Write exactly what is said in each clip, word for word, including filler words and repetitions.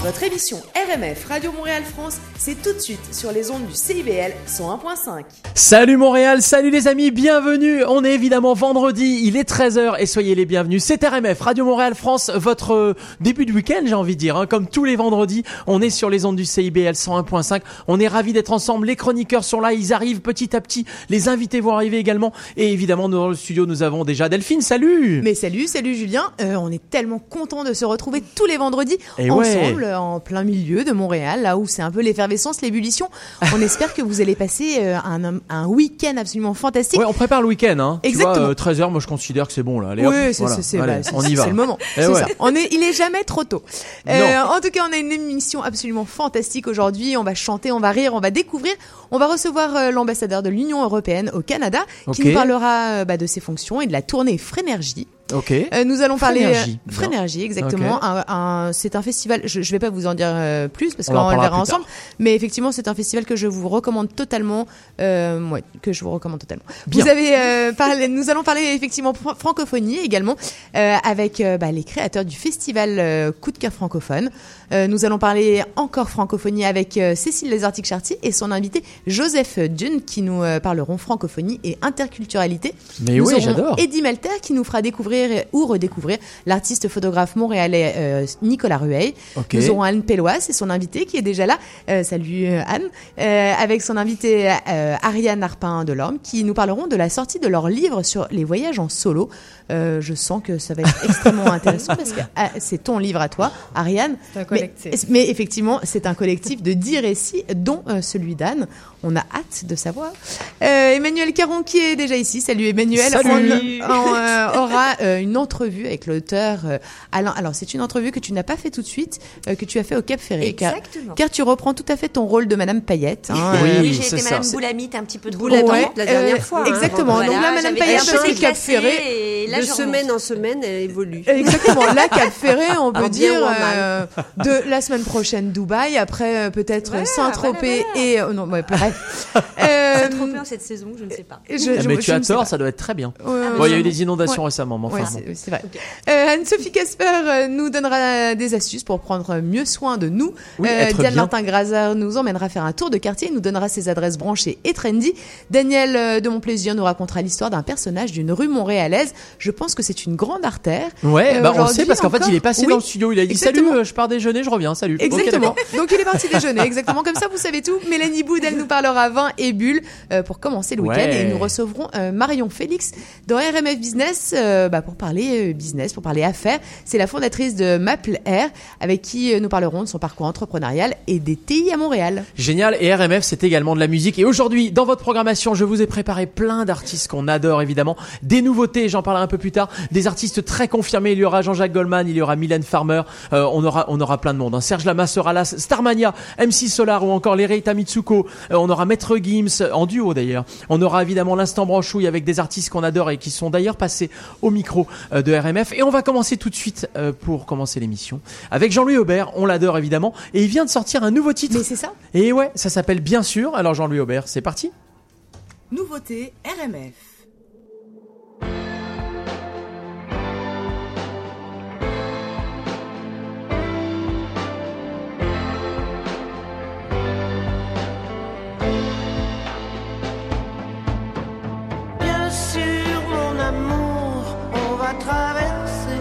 Votre émission R M F Radio Montréal France, c'est tout de suite sur les ondes du C I B L cent un point cinq. Salut Montréal, salut les amis, bienvenue. On est évidemment vendredi, il est treize heures et soyez les bienvenus. C'est R M F Radio Montréal France, votre euh, début de week-end, j'ai envie de dire. Hein. Comme tous les vendredis, on est sur les ondes du C I B L cent un point cinq. On est ravis d'être ensemble. Les chroniqueurs sont là, ils arrivent petit à petit. Les invités vont arriver également. Et évidemment, dans le studio, nous avons déjà Delphine. Salut. Mais salut, salut Julien. Euh, on est tellement contents de se retrouver tous les vendredis et ensemble. Ouais. En plein milieu de Montréal, là où c'est un peu l'effervescence, l'ébullition. On espère que vous allez passer euh, un, un week-end absolument fantastique. Ouais, on prépare le week-end, hein. Exactement. Tu vois, euh, treize heures, moi je considère que c'est bon là. Allez, oui, hop, c'est, voilà. c'est, c'est, Allez, bah, c'est, on y va. c'est le moment. Eh c'est ouais. ça. On est, il est jamais trop tôt. Euh, en tout cas, on a une émission absolument fantastique aujourd'hui. On va chanter, on va rire, on va découvrir. On va recevoir euh, l'ambassadeur de l'Union européenne au Canada, qui okay. nous parlera euh, bah, de ses fonctions et de la tournée Frénergie. Ok. Euh, nous allons parler Frénergie. Euh, Frénergie, exactement. Okay. Un, un, c'est un festival. Je, je vais pas vous en dire euh, plus parce on qu'on le verra ensemble. Tard. Mais effectivement, c'est un festival que je vous recommande totalement. Euh, ouais, que je vous recommande totalement. Bien. Vous avez euh, parlé. Nous allons parler effectivement fr- francophonie également euh, avec euh, bah, les créateurs du festival euh, Coup de cœur francophone. Euh, nous allons parler encore francophonie avec euh, Cécile Lézartic-Chartier et son invité Joseph Dune qui nous euh, parleront francophonie et interculturalité. Mais nous oui, aurons j'adore. Eddie Malter qui nous fera découvrir ou redécouvrir l'artiste photographe montréalais euh, Nicolas Rueil. Okay. Nous aurons Anne Pellois, c'est son invité qui est déjà là. Euh, salut euh, Anne. Euh, avec son invité euh, Ariane Arpin-Delorme qui nous parleront de la sortie de leur livre sur les voyages en solo. Euh, je sens que ça va être extrêmement intéressant parce que ah, c'est ton livre à toi, Ariane. C'est un collectif. Mais, mais effectivement, c'est un collectif de dix récits, dont euh, celui d'Anne. On a hâte de savoir. Euh, Emmanuel Caron qui est déjà ici. Salut Emmanuel. Salut. On, on euh, aura euh, une entrevue avec l'auteur euh, Alain. Alors c'est une entrevue que tu n'as pas fait tout de suite, euh, que tu as fait au Cap Ferré. Exactement. Car, car tu reprends tout à fait ton rôle de Madame Paillette. Hein, oui, euh, oui, j'ai c'est été ça. Madame Boulamite un petit peu trop Ouais, longtemps la dernière euh, fois. Exactement. Hein. Donc là, Madame Paillette a fait le Cap Ferré. Et là, de je semaine remonte. en semaine, elle évolue. Exactement. Là, Cap Ferré, on peut En bien dire ou en mal. euh, de la semaine prochaine Dubaï, après euh, peut-être Voilà, Saint-Tropez voilà, et euh, non, ouais, bref. Euh, Saint-Tropez en cette saison, je ne sais pas. je, je, mais je tu as ne sais tort, pas. ça doit être très bien. Ouais, ouais, Bon, il y a ouais. eu des inondations Ouais. récemment, mais enfin. Ouais, bon. c'est, c'est vrai. Euh, Anne-Sophie Casper euh, nous donnera des astuces pour prendre mieux soin de nous. Oui, être Diane bien. Martin-Grazer nous emmènera faire un tour de quartier et nous donnera ses adresses branchées et trendy. Daniel euh, de Montplaisir nous racontera l'histoire d'un personnage d'une rue montréalaise. Je pense que c'est une grande artère. Ouais, Euh, bah on le aujourd'hui sait parce qu'en fait encore. il est passé Oui, dans le studio, il a dit exactement. salut, euh, je pars déjeuner, je reviens, salut. Ok, Exactement. d'accord. Donc il est parti déjeuner, exactement. Comme ça, vous savez tout. Mélanie Boud, elle nous parlera vin et bulles euh, pour commencer le Ouais. week-end. Et nous recevrons euh, Marion Félix dans R M F Business euh, bah, pour parler euh, business, pour parler affaires. C'est la fondatrice de Maple Air avec qui euh, nous parlerons de son parcours entrepreneurial et des T I à Montréal. Génial, et R M F c'est également de la musique. Et aujourd'hui, dans votre programmation, je vous ai préparé plein d'artistes qu'on adore évidemment. Des nouveautés, j'en parlerai un peu plus tard. Des artistes très confirmés, il y aura Jean-Jacques Goldman, il y aura Mylène Farmer, euh, on aura on aura plein de monde. Hein. Serge Lama sera là, Starmania, M C Solar ou encore Lereita Mitsuko. Euh, on aura Maître Gims, en duo d'ailleurs. On aura évidemment l'Instant Branchouille avec des artistes qu'on adore et qui sont d'ailleurs passés au micro euh, de R M F. Et on va commencer tout de suite euh, pour commencer l'émission avec Jean-Louis Aubert, on l'adore évidemment. Et il vient de sortir un nouveau titre. Mais c'est ça. Et ouais, ça s'appelle Bien sûr. Alors Jean-Louis Aubert, c'est parti. Nouveauté R M F. Bien sûr, mon amour, on va traverser.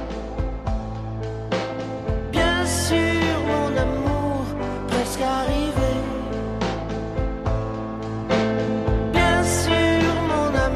Bien sûr, mon amour, presque arrivé. Bien sûr, mon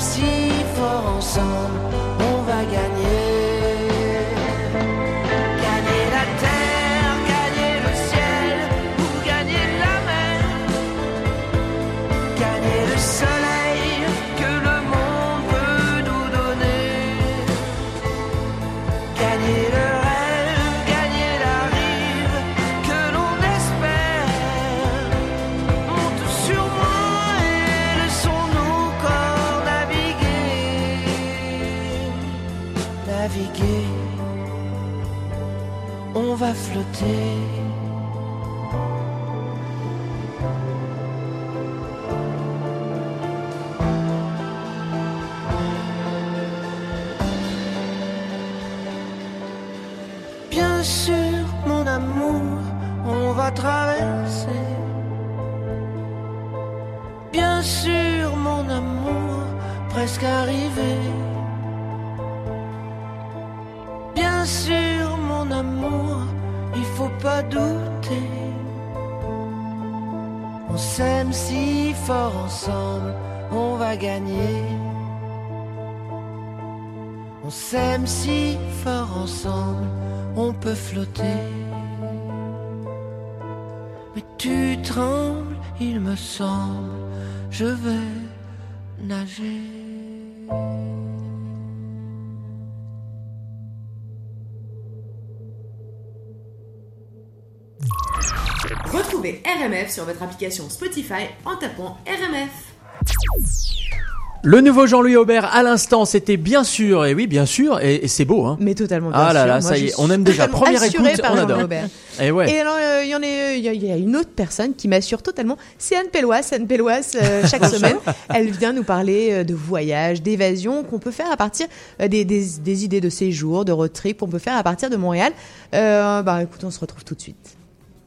si fort ensemble, on va gagner. Gagner la terre, gagner le ciel, ou gagner la mer. Gagner le soleil que le monde peut nous donner. Gagner le rêve, gagner la rive que l'on espère. Monte sur moi et laissons nos corps naviguer. Naviguer, on va flotter. Bien sûr, mon amour, on va traverser. Bien sûr, mon amour, presque arrivé. Bien sûr, mon amour, il faut pas douter. On s'aime si fort ensemble, on va gagner. On s'aime si fort ensemble, on peut flotter. Mais tu trembles, il me semble, je vais nager. Retrouvez R M F sur votre application Spotify en tapant R M F. Le nouveau Jean-Louis Aubert à l'instant, c'était bien sûr, et oui, bien sûr, et, et c'est beau, hein. Mais totalement bien Ah là sûr. là, Moi, ça y je est, suis on aime déjà. totalement Première assurée écoute, par on Jean-Louis adore. Aubert. Et ouais. Et alors, il y en a, il y, a- y a une autre personne qui m'assure totalement. C'est Anne Pelloise. Anne Pelloise, euh, chaque semaine, elle vient nous parler euh, de voyages, d'évasion qu'on peut faire à partir euh, des, des, des idées de séjour, de road trip qu'on peut faire à partir de Montréal. Euh, bah, écoute, on se retrouve tout de suite.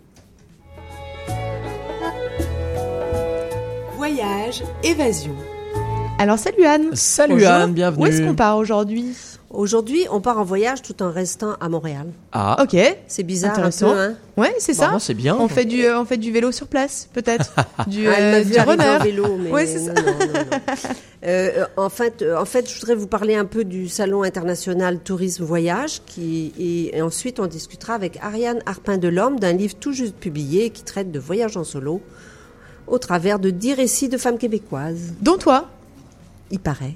Voyage, évasion. Alors, salut Anne. Salut Bonjour. Anne, bienvenue. Où est-ce qu'on part aujourd'hui? Aujourd'hui, on part en voyage tout en restant à Montréal. Ah, Ok. C'est bizarre Intéressant. un peu, hein. Ouais, c'est Bon, ça. non, c'est bien. On fait du, euh, on fait du vélo sur place, peut-être. du Ah, elle m'a euh, vu du arriver en runner. vélo, mais Ouais, c'est non, ça. non, non, non. Euh, en fait, euh, en fait, je voudrais vous parler un peu du Salon international Tourisme Voyage, qui et, et ensuite on discutera avec Ariane Harpin-Delhomme d'un livre tout juste publié qui traite de voyage en solo au travers de dix récits de femmes québécoises. Dont toi. Il paraît.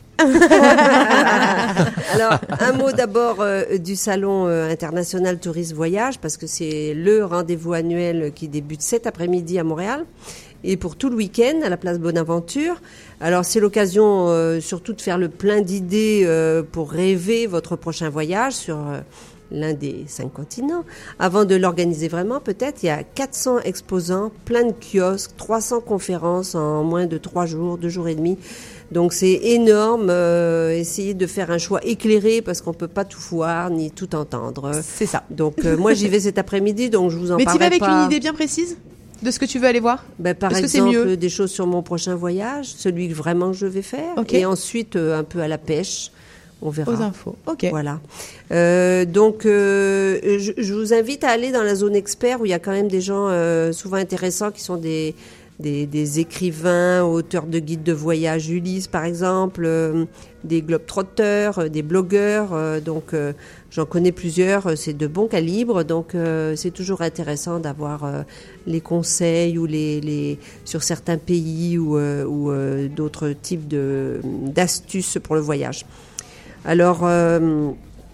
Alors, un mot d'abord euh, du Salon euh, international Tourisme Voyage, parce que c'est le rendez-vous annuel qui débute cet après-midi à Montréal, et pour tout le week-end à la place Bonaventure. Alors, c'est l'occasion euh, surtout de faire le plein d'idées euh, pour rêver votre prochain voyage sur euh, l'un des cinq continents. Avant de l'organiser vraiment, peut-être, il y a quatre cents exposants, plein de kiosques, trois cents conférences en moins de trois jours, deux jours et demi. Donc c'est énorme, euh, essayer de faire un choix éclairé parce qu'on peut pas tout voir ni tout entendre. C'est ça. Donc euh, moi j'y vais cet après-midi, donc je vous en Mais tu parlerai vas avec pas. une idée bien précise de ce que tu veux aller voir? Ben, par Est-ce que c'est exemple, mieux des choses sur mon prochain voyage, celui que vraiment je vais faire, Ok. et ensuite euh, un peu à la pêche. On verra. Aux infos. Ok. Voilà. Euh, donc, euh, je, je vous invite à aller dans la zone expert où il y a quand même des gens euh, souvent intéressants qui sont des, des, des écrivains, auteurs de guides de voyage, Ulysse par exemple, euh, des globetrotters, euh, des blogueurs. Euh, donc, euh, j'en connais plusieurs. euh, C'est de bon calibre. Donc, euh, c'est toujours intéressant d'avoir euh, les conseils ou les, les sur certains pays ou, euh, ou euh, d'autres types de d'astuces pour le voyage. Alors, euh,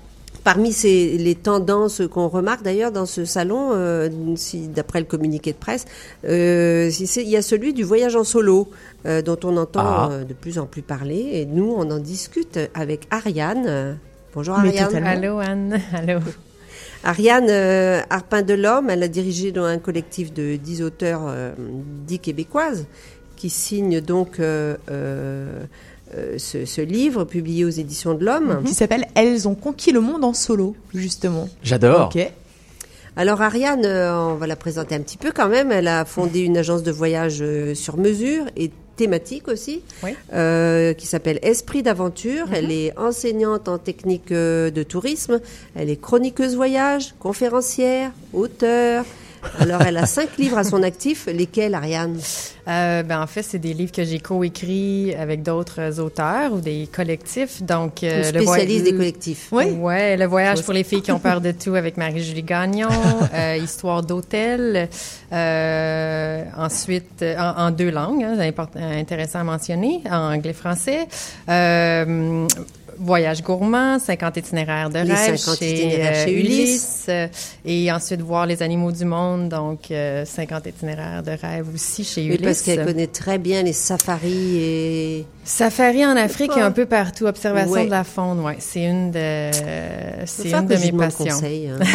parmi ces, les tendances qu'on remarque d'ailleurs dans ce salon, euh, si, d'après le communiqué de presse, euh, si c'est, il y a celui du voyage en solo, euh, dont on entend Ah. euh, de plus en plus parler. Et nous, on en discute avec Ariane. Euh, Bonjour Mais Ariane. totalement. Allô Anne, allô. Ariane euh, Harpin-Delhomme, elle a dirigé donc, un collectif de dix auteurs, euh, dix québécoises, qui signent donc euh, euh, euh, ce, ce livre publié aux éditions de l'Homme. Qui s'appelle Elles ont conquis le monde en solo, justement. J'adore. Ok. Alors Ariane, euh, on va la présenter un petit peu quand même. Elle a fondé une agence de voyage euh, sur mesure et thématique aussi, Oui. euh, qui s'appelle Esprit d'aventure. Mhm. Elle est enseignante en technique euh, de tourisme. Elle est chroniqueuse voyage, conférencière, auteure. Alors, elle a cinq livres à son actif. Lesquels, Ariane? Euh, ben, en fait, c'est des livres que j'ai coécrits avec d'autres auteurs ou des collectifs. Donc, Une euh, le spécialiste voy- des collectifs. Oui. Ouais, Le voyage pour les filles qui ont peur de tout avec Marie-Julie Gagnon, euh, Histoire d'hôtel, euh, ensuite euh, en, en deux langues, hein, c'est import- intéressant à mentionner, en anglais-français. Euh, Voyage gourmand, cinquante itinéraires de Les rêve cinquante chez, itinéraires euh, chez Ulysse. Ulysse. Euh, et ensuite voir les animaux du monde, donc euh, cinquante itinéraires de rêve aussi chez Oui, Ulysse. parce qu'elle connaît très bien les safaris et... Safari en Afrique pas. et un peu partout. Observation Ouais. de la faune, ouais. C'est une de, c'est Faut une que de je mes demande passions. conseil, hein.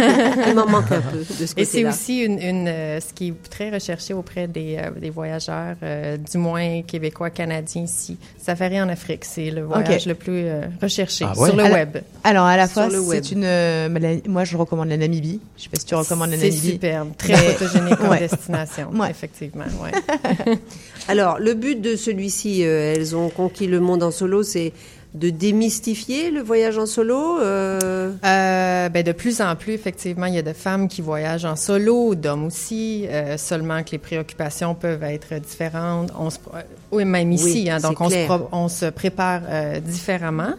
Il m'en manque un peu de ce Et c'est côté-là. aussi une, une euh, ce qui est très recherché auprès des, euh, des voyageurs, euh, du moins québécois, canadiens ici. Safari en Afrique, c'est le voyage Ok. le plus euh, recherché Ah ouais? sur le Alors- web. Alors, à la Sur fois, le web. c'est une. euh, la- moi, je recommande la Namibie. Je sais pas si tu recommandes la C'est Namibie. superbe, très Mais- photogénique comme Ouais. destination, Ouais. effectivement. Ouais. Alors, le but de celui-ci, euh, elles ont conquis le monde en solo, c'est de démystifier le voyage en solo. euh, Euh, ben de plus en plus, effectivement, il y a de femmes qui voyagent en solo, d'hommes aussi, euh, seulement que les préoccupations peuvent être différentes. On se, euh, oui, même ici, Oui, hein, donc c'est on se, clair. pro- on se prépare euh, différemment.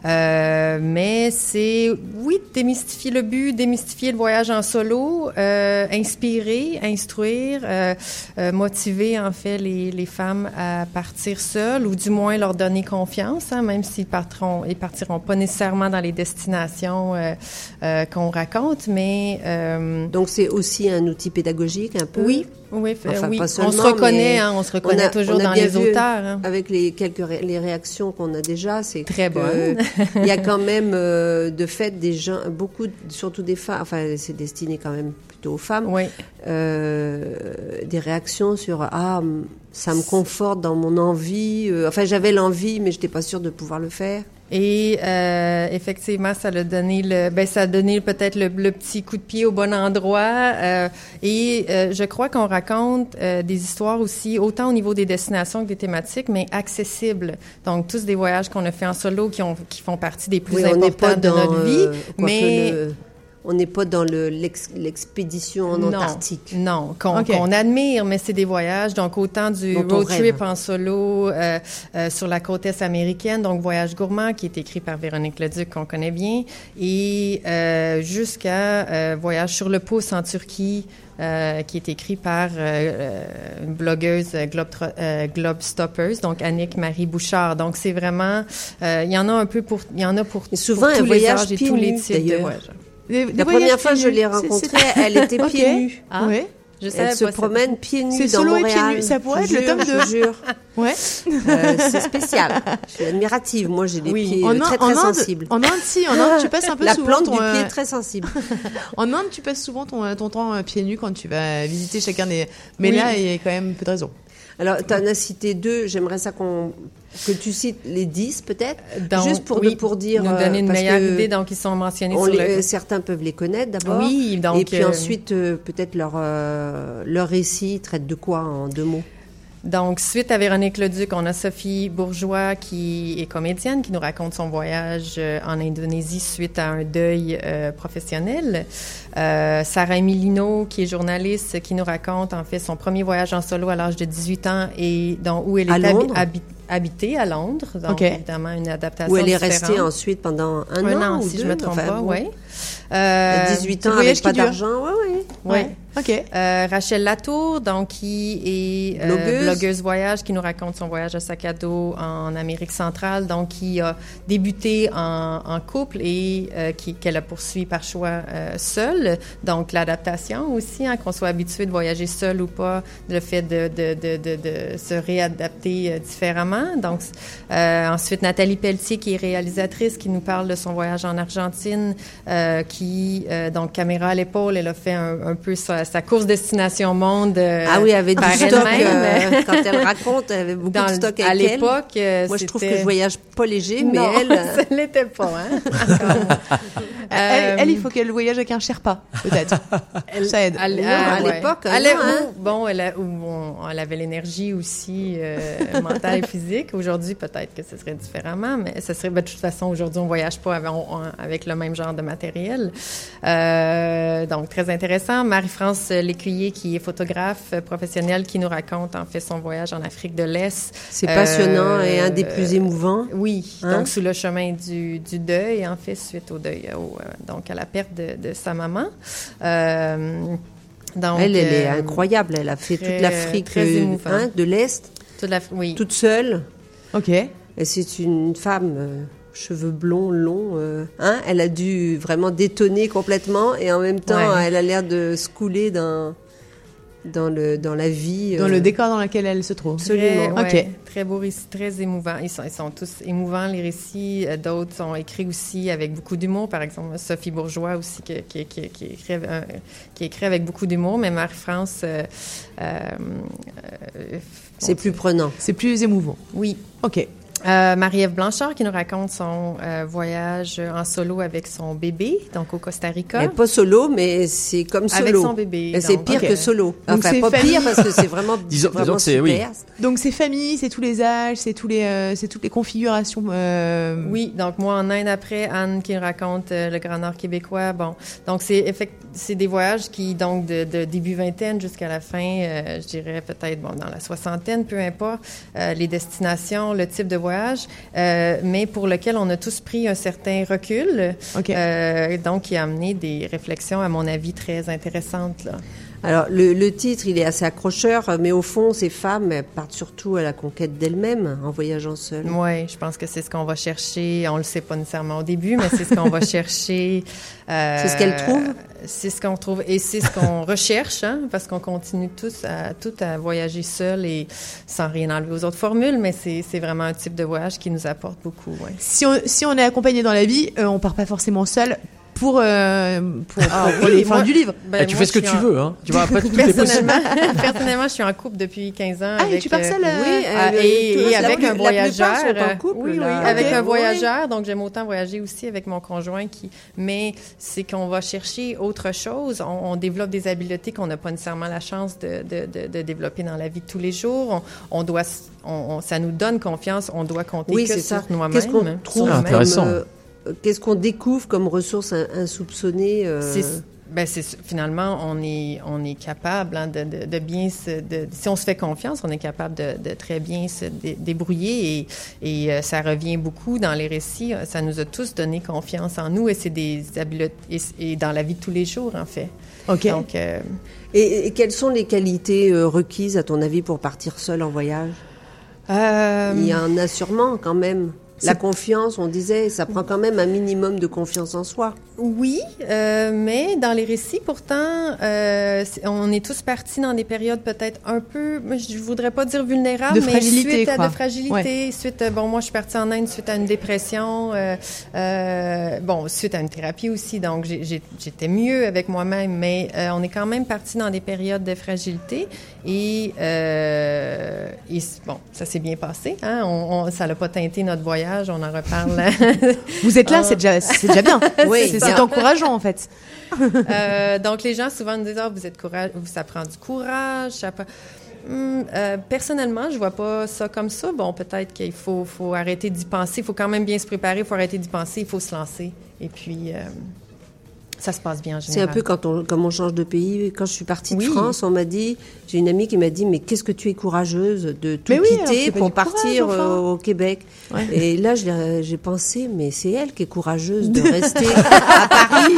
Euh, mais c'est, oui, démystifier le but, démystifier le voyage en solo, euh, inspirer, instruire, euh, euh, motiver en fait les, les femmes à partir seules ou du moins leur donner confiance, hein, même s'ils partiront, ils partiront pas nécessairement dans les destinations euh, euh, qu'on raconte, mais euh, Donc, c'est aussi un outil pédagogique un peu. oui, oui, fait- Enfin, oui. pas on se seulement, reconnaît, mais hein, on se reconnaît on a- toujours on a dans bien les vu auteurs. Hein. Avec les quelques ré- les réactions qu'on a déjà, c'est Très que bonnes. il y a quand même euh, de fait des gens, beaucoup, surtout des femmes. Enfin, c'est destiné quand même plutôt aux femmes. Oui. Euh, des réactions sur ah ça me conforte dans mon envie. euh, enfin, j'avais l'envie, mais j'étais pas sûre de pouvoir le faire. Et euh, effectivement, ça a donné le, ben ça a donné peut-être le, le petit coup de pied au bon endroit. Euh, et euh, je crois qu'on raconte euh, des histoires aussi, autant au niveau des destinations que des thématiques, mais accessibles. Donc tous des voyages qu'on a fait en solo, qui ont, qui font partie des plus Oui, on n'est pas importants de dans notre vie, euh, quoique mais le- on n'est pas dans le l'ex- l'expédition en non, Antarctique. non, qu'on Ok. qu'on admire, mais c'est des voyages, donc autant du Dont on road rêve. trip en solo euh, euh, sur la côte est américaine, donc Voyage gourmand, qui est écrit par Véronique Leduc, qu'on connaît bien, et euh, jusqu'à euh, Voyage sur le pouce en Turquie, euh, qui est écrit par euh, euh, une blogueuse euh, Globe, euh, Globe Stoppers, donc Annick Marie Bouchard. Donc c'est vraiment, euh, il y en a un peu pour, il y en a pour, Et souvent, pour un tous les voyage âges et pieds tous les nus, types de d'ailleurs. voyages. Des- des La voyages première fois que pieds je l'ai nus. C'est- rencontrée, c'est- elle était Ok. pieds nus. Ah. Ouais. Je savais Elle se pas ça. promène pieds nus C'est dans solo et pieds Montréal. nus. Ça pourrait Je être le jure, tome je deux. vous jure. Ouais. Euh, c'est spécial. Je suis admirative. Moi, j'ai des Oui. pieds En, euh, Inde- très, en très Inde, sensibles. en Inde, si, en Inde, tu passes un peu La souvent plante ton, du euh, pied est très sensible. En Inde, tu passes souvent ton, ton temps euh, pieds nus quand tu vas visiter chacun des. Mais Oui. là, il y a quand même peu de raison. Alors, tu en as cité deux. J'aimerais ça qu'on que tu cites les dix, peut-être. Donc, Juste pour, oui, pour dire. nous euh, donner une parce meilleure que idée. Donc, ils sont mentionnés on sur les- le... euh, certains peuvent les connaître d'abord. Oui, donc... Et puis euh, ensuite, euh, peut-être leur, euh, leur récit traite de quoi en deux mots? Donc, suite à Véronique Leduc, on a Sophie Bourgeois, qui est comédienne, qui nous raconte son voyage euh, en Indonésie suite à un deuil euh, professionnel. Euh, Sarah Emilino, qui est journaliste, qui nous raconte, en fait, son premier voyage en solo à l'âge de dix-huit ans et dans, où elle À est habi- Londres? habi- habitée à Londres. Donc, Ok. évidemment, une adaptation Où elle est différente. restée ensuite pendant un, Un an, an, ou si deux, je me trompe enfin, pas, bon. oui. À dix-huit c'est ans, le voyage avec pas qui dure. d'argent, ouais, ouais. Ouais. Ok. Euh, Rachel Latour, donc qui est euh, Blogueuse. blogueuse voyage, qui nous raconte son voyage à sac à dos en Amérique centrale, donc qui a débuté en, en couple et euh, qui qu'elle a poursuivi par choix euh, seule. Donc l'adaptation aussi, hein, qu'on soit habitué de voyager seul ou pas, le fait de de de de, de se réadapter euh, différemment. Donc euh, ensuite Nathalie Pelletier, qui est réalisatrice, qui nous parle de son voyage en Argentine, euh, qui euh, donc caméra à l'épaule, elle a fait un, un peu sa, sa course destination monde. euh, Ah oui, elle avait du par stock. elle-même. euh, quand elle raconte, elle avait beaucoup Dans de le- stock à avec elle. l'époque, euh, Moi, je trouve c'était- que je voyage pas léger, mais non, elle... euh, ça l'était pas, hein. Elle, elle, il faut qu'elle voyage avec un Sherpa, peut-être. Ça aide. À, Non, à- à ouais. l'époque, Elle non, est- hein. ou- bon, elle, a- ou on- elle avait l'énergie aussi euh, mentale et physique. Aujourd'hui, peut-être que ce serait différemment, mais ce serait, ben, de toute façon, aujourd'hui, on voyage pas avec, on- avec le même genre de matériel. Euh, donc, très intéressant. Marie-France Lécuyer, qui est photographe professionnelle, qui nous raconte, en fait, son voyage en Afrique de l'Est. C'est passionnant Euh, et un des plus émouvants. Oui, Hein? donc sous le chemin du, du deuil, en fait, suite au deuil, au, euh, donc à la perte de, de sa maman. Euh, donc, Elle, elle est euh, incroyable. Elle a fait très- toute l'Afrique très euh, émouvant. hein, de l'Est, toute la, oui. toute seule. Ok. Et c'est une femme, euh, cheveux blonds, longs. euh, hein, elle a dû vraiment détonner complètement et en même temps, Ouais. elle a l'air de se couler dans, dans, le, dans la vie. Dans euh, le décor dans lequel elle se trouve. Absolument. Très, ouais, Ok. très beau récit, très émouvant. Ils sont, ils sont tous émouvants, les récits. Euh, D'autres sont écrits aussi avec beaucoup d'humour. Par exemple, Sophie Bourgeois aussi, qui, qui, qui, qui, écrit, euh, qui écrit avec beaucoup d'humour. Mais Marie-France... Euh, euh, euh, C'est bon, plus prenant. C'est plus émouvant. Oui. Ok. Euh, Marie-Ève Blanchard qui nous raconte son euh, voyage en solo avec son bébé, donc au Costa Rica. Elle n'est pas solo, mais c'est comme solo. Avec son bébé. Et c'est donc, pire ok. que solo. Donc Enfin, c'est pas famille. pire parce que c'est vraiment, Disons- vraiment disons que c'est- oui. super. Donc c'est famille, c'est tous les âges, c'est tous les, euh, c'est toutes les configurations. euh, Oui, donc moi en Inde après, Anne qui nous raconte euh, le Grand Nord québécois. Bon, donc c'est effect- c'est des voyages qui, donc de, de début vingtaine jusqu'à la fin, euh, je dirais peut-être bon, dans la soixantaine, peu importe, euh, les destinations, le type de voyage, euh, mais pour lequel on a tous pris un certain recul. Ok. Euh, donc, qui a amené des réflexions, à mon avis, très intéressantes. Là. Alors, le, le titre, il est assez accrocheur, mais au fond, ces femmes elles partent surtout à la conquête d'elles-mêmes en voyageant seules. Oui, je pense que c'est ce qu'on va chercher. On ne le sait pas nécessairement au début, mais c'est ce qu'on va chercher. Euh, C'est ce qu'elles trouvent? C'est ce qu'on trouve et c'est ce qu'on recherche, hein, parce qu'on continue tous à, tout à voyager seul et sans rien enlever aux autres formules, mais c'est, c'est vraiment un type de voyage qui nous apporte beaucoup. Ouais. Si on, si on est accompagné dans la vie, euh, on part pas forcément seul pour, euh, pour, pour- Ah, pour oui, les fins moi- du livre. Ben, Eh, tu moi, fais ce que je tu suis en- veux, hein. Tu vois, après, tout est possible. Personnellement, personnellement, je suis en couple depuis quinze ans. Ah, et avec, tu pars seule, euh, Oui, Ah, euh, et, tout- et la avec plus- un la voyageur. plupart sont en couple, oui, oui, là. avec Ok. un Oui. voyageur. Donc, j'aime autant voyager aussi avec mon conjoint qui, mais c'est qu'on va chercher autre chose. On, on développe des habiletés qu'on n'a pas nécessairement la chance de, de, de, de développer dans la vie de tous les jours. On, on doit, s- on, on- ça nous donne confiance. On doit compter Oui, que c'est sur ça. nous-mêmes. Qu'est-ce qu'on sur trouve nous-mêmes. Ah, intéressant. comme, euh, qu'est-ce qu'on découvre comme ressources in- insoupçonnées euh, C'est, ben c'est finalement on est on est capable hein, de, de, de bien se de, si on se fait confiance, on est capable de, de très bien se dé- débrouiller et, et euh, ça revient beaucoup dans les récits. Ça nous a tous donné confiance en nous et c'est des habiletés et, et dans la vie de tous les jours en fait. Ok. Donc euh, et, et quelles sont les qualités euh, requises, à ton avis, pour partir seul en voyage? euh, Il y en a sûrement, quand même. La C'est- confiance, on disait, ça prend quand même un minimum de confiance en soi. Oui, euh, mais dans les récits, pourtant, euh, c'est- on est tous partis dans des périodes peut-être un peu, je voudrais pas dire vulnérables, De mais fragilité, suite à quoi. de fragilité, suite, euh, bon, moi je suis partie en Inde suite à une dépression, euh, euh, bon, suite à une thérapie aussi, donc j'ai- j'ai- j'étais mieux avec moi-même, mais euh, on est quand même partis dans des périodes de fragilité et, euh, et c- bon, ça s'est bien passé, hein, on, on, ça n'a pas teinté notre voyage, on en reparle. Vous êtes là, Ah. c'est déjà, c'est déjà bien. Oui, c'est, ça. c'est encourageant en fait. Euh, donc, les gens souvent nous disent, ah, vous êtes courageux, ça prend du courage. Ça prend... Hum, euh, personnellement, je vois pas ça comme ça. Bon, peut-être qu'il faut, faut arrêter d'y penser. Il faut quand même bien se préparer. Il faut arrêter d'y penser. Il faut se lancer. Et puis, euh, ça se passe bien en C'est général. un peu quand on, comme on change de pays. Quand je suis partie de Oui. France, on m'a dit, j'ai une amie qui m'a dit, mais qu'est-ce que tu es courageuse de tout Mais oui, alors, quitter c'est pas pour du courage, partir enfin. euh, au Québec. Ouais. Et là, je l'ai- j'ai pensé, mais c'est elle qui est courageuse de rester à Paris.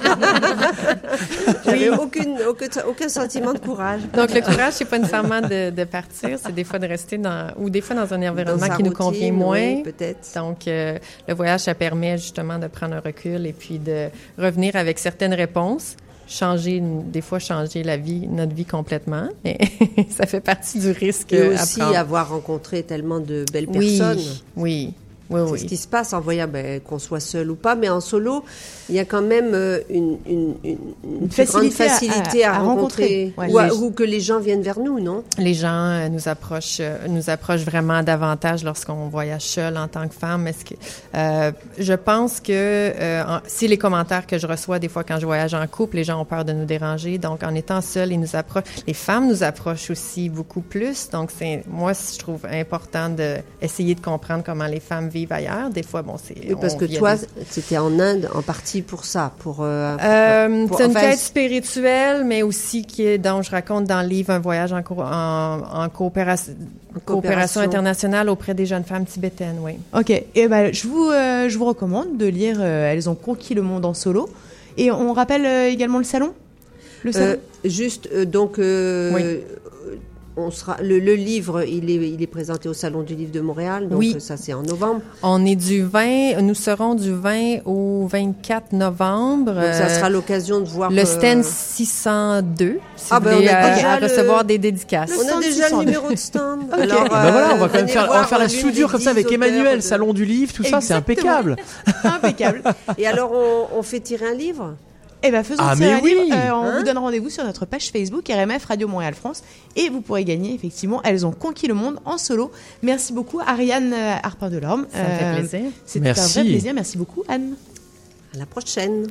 J'avais aucune, aucun, aucun sentiment de courage. Donc, le courage, c'est pas nécessairement de, de partir. C'est des fois de rester dans, ou des fois dans un environnement Dans sa qui nous routine, convient moins. oui, peut-être. Donc, euh, le voyage, ça permet justement de prendre un recul et puis de revenir avec certaines réponses, changer, une- des fois changer la vie, notre vie complètement, mais ça fait partie du risque Et à aussi prendre. avoir rencontré tellement de belles Oui, personnes. oui, Oui, c'est oui. ce qui se passe en voyage, ben, qu'on soit seul ou pas, mais en solo, il y a quand même euh, une, une, une, une plus grande facilité à- facilité à, à- à rencontrer, rencontrer. ou, Ouais. à- ou que les gens viennent vers nous, non? Les gens euh, nous approchent, euh, nous approchent vraiment davantage lorsqu'on voyage seul en tant que femme. Est-ce que euh, je pense que euh, en, si les commentaires que je reçois des fois quand je voyage en couple, les gens ont peur de nous déranger. Donc en étant seul, ils nous approchent. Les femmes nous approchent aussi beaucoup plus. Donc c'est moi, je trouve important de essayer de comprendre comment les femmes vivent ailleurs. Des fois, bon, c'est Oui, parce on que vit à toi, des- c'était en Inde en partie pour ça, pour. Euh, Euh, pour- c'est une enfin, quête spirituelle, mais aussi qui est, dont je raconte dans le livre un voyage en, co- en, en coopération, coopération coopération. internationale auprès des jeunes femmes tibétaines, oui. Ok, et ben je vous euh, je vous recommande de lire euh, Elles ont conquis le monde en solo. Et on rappelle euh, également le salon. Le salon. Euh, juste, euh, donc, euh, Oui. euh, on sera, le, le livre, il est, il est présenté au Salon du Livre de Montréal, donc Oui. euh, ça c'est en novembre. On est du vingt, nous serons du vingt au vingt-quatre novembre. Donc ça euh, sera l'occasion de voir. le euh, stand six cent deux, si Ah, vous ben, voulez, on a à, déjà à le- recevoir des dédicaces. On a stand déjà six cent le deux. numéro de stand. Ok. Alors, Ben voilà, on va euh, quand même venez faire, on va voir faire la l'une soudure des comme ça dix avec auteurs Emmanuel, de- salon du livre, tout ça, c'est Exactement. impeccable. Impeccable. Et alors, on, on fait tirer un livre? Eh ben faisons Ah, ça mais un oui. livre. Euh, on Hein vous donne rendez-vous sur notre page Facebook R M F Radio Montréal France et vous pourrez gagner effectivement Elles ont conquis le monde en solo. Merci beaucoup Ariane euh, Harpin-Delorme. Ça me fait Euh, plaisir. C'était un Merci. vrai plaisir. Merci beaucoup Anne. À la prochaine.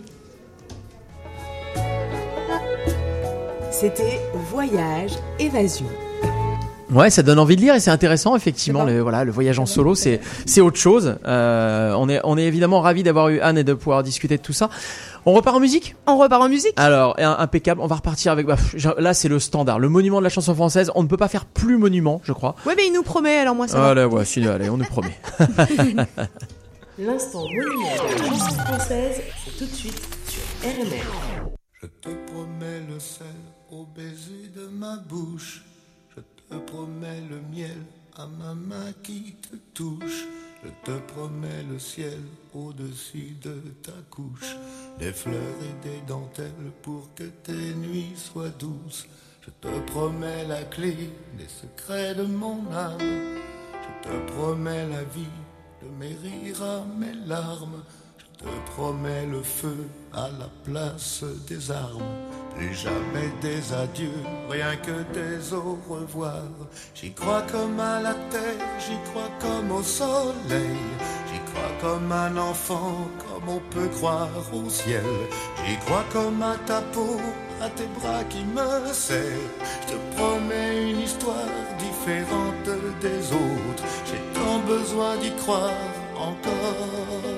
C'était Voyage Évasion. Ouais, ça donne envie de lire et c'est intéressant effectivement. C'est bon. Le, voilà, le voyage en solo, c'est c'est autre chose. Euh, on est on est évidemment ravis d'avoir eu Anne et de pouvoir discuter de tout ça. On repart en musique. On repart en musique. Alors, un- impeccable. On va repartir avec. Bah, pff, là, c'est le standard, le monument de la chanson française. On ne peut pas faire plus monument, je crois. Ouais mais il nous promet alors moi ça va. Allez, ouais, sinon, allez, on nous promet. L'instant monument de la chanson française, c'est tout de suite sur R M R. Je te promets le sel au baiser de ma bouche. Je te promets le miel à ma main qui te touche. Je te promets le ciel au-dessus de ta couche. Des fleurs et des dentelles pour que tes nuits soient douces. Je te promets la clé des secrets de mon âme. Je te promets la vie de mes rires à mes larmes. Je te promets le feu à la place des armes. Plus jamais des adieux, rien que des au revoir. J'y crois comme à la terre, j'y crois comme au soleil. J'y crois comme un enfant, comme on peut croire au ciel. J'y crois comme à ta peau, à tes bras qui me serrent. Je te promets une histoire différente des autres. J'ai tant besoin d'y croire encore.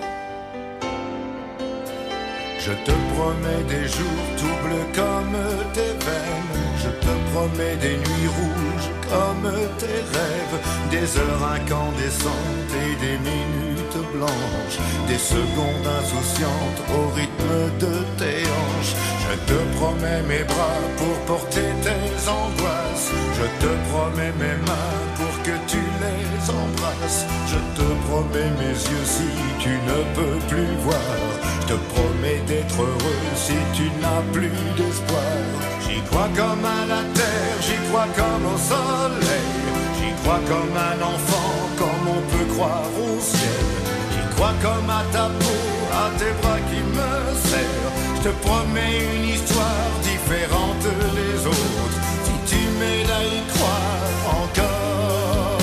Je te promets des jours tout bleus comme tes veines. Je te promets des nuits rouges comme tes rêves. Des heures incandescentes et des minutes blanches. Des secondes insouciantes au rythme de tes hanches. Je te promets mes bras pour porter tes angoisses. Je te promets mes mains pour que tu les embrasses. Je te promets mes yeux si tu ne peux plus voir. Je te promets d'être heureux si tu n'as plus d'espoir. J'y crois comme à la terre, j'y crois comme au soleil. J'y crois comme un enfant, comme on peut croire au ciel. J'y crois comme à ta peau, à tes bras qui me serrent. Je te promets une histoire différente des autres. Si tu m'aides à y croire encore.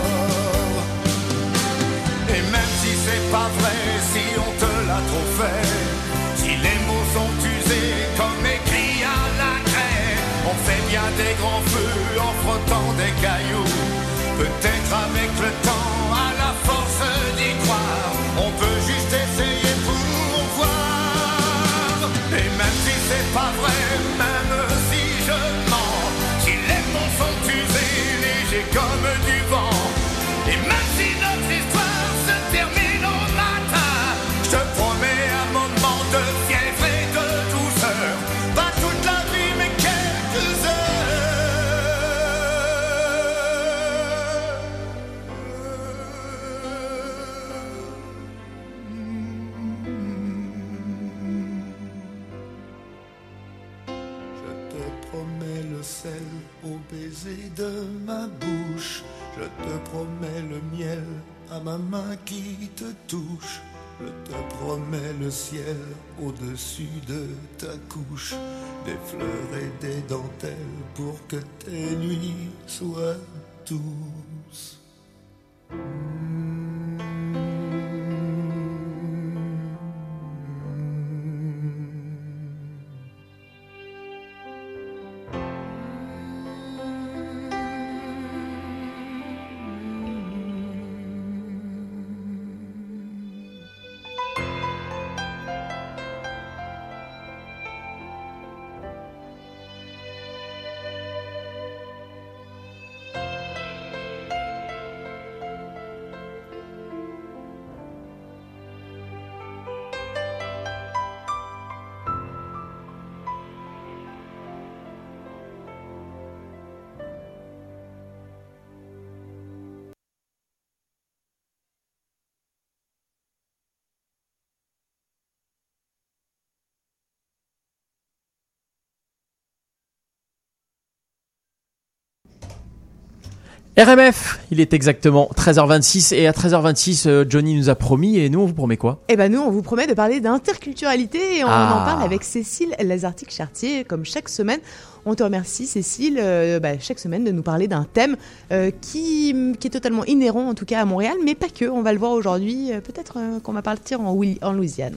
Et même si c'est pas vrai, si on te l'a trop fait, si les mots sont usés comme écrits à la craie, on fait bien des grands feux en frottant des cailloux. Peut-être avec le temps, à la force d'y croire, on peut juste essayer pour voir. Et même si c'est pas vrai, même si je mens, si les mots sont usés, légers comme du vent, et même si notre histoire se termine au matin, je te promets un moment de fièvre et de douceur. Pas toute la vie, mais quelques Je te promets le sel au baiser de ma bouche. Je te promets le miel à ma main qui te touche. Je te promets le ciel au-dessus de ta couche, des fleurs et des dentelles pour que tes nuits soient douces. R M F, il est exactement treize heures vingt-six et à treize heures vingt-six, euh, Johnny nous a promis et nous on vous promet quoi ? Eh ben nous on vous promet de parler d'interculturalité et on Ah. en parle avec Cécile Lazartique-Chartier comme chaque semaine. On te remercie Cécile euh, bah, chaque semaine de nous parler d'un thème euh, qui, qui est totalement inhérent en tout cas à Montréal, mais pas que, on va le voir aujourd'hui, euh, peut-être euh, qu'on va partir en, Willy- en Louisiane.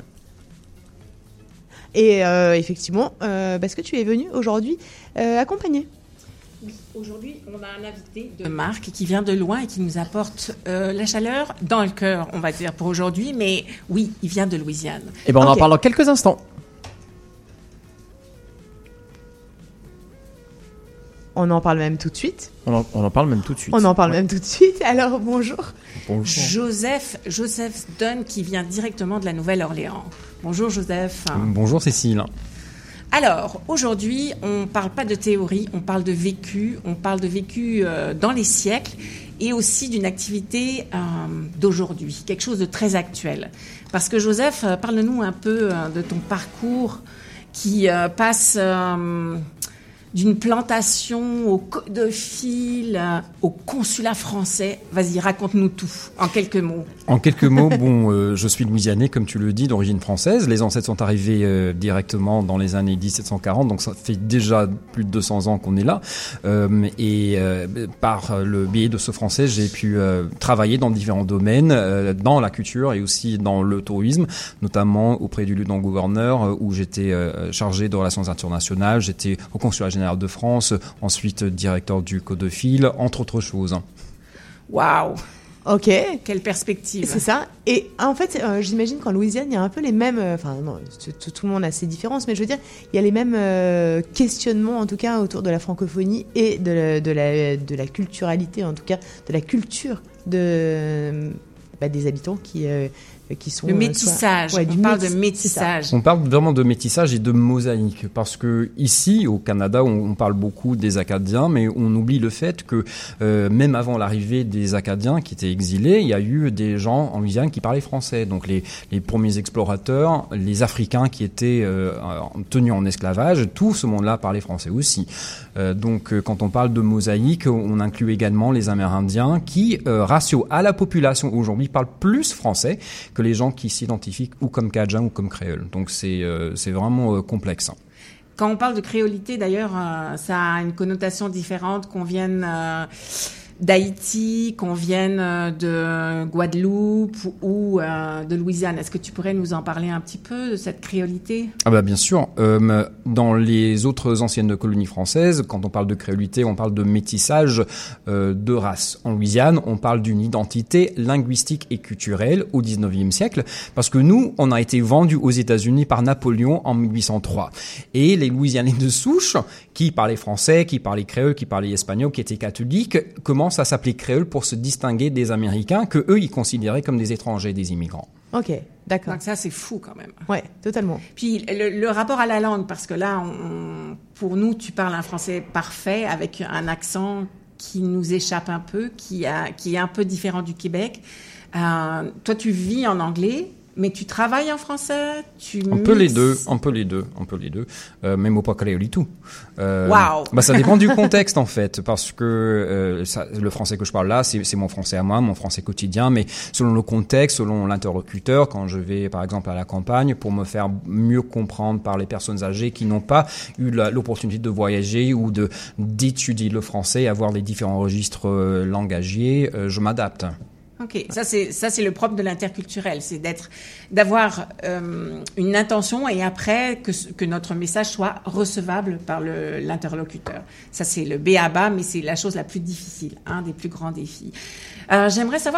Et euh, effectivement, euh, parce que tu es venue aujourd'hui euh, accompagnée. Oui, aujourd'hui, on a un invité de Marc qui vient de loin et qui nous apporte euh, la chaleur dans le cœur, on va dire, pour aujourd'hui. Mais oui, il vient de Louisiane. Eh ben on en Ok. parle dans quelques instants. On en parle même tout de suite. On en, on en parle même tout de suite. On en parle même tout de suite. Alors bonjour. Bonjour. Joseph, Joseph Dunn qui vient directement de la Nouvelle-Orléans. Bonjour Joseph. Bonjour Cécile. Alors, aujourd'hui, on ne parle pas de théorie, on parle de vécu, on parle de vécu euh, dans les siècles et aussi d'une activité euh, d'aujourd'hui, quelque chose de très actuel. Parce que Joseph, euh, parle-nous un peu euh, de ton parcours qui euh, passe euh, d'une plantation au code de fil euh, au consulat français. Vas-y, raconte-nous tout, en quelques mots. En quelques mots, bon, euh, je suis louisianais, comme tu le dis, d'origine française. Les ancêtres sont arrivés euh, directement dans les années dix-sept cent quarante, donc ça fait déjà plus de deux cents ans qu'on est là. Euh, et euh, par le biais de ce français, j'ai pu euh, travailler dans différents domaines, euh, dans la culture et aussi dans le tourisme, notamment auprès du lieutenant-gouverneur, euh, où j'étais euh, chargé de relations internationales. J'étais au consulat général de France, ensuite directeur du code de fil, entre autres choses. Waouh, Ok. quelle perspective. C'est ça. Et en fait, euh, j'imagine qu'en Louisiane, il y a un peu les mêmes. euh, Enfin, non, tout, tout le monde a ses différences, mais je veux dire, il y a les mêmes euh, questionnements, en tout cas, autour de la francophonie et de la, de la, de la culturalité, en tout cas, de la culture de, bah, des habitants qui, euh, qui sont. Le euh, métissage, soit- ouais, on du parle métis- de métissage. On parle vraiment de métissage et de mosaïque parce que ici au Canada on, on parle beaucoup des Acadiens, mais on oublie le fait que euh, même avant l'arrivée des Acadiens qui étaient exilés, il y a eu des gens en Louisiane qui parlaient français. Donc les, les premiers explorateurs, les Africains qui étaient euh, tenus en esclavage, tout ce monde-là parlait français aussi. Euh, donc euh, quand on parle de mosaïque, on inclut également les Amérindiens qui, euh, ratio à la population aujourd'hui, parlent plus français que les gens qui s'identifient ou comme Cajun ou comme créole. Donc c'est euh, c'est vraiment euh, complexe. Quand on parle de créolité, d'ailleurs, euh, ça a une connotation différente qu'on vienne euh, d'Haïti, qu'on vienne euh, de Guadeloupe ou euh, de Louisiane. Est-ce que tu pourrais nous en parler un petit peu de cette créolité? Ah bah bien sûr. Euh, dans les autres anciennes colonies françaises, quand on parle de créolité, on parle de métissage euh, de race. En Louisiane, on parle d'une identité linguistique et culturelle au dix-neuvième siècle, parce que nous, on a été vendus aux États-Unis par Napoléon en mille huit cent trois. Et les Louisianais de souche, qui parlaient français, qui parlaient créole, qui parlaient espagnol, qui étaient catholiques, commencent à s'appeler créole pour se distinguer des Américains que eux, ils considéraient comme des étrangers, des immigrants. Ok, d'accord. Donc ça, c'est fou quand même. Ouais, totalement. Puis le, le rapport à la langue, parce que là, on, pour nous, tu parles un français parfait avec un accent qui nous échappe un peu, qui, a, qui est un peu différent du Québec. Euh, toi, tu vis en anglais. Mais tu travailles en français, tu Un peu les deux, un peu les deux, un peu les deux. Euh, même au pas du tout. Euh, Waouh. Bah ça dépend du contexte en fait, parce que euh, ça, le français que je parle là, c'est, c'est mon français à moi, mon français quotidien, mais selon le contexte, selon l'interlocuteur, quand je vais par exemple à la campagne, pour me faire mieux comprendre par les personnes âgées qui n'ont pas eu la, l'opportunité de voyager ou de d'étudier le français, avoir les différents registres euh, langagiers, euh, je m'adapte. Ok, ça c'est ça c'est le propre de l'interculturel, c'est d'être d'avoir euh, une intention et après que que notre message soit recevable par le l'interlocuteur. Ça c'est le b a ba, mais c'est la chose la plus difficile, un des plus grands défis. Euh, j'aimerais savoir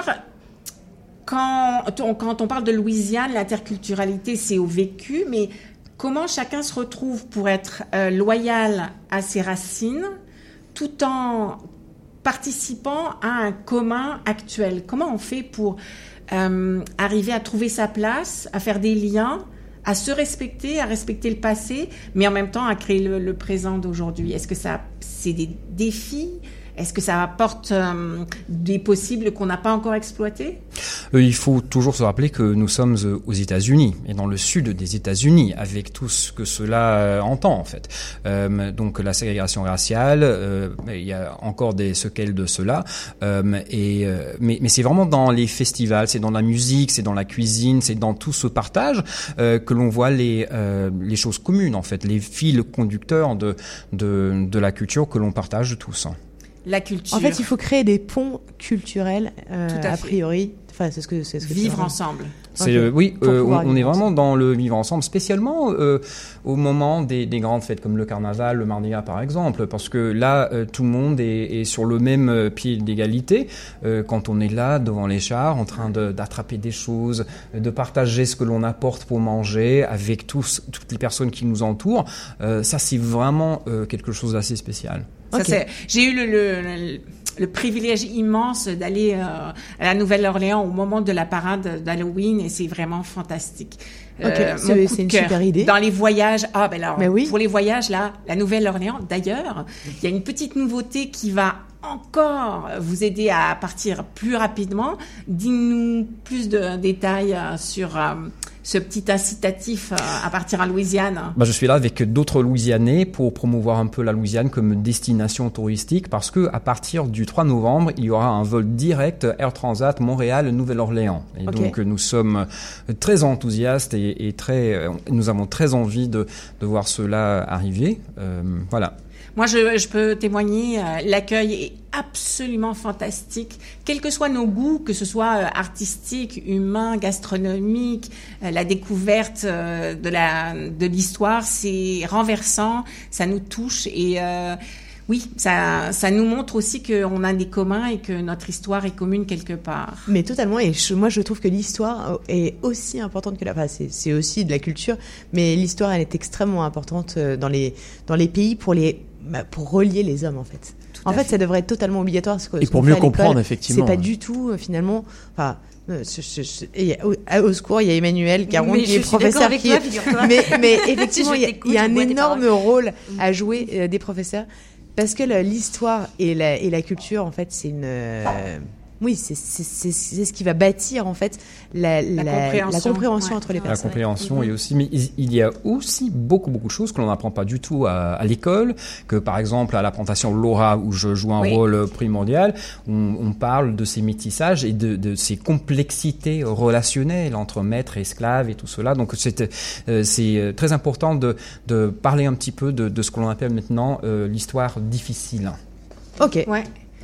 quand on, quand on parle de Louisiane, l'interculturalité c'est au vécu, mais comment chacun se retrouve pour être euh, loyal à ses racines tout en participant à un commun actuel. Comment on fait pour euh, arriver à trouver sa place, à faire des liens, à se respecter, à respecter le passé, mais en même temps à créer le, le présent d'aujourd'hui? Est-ce que ça, c'est des défis? Est-ce que ça apporte euh, des possibles qu'on n'a pas encore exploités? euh, Il faut toujours se rappeler que nous sommes aux États-Unis et dans le sud des États-Unis, avec tout ce que cela euh, entend en fait. Euh, donc la ségrégation raciale, euh, il y a encore des séquelles de cela. Euh, et euh, mais, mais c'est vraiment dans les festivals, c'est dans la musique, c'est dans la cuisine, c'est dans tout ce partage euh, que l'on voit les euh, les choses communes en fait, les fils conducteurs de de de la culture que l'on partage tous. La culture. En fait, il faut créer des ponts culturels, euh, Tout à a fait. priori. Enfin, c'est ce que c'est ce que Vivre tu ensemble. C'est Okay. euh, oui, Pour euh, pouvoir on, on est vivre vraiment ensemble. dans le vivre ensemble, spécialement euh, au moment des, des grandes fêtes comme le carnaval, le Mardi Gras par exemple, parce que là euh, tout le monde est, est sur le même euh, pied d'égalité euh, quand on est là devant les chars, en train de, d'attraper des choses, de partager ce que l'on apporte pour manger avec tous toutes les personnes qui nous entourent. Euh, ça c'est vraiment euh, quelque chose d'assez spécial. Ça, Ok. c'est, j'ai eu le, le, le, le privilège immense d'aller euh, à la Nouvelle-Orléans au moment de la parade d'Halloween et c'est vraiment fantastique. Ok, Euh, c'est- mon coup c'est de une cœur. super idée. Dans les voyages, ah ben alors, Mais oui. pour les voyages là, la Nouvelle-Orléans. D'ailleurs, il y a une petite nouveauté qui va encore vous aider à partir plus rapidement. Dis-nous plus de détails euh, sur euh, ce petit incitatif euh, à partir en Louisiane. Bah, je suis là avec d'autres Louisianais pour promouvoir un peu la Louisiane comme destination touristique parce que à partir du trois novembre, il y aura un vol direct Air Transat Montréal-Nouvelle-Orléans. Et Ok. donc nous sommes très enthousiastes et, et très, euh, nous avons très envie de, de voir cela arriver. Euh, voilà. Moi, je, je peux témoigner, euh, l'accueil est absolument fantastique, quels que soient nos goûts, que ce soit euh, artistique, humain, gastronomique, euh, la découverte euh, de la de l'histoire, c'est renversant, ça nous touche et euh, oui, ça ça nous montre aussi qu'on a des communs et que notre histoire est commune quelque part. Mais totalement, et je- moi je trouve que l'histoire est aussi importante que la... Enfin, c'est, c'est aussi de la culture, mais l'histoire elle est extrêmement importante euh, dans les, dans les pays pour, les, bah, pour relier les hommes en fait. à En fait, fait. ça devrait être totalement obligatoire. Ce que- Et ce pour qu'on mieux fait à l'école, comprendre, effectivement. C'est pas du tout euh, finalement... Enfin, euh, je- je- je- et il y a- au, à- au secours, il y a Emmanuel Caron Mais qui je est suis d'accord professeur. avec Qui toi, est- figure-toi. mais, mais effectivement, Je il y a, t'écoute, il y a je un bois tes énorme paroles. rôle à jouer euh, des professeurs. Parce que le- l'histoire et la, et la culture, en fait, c'est une... euh, oui, c'est, c'est, c'est, c'est ce qui va bâtir, en fait, la, la, la compréhension. compréhension, Ouais. entre les La personnes. compréhension et aussi, mais il il y a aussi beaucoup beaucoup de choses que l'on n'apprend pas du tout à, à l'école, que par exemple à la plantation Laura où je joue un Oui. rôle primordial, on, on parle de ces métissages et de, de ces complexités relationnelles entre maître et esclave et tout cela. Donc c'est euh, c'est très important de, de parler un petit peu de, de ce que l'on appelle maintenant euh, l'histoire difficile. Ok. Ouais.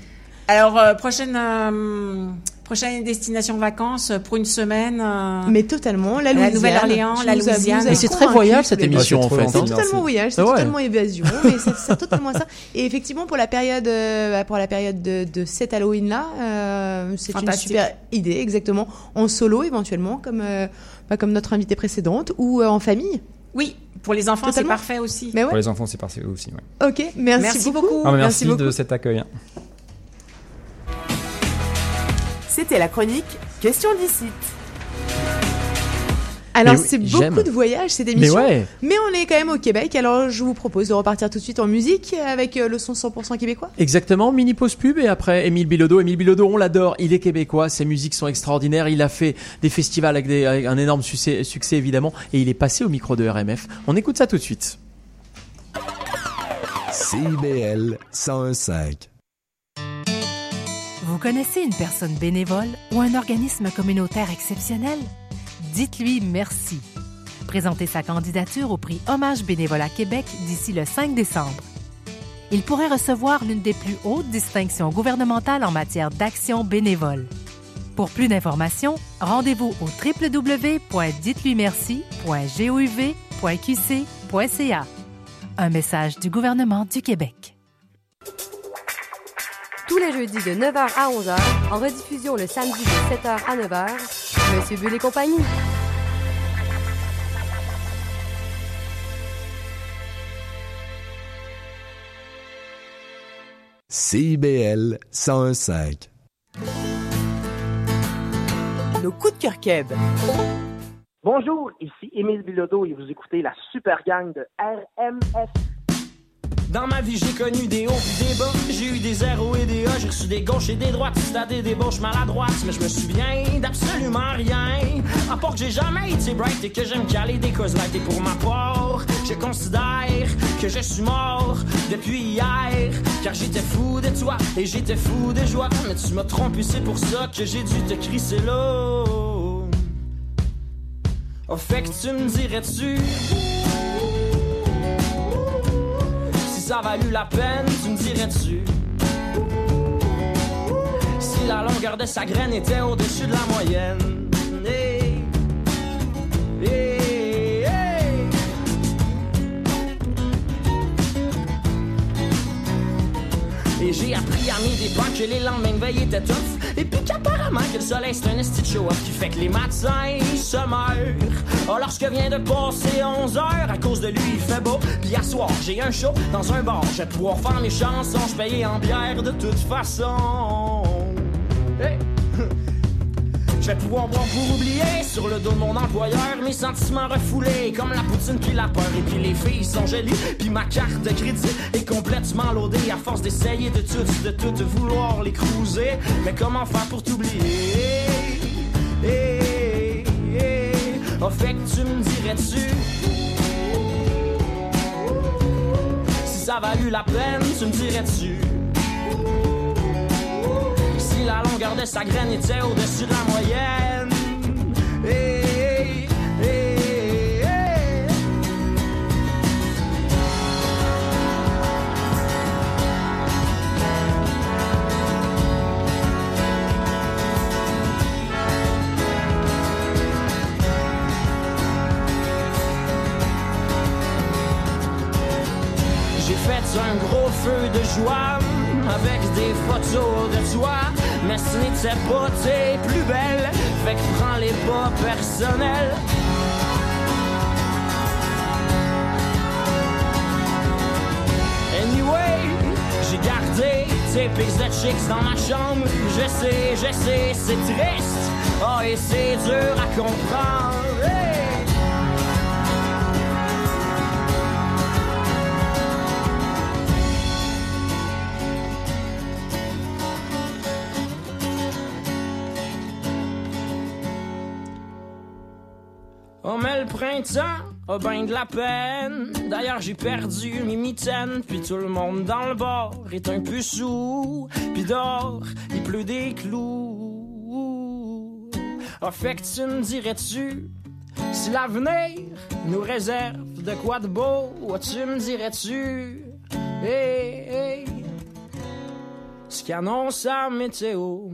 Alors euh, prochaine euh, prochaine destination vacances pour une semaine. euh, Mais totalement, la La Louisiane. Nouvelle-Orléans, Tu la nous as- vous Louisiane. avez Mais c'est très convaincus voyage tous cette les deux. émission en trop fait. gentil. hein. C'est totalement Merci. voyage, c'est C'est vrai. totalement évasion, mais c'est, c'est totalement ça. Et effectivement, pour la période, euh, pour la période de, de cet Halloween-là, euh, c'est Fantastique. une super idée, exactement. En solo, éventuellement, comme, euh, bah, comme notre invitée précédente, ou euh, en famille. Oui, pour les enfants, Totalement. c'est parfait aussi. Mais Pour ouais. les enfants, c'est parfait aussi. Ouais. Ok, merci, Merci beaucoup. beaucoup. Ah, mais merci, beaucoup. de cet accueil. hein. C'était la chronique Question d'ici. Alors, Mais oui, c'est beaucoup j'aime. de voyages, cette émission. Mais ouais. Mais on est quand même au Québec, alors je vous propose de repartir tout de suite en musique avec euh, le son cent pour cent québécois. Exactement, mini pause pub et après Émile Bilodeau. Émile Bilodeau, on l'adore, il est québécois, ses musiques sont extraordinaires, il a fait des festivals avec, des, avec un énorme succès, succès évidemment et il est passé au micro de R M F. On écoute ça tout de suite. C I B L cent un virgule cinq. Vous connaissez une personne bénévole ou un organisme communautaire exceptionnel? Dites-lui merci. Présentez sa candidature au prix Hommage Bénévolat Québec d'ici le cinq décembre. Il pourrait recevoir l'une des plus hautes distinctions gouvernementales en matière d'action bénévole. Pour plus d'informations, rendez-vous au w w w point dites lui merci point gouv point q c point c a. Un message du gouvernement du Québec. Tous les jeudis de neuf heures à onze heures, en rediffusion le samedi de sept heures à neuf heures, Monsieur Bull et compagnie. C I B L cent un virgule cinq. Nos coups de cœur Keb. Bonjour, ici Émile Bilodeau et vous écoutez la super gang de R M F. Dans ma vie, j'ai connu des hauts et des bas. J'ai eu des zéros et des A. J'ai reçu des gauches et des droites. C'était des débauches maladroites. Mais je me souviens d'absolument rien. À part que j'ai jamais été bright et que j'aime caler des causes light. Et pour ma part, je considère que je suis mort depuis hier. Car j'étais fou de toi et j'étais fou de joie. Mais tu m'as trompé, c'est pour ça que j'ai dû te crisser là. Oh, fait que tu me dirais-tu ça a valu la peine, tu me dirais-tu si la longueur de sa graine était au-dessus de la moyenne. Hey, hey, hey. Et j'ai appris à mes dépens que les lendemains de veille étaient tough. Et puis qu'apparemment que le soleil c'est un esti de show-off qui fait que les matins se meurent. Oh, lorsque vient de passer onze heures, à cause de lui il fait beau. Puis à soir j'ai un show dans un bar. Je vais pouvoir faire mes chansons, je paye en bière de toute façon. Hey. Je vais pouvoir boire pour oublier sur le dos de mon employeur mes sentiments refoulés comme la poutine puis la peur. Et puis les filles sont jolies, puis ma carte de crédit est complètement loadée à force d'essayer de tout, de tout vouloir les cruiser. Mais comment faire pour t'oublier? Hey, hey, hey. Oh, fait que tu me dirais-tu si ça a valu la peine, tu me dirais-tu si la longueur de sa graine était au-dessus de la moyenne? Hey, hey, hey, hey. J'ai fait un gros feu de joie avec des photos de toi. Mais ce n'était pas tes plus belles, fait que prends-les pas personnels. Anyway, j'ai gardé tes pics de chicks dans ma chambre. Je sais, je sais, c'est triste. Oh, et c'est dur à comprendre. Hey! Oh, mais le printemps a ben de la peine. D'ailleurs, j'ai perdu mes mitaines. Puis tout le monde dans le bar est un peu sous. Puis dehors, il pleut des clous. Oh, fait que tu me dirais-tu si l'avenir nous réserve de quoi de beau? Oh, tu me dirais-tu hey, hey, ce qu'annonce la météo?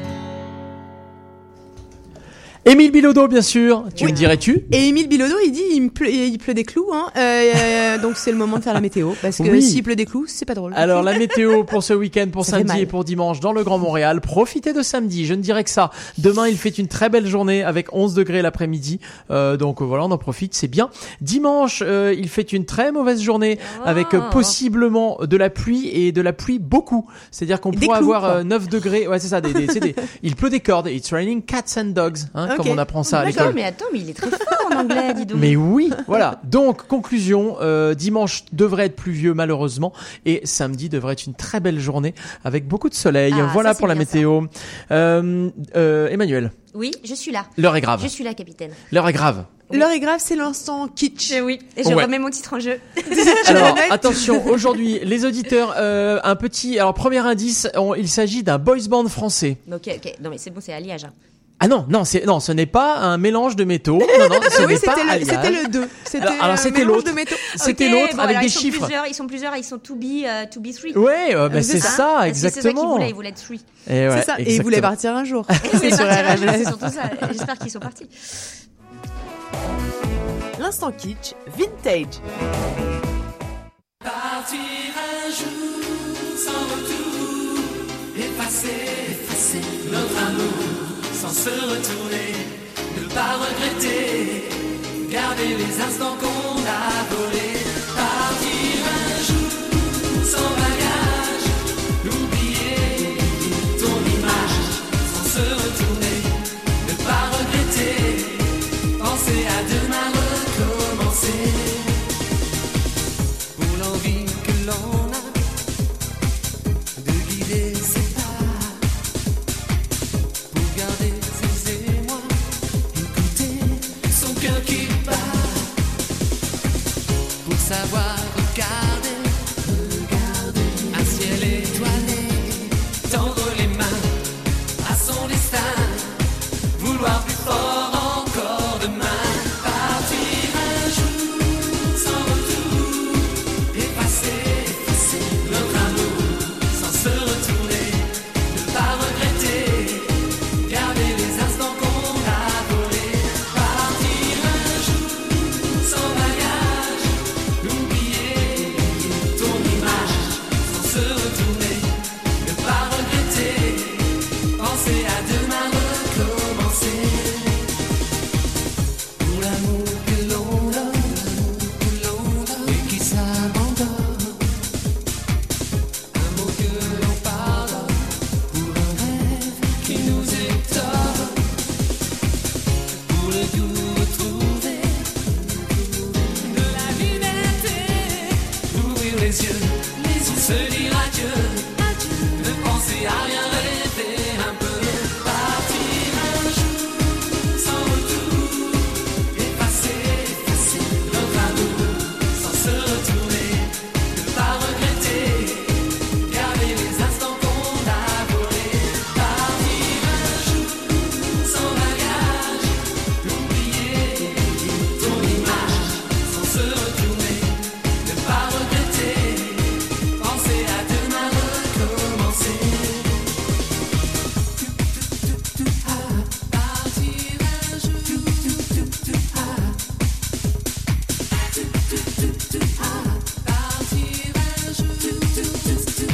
Émile Bilodeau, bien sûr. Tu oui. me dirais-tu? Et Émile Bilodeau, il dit il, me pleut, il pleut des clous. Hein. Euh, donc c'est le moment de faire la météo. Parce que oui. S'il pleut des clous, c'est pas drôle. Alors la météo pour ce week-end, pour ça samedi et pour dimanche dans le Grand Montréal. Profitez de samedi, je ne dirais que ça. Demain, il fait une très belle journée avec onze degrés l'après-midi. Euh, donc voilà, on en profite, c'est bien. Dimanche, euh, il fait une très mauvaise journée oh. avec euh, possiblement de la pluie et de la pluie beaucoup. C'est-à-dire qu'on pourrait avoir euh, neuf degrés. Ouais, c'est ça. Des, des, des, il pleut des cordes. It's raining cats and dogs. Hein, Ok. comme on apprend ça à D'accord, l'école. mais attends, mais il est très fort en anglais, dis donc. Mais oui, voilà. Donc, conclusion, euh, dimanche devrait être pluvieux malheureusement et samedi devrait être une très belle journée avec beaucoup de soleil. Ah, voilà ça, c'est pour la bien, météo. Euh, euh, Emmanuel, Oui, je suis là. l'heure est grave. Je suis là, capitaine. L'heure est grave. L'heure est grave, c'est l'instant kitsch. Eh oui, et je Ouais. remets mon titre en jeu. Alors, attention, aujourd'hui, les auditeurs, euh, un petit... Alors, premier indice, on- il s'agit d'un boys band français. Ok, ok. Non, mais c'est bon, c'est alliage. Hein. Ah non, non, c'est non, ce n'est pas un mélange de métaux. Non, non, ce Oui, n'est pas c'était le, alliage. c'était le deux. C'était Alors, alors, un c'était mélange l'autre. de métaux. C'était Ok, l'autre bon, avec alors, des ils sont chiffres. Plusieurs, ils sont plusieurs, ils sont to be, euh, to be three. Ouais, euh, bah, c'est C'est ça, ça. Parce que C'est ça qu'ils exactement. voulaient, ils voulaient être three. Et ouais, C'est ça. Et ils voulaient exactement. partir un jour. Ils voulaient Sur partir un R jour, M S. c'est surtout ça. J'espère qu'ils sont partis. L'instant kitsch vintage. Partir un jour sans retour, effacer, effacer notre amour sans se retourner, ne pas regretter, garder les instants qu'on a volés. Partir un jour sans bagage, oublier ton image sans se retourner, ne pas regretter, penser à demain recommencer. Pour l'envie que l'on a de guider ses pas, pour garder ses émois, écouter son cœur qui bat, pour savoir regarder, regarder un ciel étoilé, tendre les mains à son destin, vouloir plus fort encore demain. Partir un jour sans retour, effacer, effacer notre amour sans se retourner, ne pas regretter, garder les instants qu'on a volés. Partir un jour sans bagage, oublier ton image sans se retourner, ne pas regretter, penser à demain recommencer. Pour l'amour que l'on donne et qui s'abandonne, un mot que l'on pardonne, pour un rêve qui nous étonne, pour le goût retrouvé de la liberté, ouvrir les yeux, les yeux, se dire adieu, ne penser à rien, rêver un peu. Partir un jour sans retour, effacer, effacer notre amour sans se retourner, ne pas regretter, garder les instants qu'on a volés. Partir un jour sans bagage, oublier ton image sans se retourner, ne pas regretter, penser à demain recommencer. Partir un jour, partir un jour,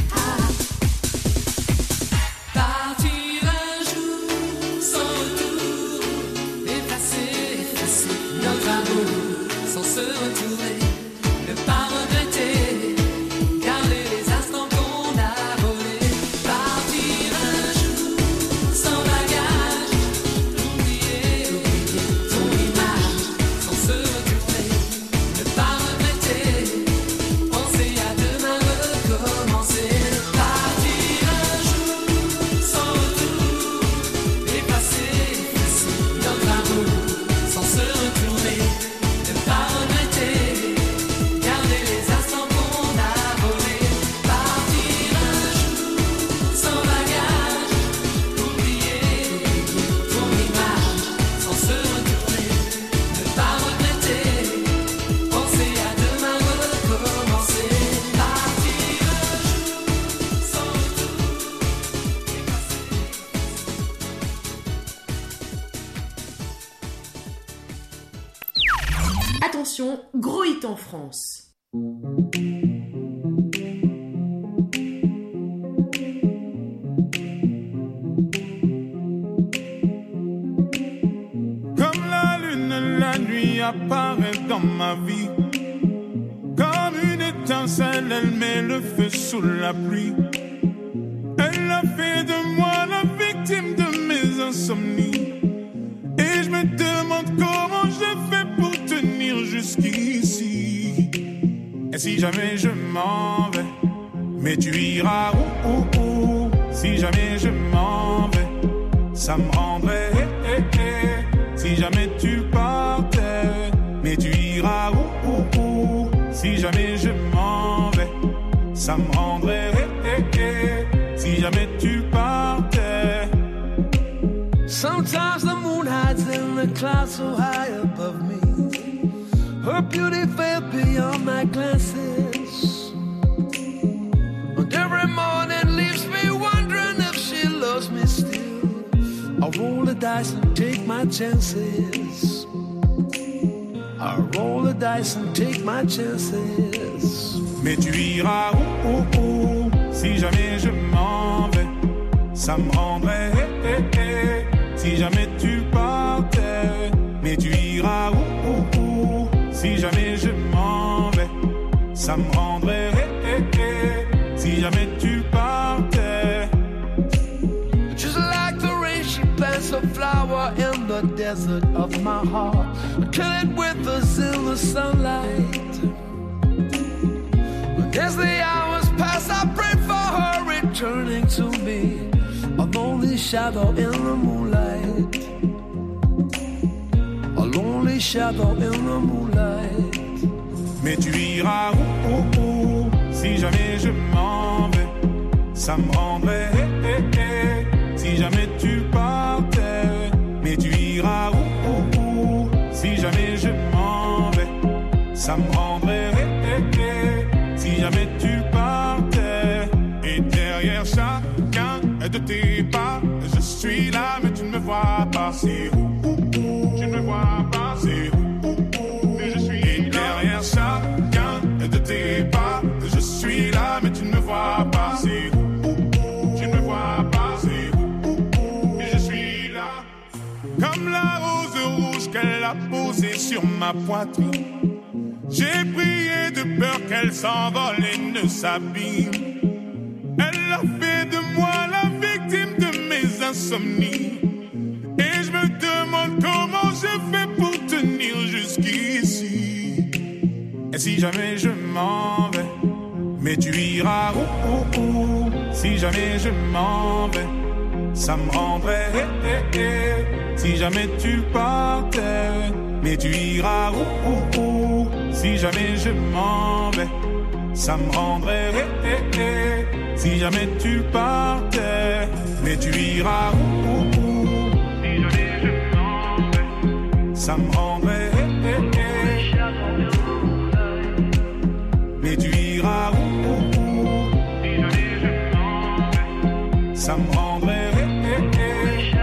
partir un jour sans retour, effacer, effacer notre amour sans se retourner, ne pas regretter, garder les instants qu'on a volés. Partir un jour sans bagage, oublier, oublier ton image sans se retourner, ne pas regretter, penser à demain recommencer. Partir un jour sans retour, effacer, effacer notre amour sans se retourner, ne pas regretter, garder les instants qu'on a volés. Partir un jour sans bagage, oublier ton image sans se retourner, ne pas regretter, penser à demain recommencer. Partir un jour sans Attention, gros hit en France. Comme la lune, la nuit apparaît dans ma vie. Comme une étincelle, elle met le feu sous la pluie. Elle a fait de moi la victime de mes insomnies. Et si jamais je m'en vais. Mais tu iras où, où, où, si jamais je m'en vais. Ça me rendrait eh, eh, eh, si jamais tu partais. Mais tu iras où, où, où, si jamais je m'en vais. Ça me rendrait eh, eh, eh, si jamais tu partais. Sometimes the moon hides in the clouds so high above me. Her beauty fell beyond my glances. And every morning leaves me wondering if she loves me still. I roll the dice and take my chances. I roll the dice and take my chances. Mais tu iras où, où, où, si jamais je m'en vais. Ça me rendrait eh, eh, eh, si jamais tu partais. Mais tu iras où, où, où, si jamais je m'en vais. Ça me rendrait eh, eh, eh, si jamais tu partais. Just like the rain, she plants a flower in the desert of my heart, until it withers in the sunlight. As the hours pass, I pray for her returning to me, a lonely shadow in the moonlight, a lonely shadow in the moonlight. Mais tu iras où, où, où, si jamais je m'en vais. Ça me rendrait eh, eh, eh, si jamais tu partais. Mais tu iras où, où, où, si jamais je m'en vais. Ça me rendrait eh, eh, eh, si jamais tu partais. Et derrière chacun de tes pas, je suis là mais tu ne me vois pas. C'est où, où, où, tu ne me vois pas. C'est où, où, où, mais je suis. Et derrière chacun de tes pas, je suis là mais tu ne me vois pas. C'est où, où, où, tu ne me vois pas. C'est où, où, où, mais je suis là. Comme la rose rouge qu'elle a posée sur ma poitrine. J'ai prié de peur qu'elle s'envole et ne s'abîme. Elle a fait de moi la victime de mes insomnies. Et je me demande comment je fais pour tenir jusqu'ici. Et si jamais je m'en vais, mais tu iras où, où, où, si jamais je m'en vais. Ça me rendrait eh, eh, eh, si jamais tu partais. Mais tu iras où, où, où, si jamais je m'en vais. Ça me rendrait eh, eh, eh, si jamais tu partais. Mais tu iras où, où, où, si jamais je m'en vais. Ça me rendrait eh, eh, eh, mais tu iras où, où, où, si jamais je m'en vais. Ça me rendrait eh, eh, eh.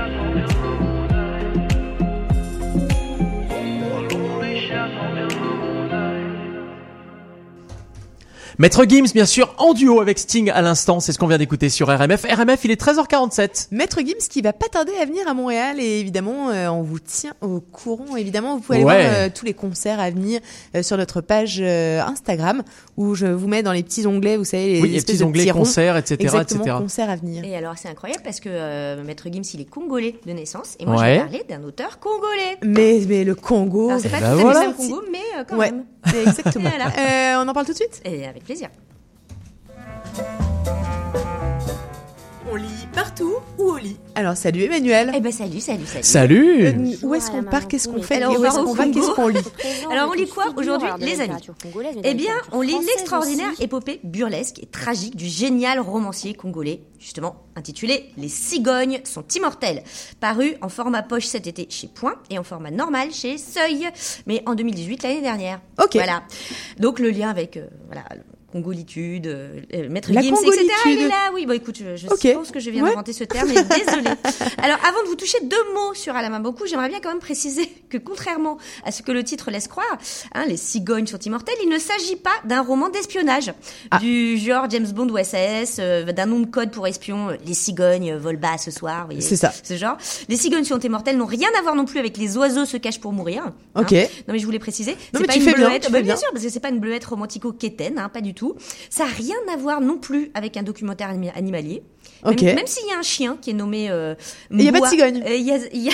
Maître Gims, bien sûr, en duo avec Sting à l'instant, c'est ce qu'on vient d'écouter sur R M F. R M F, il est treize heures quarante-sept. Maître Gims qui va pas tarder à venir à Montréal et évidemment, euh, on vous tient au courant. Évidemment, vous pouvez aller Ouais. voir euh, tous les concerts à venir euh, sur notre page euh, Instagram où je vous mets dans les petits onglets, vous savez, les Oui, les espèces petits de onglets petits ronds. concerts, et cetera, Exactement, et cetera. concerts à venir. Et alors, c'est incroyable parce que euh, Maître Gims, il est congolais de naissance. Et moi, Ouais. je vais parler d'un auteur congolais. Mais, mais le Congo. Alors, c'est pas bah tout à voilà. fait le Congo, mais euh, quand Ouais, même. exactement. Voilà. Euh, on en parle tout de suite? Et avec plaisir. On lit partout ou au lit? Alors, salut Emmanuel. Eh ben, salut, salut, salut. Salut. Euh, où est-ce qu'on part? Qu'est-ce qu'on fait? Alors, Et on où est-ce part au qu'on va? Congo. Qu'est-ce qu'on lit? Alors, on lit quoi aujourd'hui, les amis? Eh bien, on lit l'extraordinaire épopée burlesque et tragique du génial romancier congolais, justement intitulé Les cigognes sont immortelles, paru en format poche cet été chez Point et en format normal chez Seuil, mais en deux mille dix-huit, l'année dernière. Ok. Voilà. Donc, le lien avec, euh, voilà, Congolitude, euh, Maître La Gims, et cetera. Il est Congolitude. là. Oui, bon, écoute, je, je Ok. pense que je viens Ouais. d'inventer ce terme, mais désolée. Alors, avant de vous toucher deux mots sur À la main beaucoup, j'aimerais bien quand même préciser que contrairement à ce que le titre laisse croire, hein, les cigognes sont immortelles, il ne s'agit pas d'un roman d'espionnage du genre James Bond ou S A S, euh, d'un nom de code pour espion, euh, les cigognes euh, volent bas ce soir, vous voyez, C'est ça. ce genre. Les cigognes sont immortelles n'ont rien à voir non plus avec les oiseaux se cachent pour mourir. hein. Ok. Non mais je voulais préciser, Non, c'est mais pas tu une fais bien, bleuette, tu bah, fais bien bien. sûr, parce que c'est pas une bleuette romantico-quétaine, hein, pas du tout. Ça a rien à voir non plus avec un documentaire anima- animalier. Même, Ok. même s'il y a un chien qui est nommé euh, Et il y a pas de Mboua, cigogne. euh, Il y a, il y a-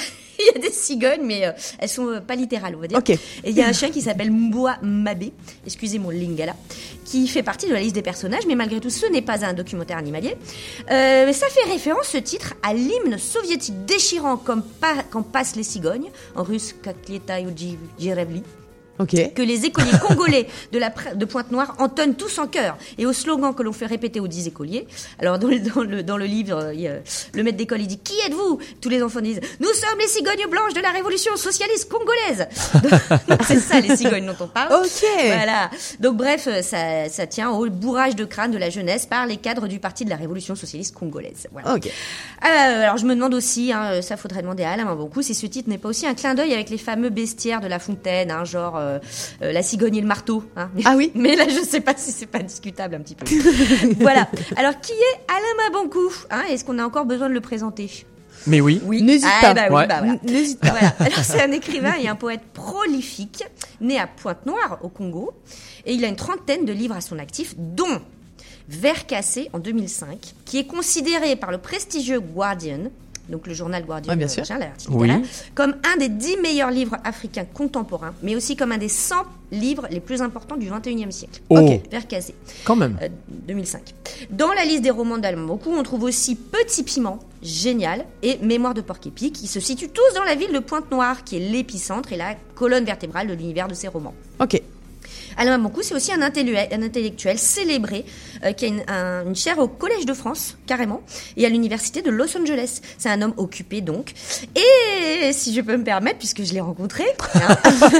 il y a des cigognes, mais euh, elles sont euh, pas littérales, on va dire. Okay. Et il y a un chien qui s'appelle Mbwa Mabé, excusez mon lingala, qui fait partie de la liste des personnages, mais malgré tout, ce n'est pas un documentaire animalier. Euh, mais ça fait référence, ce titre, à l'hymne soviétique déchirant comme pa- quand passent les cigognes, en russe Kaklieta Jirevli. Okay. Que les écoliers congolais de, la, de Pointe-Noire entonnent tous en chœur, et au slogan que l'on fait répéter aux dix écoliers. Alors dans le, dans le, dans le livre, il y a, le maître d'école il dit « Qui êtes-vous ?» Tous les enfants disent « Nous sommes les cigognes blanches de la révolution socialiste congolaise !» Donc c'est ça les cigognes dont on parle. Ok. Voilà. Donc bref, ça, ça tient au bourrage de crâne de la jeunesse par les cadres du parti de la révolution socialiste congolaise. Voilà. Ok. Euh, alors je me demande aussi, hein, ça faudrait demander à Alain Mambonkou, si ce titre n'est pas aussi un clin d'œil avec les fameux bestiaires de La Fontaine, hein, genre euh, euh, la cigogne et le marteau. Hein. Ah oui. Mais là, je sais pas si c'est pas discutable un petit peu. Voilà. Alors qui est Alain Mambonkou, hein? Est-ce qu'on a encore besoin de le présenter? Mais oui. Oui. N'hésite ah, pas. Bah, oui, ouais. bah, voilà. N'hésite pas. Voilà. Alors c'est un écrivain et un poète prolifique, né à Pointe-Noire au Congo, et il a une trentaine de livres à son actif, dont Vers cassé en deux mille cinq, qui est considéré par le prestigieux Guardian, donc le journal Guardian, ouais, bien sûr. Machin, l'article, Oui. là, comme un des dix meilleurs livres africains contemporains, mais aussi comme un des cent livres les plus importants du vingt et unième siècle. Oh. Ok. Vers cassé. Quand même. Euh, deux mille cinq. Dans la liste des romans d'Alain Mambonkou, on trouve aussi Petit Piment, génial, et Mémoire de Porc-Épic, qui se situent tous dans la ville de Pointe-Noire, qui est l'épicentre et la colonne vertébrale de l'univers de ces romans. Ok. Alain Mambonkou, c'est aussi un intellectuel, un intellectuel célébré euh, qui a une, un, une chaire au Collège de France, carrément, et à l'Université de Los Angeles. C'est un homme occupé, donc. Et si je peux me permettre, puisque je l'ai rencontré, hein,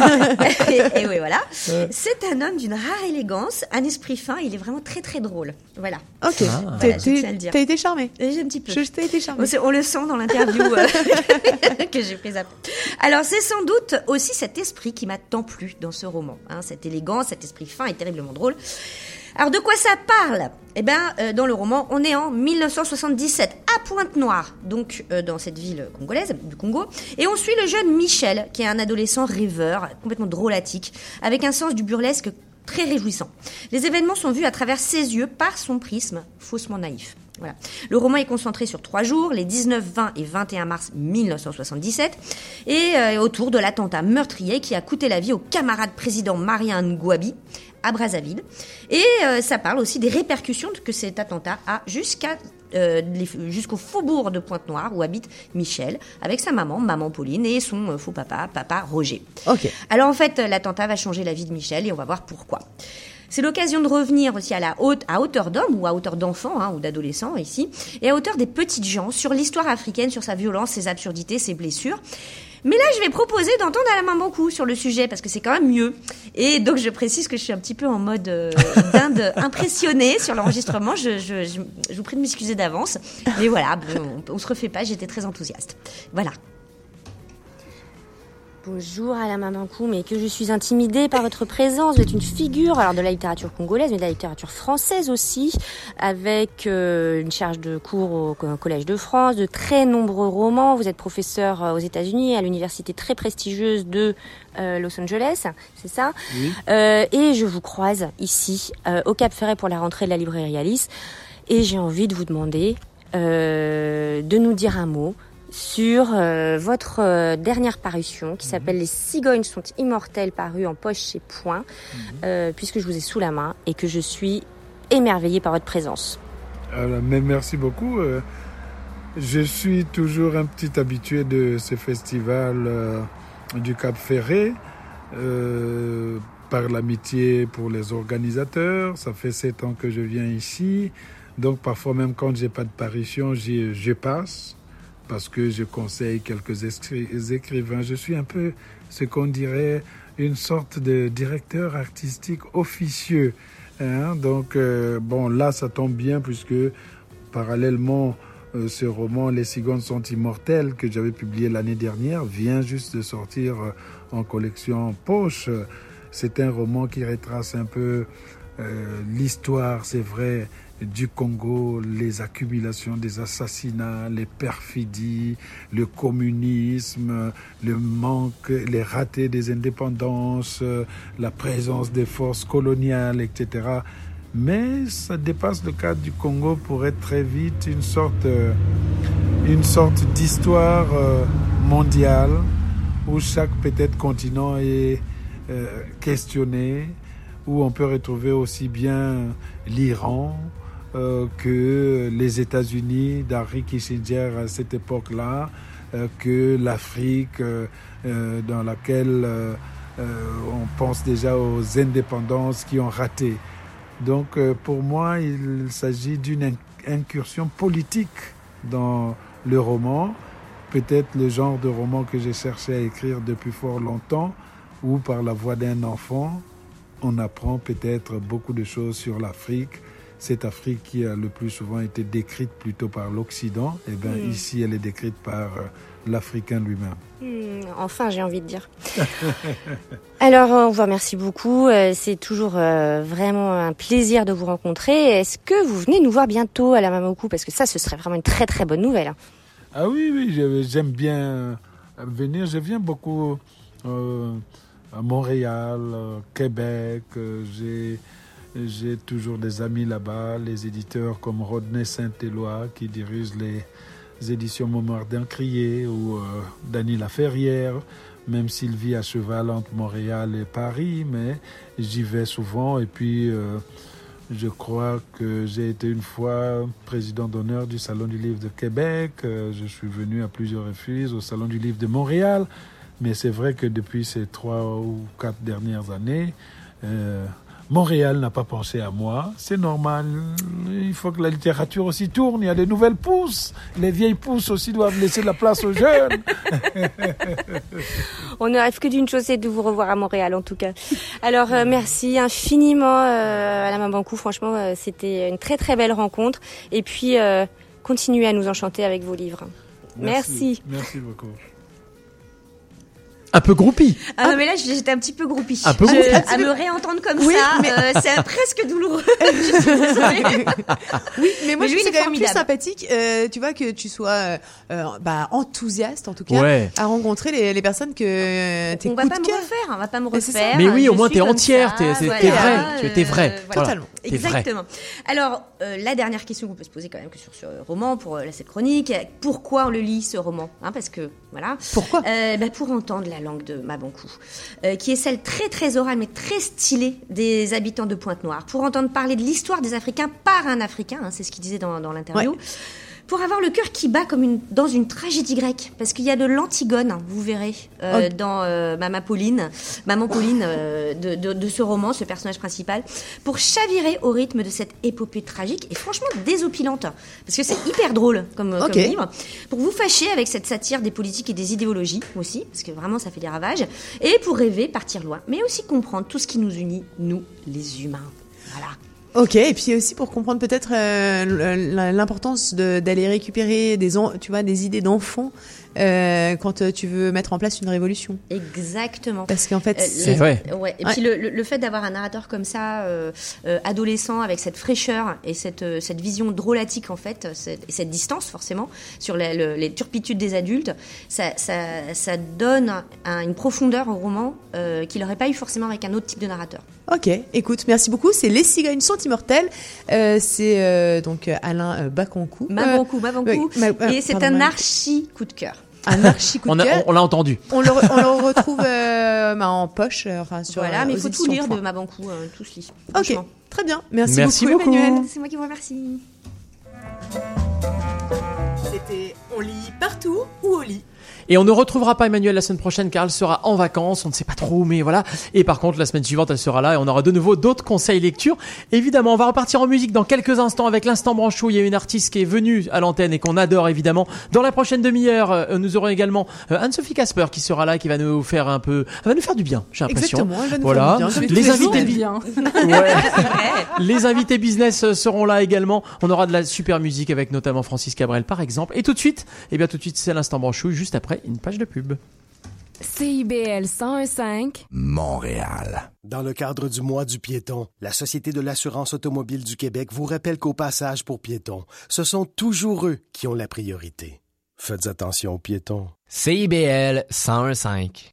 et, et oui, voilà, c'est un homme d'une rare élégance, un esprit fin, il est vraiment très, très drôle. Voilà. Ok. Ah. T'as, Voilà, je tiens à le t'as, dire. t'as été charmée. Et j'ai un petit peu. Je t'ai été charmée. On, on le sent dans l'interview euh, que j'ai prise après. Alors, c'est sans doute aussi cet esprit qui m'a tant plu dans ce roman. Hein, cette élégance, cet esprit fin et terriblement drôle. Alors, de quoi ça parle? Eh bien, euh, dans le roman, on est en mille neuf cent soixante-dix-sept, à Pointe-Noire, donc euh, dans cette ville congolaise, du Congo. Et on suit le jeune Michel, qui est un adolescent rêveur, complètement drôlatique, avec un sens du burlesque très réjouissant. Les événements sont vus à travers ses yeux, par son prisme faussement naïf. Voilà. Le roman est concentré sur trois jours, les dix-neuf, vingt et vingt et un mars mille neuf cent soixante-dix-sept, et euh, autour de l'attentat meurtrier qui a coûté la vie au camarade président Marien Ngouabi à Brazzaville. Et euh, ça parle aussi des répercussions que cet attentat a jusqu'à euh, les, jusqu'au faubourg de Pointe-Noire où habite Michel avec sa maman, maman Pauline, et son euh, faux papa, papa Roger. Ok. Alors en fait, l'attentat va changer la vie de Michel et on va voir pourquoi. C'est l'occasion de revenir aussi à la haute, à hauteur d'homme ou à hauteur d'enfant, hein, ou d'adolescent ici, et à hauteur des petites gens sur l'histoire africaine, sur sa violence, ses absurdités, ses blessures. Mais là, je vais proposer d'entendre Alain Mambonkou sur le sujet parce que c'est quand même mieux. Et donc, je précise que je suis un petit peu en mode euh, dinde impressionnée sur l'enregistrement. Je, je, je, je vous prie de m'excuser d'avance. Mais voilà, bon, on, on se refait pas. J'étais très enthousiaste. Voilà. Bonjour Alain Mambonkou, mais que je suis intimidée par votre présence. Vous êtes une figure alors de la littérature congolaise, mais de la littérature française aussi, avec euh, une charge de cours au, au Collège de France, de très nombreux romans. Vous êtes professeur aux États-Unis, à l'université très prestigieuse de euh, Los Angeles, c'est ça? Oui. Euh, et je vous croise ici, euh, au Cap Ferret pour la rentrée de la librairie Alice. Et j'ai envie de vous demander euh, de nous dire un mot sur euh, votre euh, dernière parution qui s'appelle « Les cigognes sont immortelles » paru en poche chez Point, mmh. euh, puisque je vous ai sous la main et que je suis émerveillée par votre présence. Alors, mais merci beaucoup. Euh, je suis toujours un petit habitué de ce festival euh, du Cap Ferret, euh, par l'amitié pour les organisateurs. Ça fait sept ans que je viens ici, donc parfois même quand j'ai pas de parution, j'y, je passe. Parce que je conseille quelques écrivains. Je suis un peu ce qu'on dirait une sorte de directeur artistique officieux. Hein? Donc, euh, bon, là, ça tombe bien puisque, parallèlement, euh, ce roman « Les cigognes sont immortelles » que j'avais publié l'année dernière vient juste de sortir euh, en collection en poche. C'est un roman qui retrace un peu euh, l'histoire, c'est vrai, du Congo, les accumulations des assassinats, les perfidies, le communisme, le manque, les ratés des indépendances, la présence des forces coloniales, et cetera. Mais ça dépasse le cadre du Congo pour être très vite une sorte, une sorte d'histoire mondial où chaque peut-être continent est euh, questionné, où on peut retrouver aussi bien l'Iran euh, que les États-Unis d'Henry Kissinger à cette époque-là, euh, que l'Afrique euh, euh, dans laquelle euh, euh, on pense déjà aux indépendances qui ont raté. Donc euh, pour moi, il s'agit d'une incursion politique dans le roman, peut-être le genre de roman que j'ai cherché à écrire depuis fort longtemps, où par la voix d'un enfant, on apprend peut-être beaucoup de choses sur l'Afrique, cette Afrique qui a le plus souvent été décrite plutôt par l'Occident, et bien mmh. ici elle est décrite par euh, l'Africain lui-même. Mmh, enfin, j'ai envie de dire. Alors, on vous remercie beaucoup. C'est toujours euh, vraiment un plaisir de vous rencontrer. Est-ce que vous venez nous voir bientôt à la Mamaoukou? Parce que ça, ce serait vraiment une très très bonne nouvelle. Ah oui, oui, j'aime bien venir. Je viens beaucoup euh, à Montréal, euh, Québec. Euh, j'ai, j'ai toujours des amis là-bas, les éditeurs comme Rodney Saint-Éloi qui dirige les éditions Momardin Crié ou euh, Dany Laferrière, même s'il vit à cheval entre Montréal et Paris, mais j'y vais souvent. Et puis, euh, je crois que j'ai été une fois président d'honneur du Salon du Livre de Québec. Euh, je suis venu à plusieurs reprises au Salon du Livre de Montréal. Mais c'est vrai que depuis ces trois ou quatre dernières années, euh, Montréal n'a pas pensé à moi. C'est normal. Il faut que la littérature aussi tourne. Il y a des nouvelles pousses. Les vieilles pousses aussi doivent laisser la place aux jeunes. On ne rêve que d'une chose, c'est de vous revoir à Montréal, en tout cas. Alors, euh, merci infiniment euh, à la Mamaoukou. Franchement, euh, c'était une très très belle rencontre. Et puis, euh, continuez à nous enchanter avec vos livres. Merci. Merci, Merci beaucoup. Un peu groupie. Ah non, mais là, j'étais un petit peu groupie. Un peu Je- groupie. à me réentendre comme Oui, ça, mais- euh, c'est presque douloureux. Je suis désolée. Oui, mais moi Mais je lui, trouve il c'est est quand même plus formidable. sympathique, euh, tu vois, que tu sois euh, euh, bah, enthousiaste en tout cas, Ouais. à rencontrer les, les personnes que tes On va coups pas de me cœur. refaire, on va pas me Mais c'est ça. refaire. Mais oui, au Je moins suis t'es comme entière, ça, t'es- t'es- voilà, t'es vraie, tu- t'es euh, vraie. voilà. Totalement. T'es vraie. Exactement. Alors, euh, la dernière question qu'on peut se poser quand même que sur ce roman, pour euh, cette chronique, pourquoi on le lit ce roman, hein, parce que voilà. Pourquoi euh, bah, Pour entendre la langue de Mamaoukou, euh, qui est celle très très orale mais très stylée des habitants de Pointe-Noire. Pour entendre parler de l'histoire des Africains par un Africain, hein, c'est ce qu'il disait dans, dans l'interview. Ouais. Pour avoir le cœur qui bat comme une, dans une tragédie grecque, parce qu'il y a de l'Antigone, vous verrez, euh, Oh. dans euh, Maman Pauline, Maman Pauline euh, de, de, de ce roman, ce personnage principal, pour chavirer au rythme de cette épopée tragique et franchement désopilante, parce que c'est hyper drôle comme, Ok. comme livre, pour vous fâcher avec cette satire des politiques et des idéologies aussi, parce que vraiment ça fait des ravages, et pour rêver, partir loin, mais aussi comprendre tout ce qui nous unit, nous les humains. Voilà. Ok, et puis aussi pour comprendre peut-être euh, l'importance de- d'aller récupérer des, en- tu vois, des idées d'enfants euh, quand euh, tu veux mettre en place une révolution. Exactement. Parce qu'en fait, Euh, c'est le- vrai. Ouais. Et Ouais. puis le, le, le fait d'avoir un narrateur comme ça, euh, euh, adolescent, avec cette fraîcheur et cette, euh, cette vision drôlatique en fait, cette, et cette distance forcément sur les, le- les turpitudes des adultes, ça, ça, ça donne un- une profondeur au roman euh, qu'il n'aurait pas eu forcément avec un autre type de narrateur. Ok, écoute, merci beaucoup. C'est Les Cigognes sont immortelles. Euh, c'est euh, donc euh, Alain euh, Baconcourt. Mabankou, Euh, Mabankou. oui, ma- euh, et c'est pardon, un ma- archi coup de cœur. un archi coup On de a- cœur. on- on l'a entendu. On le, re- on le retrouve euh, bah, en poche, euh, enfin sur. Voilà, euh, mais aux il faut tout éditions lire Point. de Mabankou, euh, tout se lit. Ok, Franchement. très bien. Merci, Merci beaucoup, beaucoup. Emmanuel. C'est moi qui vous remercie. C'était On lit partout ou au lit. Et on ne retrouvera pas Emmanuel la semaine prochaine car elle sera en vacances, on ne sait pas trop, mais voilà. Et par contre, la semaine suivante, elle sera là et on aura de nouveau d'autres conseils lecture. Évidemment, on va repartir en musique dans quelques instants avec l'Instant Branchou. Il y a une artiste qui est venue à l'antenne et qu'on adore évidemment. Dans la prochaine demi-heure, euh, nous aurons également euh, Anne-Sophie Casper qui sera là, qui va nous faire un peu, elle va nous faire du bien, j'ai l'impression. Exactement, elle va nous Voilà. faire du bien, comme Les tous les jours. invités, bi- bien. Ouais. Les invités business euh, seront là également. On aura de la super musique avec notamment Francis Cabrel par exemple. Et tout de suite, eh bien tout de suite, c'est l'Instant Branchou juste après une page de pub. C I B L cent un virgule cinq. Montréal. Dans le cadre du mois du piéton, la Société de l'assurance automobile du Québec vous rappelle qu'au passage pour piétons, ce sont toujours eux qui ont la priorité. Faites attention aux piétons. C I B L cent un virgule cinq.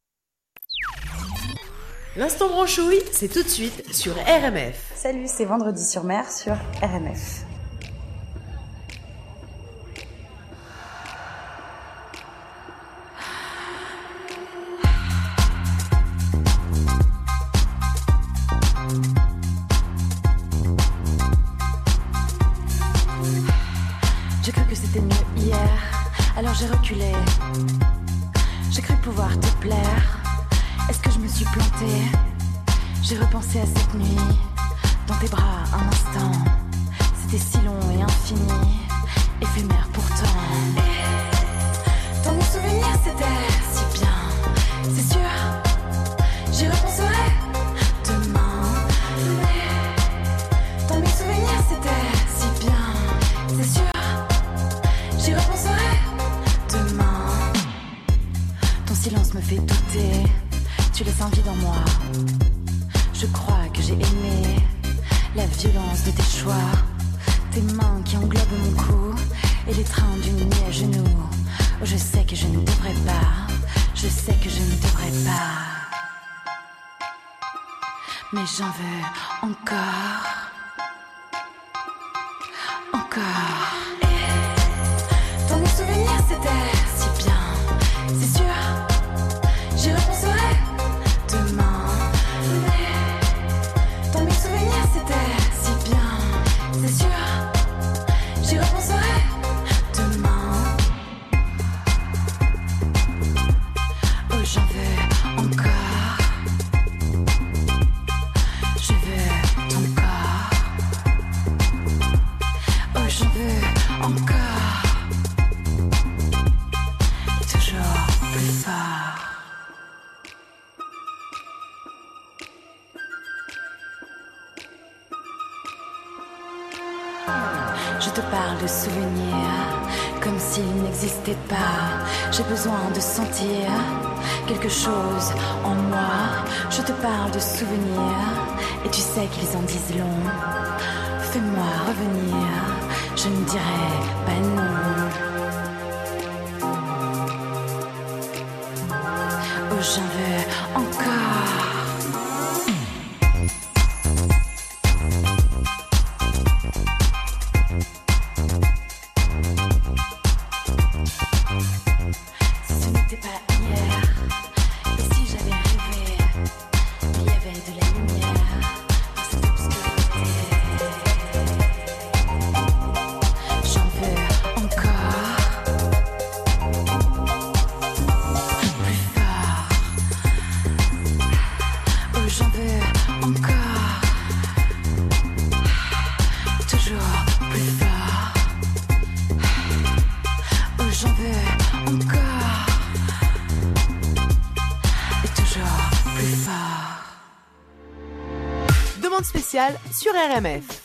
L'instant branchouille, c'est tout de suite sur R M F. Salut, c'est Vendredi sur mer sur R M F. alors j'ai reculé. J'ai cru pouvoir te plaire. Est-ce que je me suis plantée? J'ai repensé à cette nuit, dans tes bras un instant. C'était si long et infini, éphémère pourtant. Dans mes souvenirs c'était si bien, c'est sûr, j'y repenserai demain. Dans mes souvenirs c'était si bien, c'est sûr, j'y repenserai demain. Ton silence me fait douter, tu laisses un vide en moi. Je crois que j'ai aimé la violence de tes choix, tes mains qui englobent mon cou et l'étreinte d'une nuit à genoux. Oh, je sais que je ne devrais pas, je sais que je ne devrais pas, mais j'en veux encore, encore. Dans mes souvenirs c'était si bien, c'est sûr, j'y repenserai demain. Dans mes souvenirs c'était si bien, c'est sûr, j'y repenserai demain. Oh, j'en veux encore, je veux ton corps. Oh, j'en veux encore, toujours plus fort. Je te parle de souvenirs, comme s'ils n'existaient pas. J'ai besoin de sentir quelque chose en moi. Je te parle de souvenirs, et tu sais qu'ils en disent long. Fais-moi revenir, je ne dirai pas non. Oh, j'en veux encore. Sur R M F.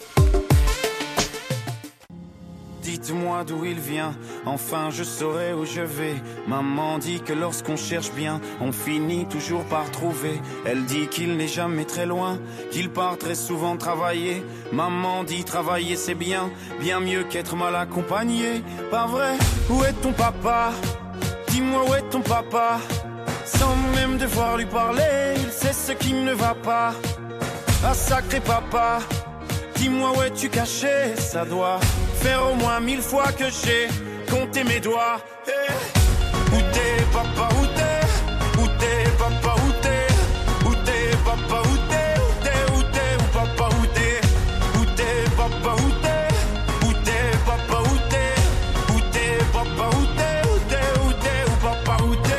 Dites-moi d'où il vient, enfin je saurai où je vais. Maman dit que lorsqu'on cherche bien, on finit toujours par trouver. Elle dit qu'il n'est jamais très loin, qu'il part très souvent travailler. Maman dit travailler c'est bien, bien mieux qu'être mal accompagné. Pas vrai? Où est ton papa? Dis-moi où est ton papa? Sans même devoir lui parler, il sait ce qui ne va pas. Ah sacré papa, dis-moi où es-tu caché? Ça doit faire au moins mille fois que j'ai compté mes doigts. Hey. Où t'es papa, où t'es? Où t'es papa, où t'es? Où t'es papa, où t'es? Où t'es, où t'es, où papa, où t'es? Où t'es papa, où t'es? Où t'es papa, où t'es? Où t'es papa, où t'es? Où t'es, où t'es, où papa, où t'es?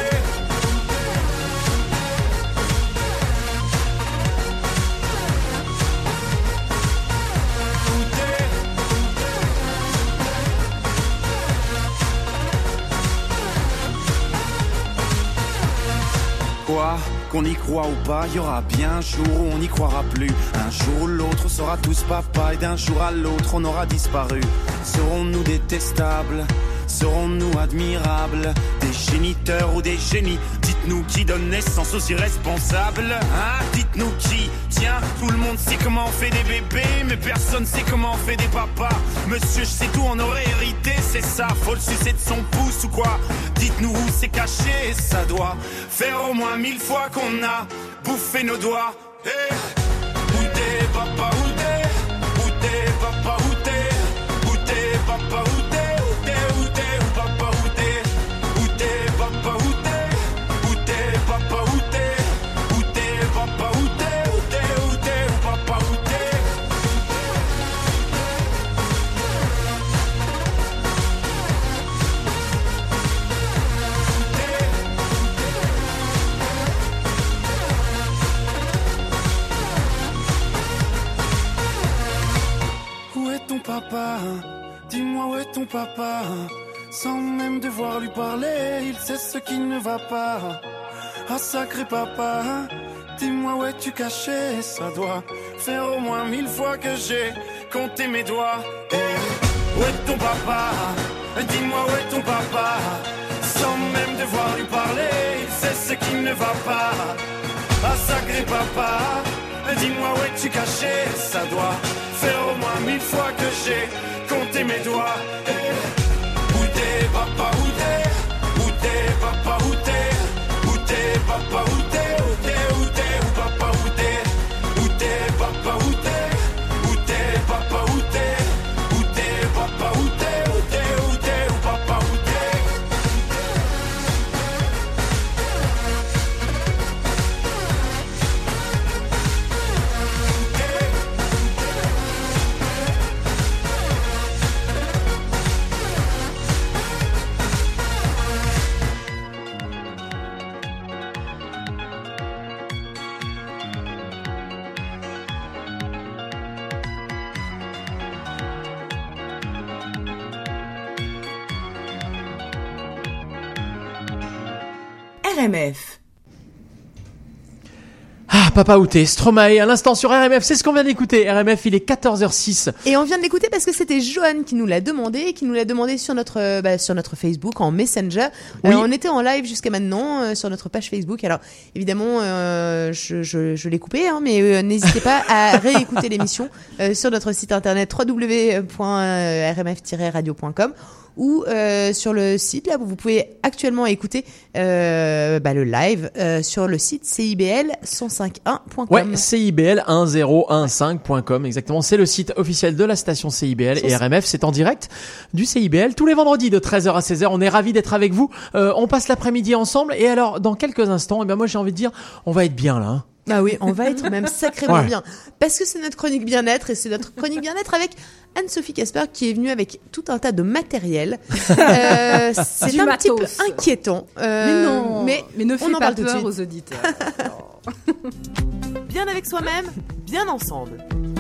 Quoi? Qu'on y croit ou pas, y aura bien un jour où on n'y croira plus. Un jour ou l'autre, on sera tous papa, et d'un jour à l'autre, on aura disparu. Serons-nous détestables? Serons-nous admirables? Des géniteurs ou des génies? Dites-nous qui donne naissance aux irresponsables, hein? Dites-nous qui? Tiens, tout le monde sait comment on fait des bébés, mais personne sait comment on fait des papas. Monsieur, je sais tout, on aurait hérité, c'est ça. Faut le sucer de son pouce ou quoi? Dites-nous où c'est caché, ça doit faire au moins mille fois qu'on a bouffé nos doigts. Hey. Où t'es papa, où t'es? Où t'es papa, où t'es? Où t'es papa, où t'es? Où t'es, où t'es, où papa, où t'es? Où t'es papa, où t'es? Où t'es papa, où t'es? Où t'es papa, où t'es? Où t'es, où t'es, où papa, où t'es? Dis-moi où est ton papa? Sans même devoir lui parler, il sait ce qui ne va pas. Ah sacré papa, dis-moi où es-tu caché? Ça doit faire au moins mille fois que j'ai compté mes doigts. Et où est ton papa? Dis-moi où est ton papa? Sans même devoir lui parler, il sait ce qui ne va pas. Ah sacré papa, dis-moi où es-tu caché? Ça doit faire au moins mille fois que j'ai compté mes doigts. Et où t'es papa, où t'es? Où t'es papa, où t'es? Où t'es papa, où t'es? Où t'es, où t'es, où papa, où t'es? Où t'es papa, où t'es? Où t'es papa, où t'es? Où t'es papa, où t'es? Où t'es, où t'es, où papa, où t'es? R M F. Ah, Papa Outé, Stromae, à l'instant sur R M F, c'est ce qu'on vient d'écouter. R M F, il est quatorze heures six. Et on vient de l'écouter parce que c'était Johan qui nous l'a demandé, et qui nous l'a demandé sur notre, euh, bah, sur notre Facebook, en Messenger. Oui. Euh, on était en live jusqu'à maintenant euh, sur notre page Facebook. Alors, évidemment, euh, je, je, je l'ai coupé, hein, mais euh, n'hésitez pas à réécouter l'émission euh, sur notre site internet w w w point r m f tiret radio point com. Ou euh, sur le site là où vous pouvez actuellement écouter euh, bah, le live euh, sur le site c i b l cent cinq point un point com. Ouais, c i b l un zéro un cinq point com, exactement. C'est le site officiel de la station C I B L, et R M F, c'est en direct du C I B L tous les vendredis de treize heures à seize heures. On est ravis d'être avec vous. Euh, on passe l'après-midi ensemble, et alors dans quelques instants, eh ben moi j'ai envie de dire, on va être bien là. Hein. Ah oui, on va être même sacrément Ouais. bien. Parce que c'est notre chronique bien-être, et c'est notre chronique bien-être avec Anne-Sophie Casper qui est venue avec tout un tas de matériel. Euh, c'est Du un matos. petit peu inquiétant. Euh, Mais non, mais, mais ne on fais en pas parle tout de peur suite. aux auditeurs. Bien avec soi-même, bien ensemble.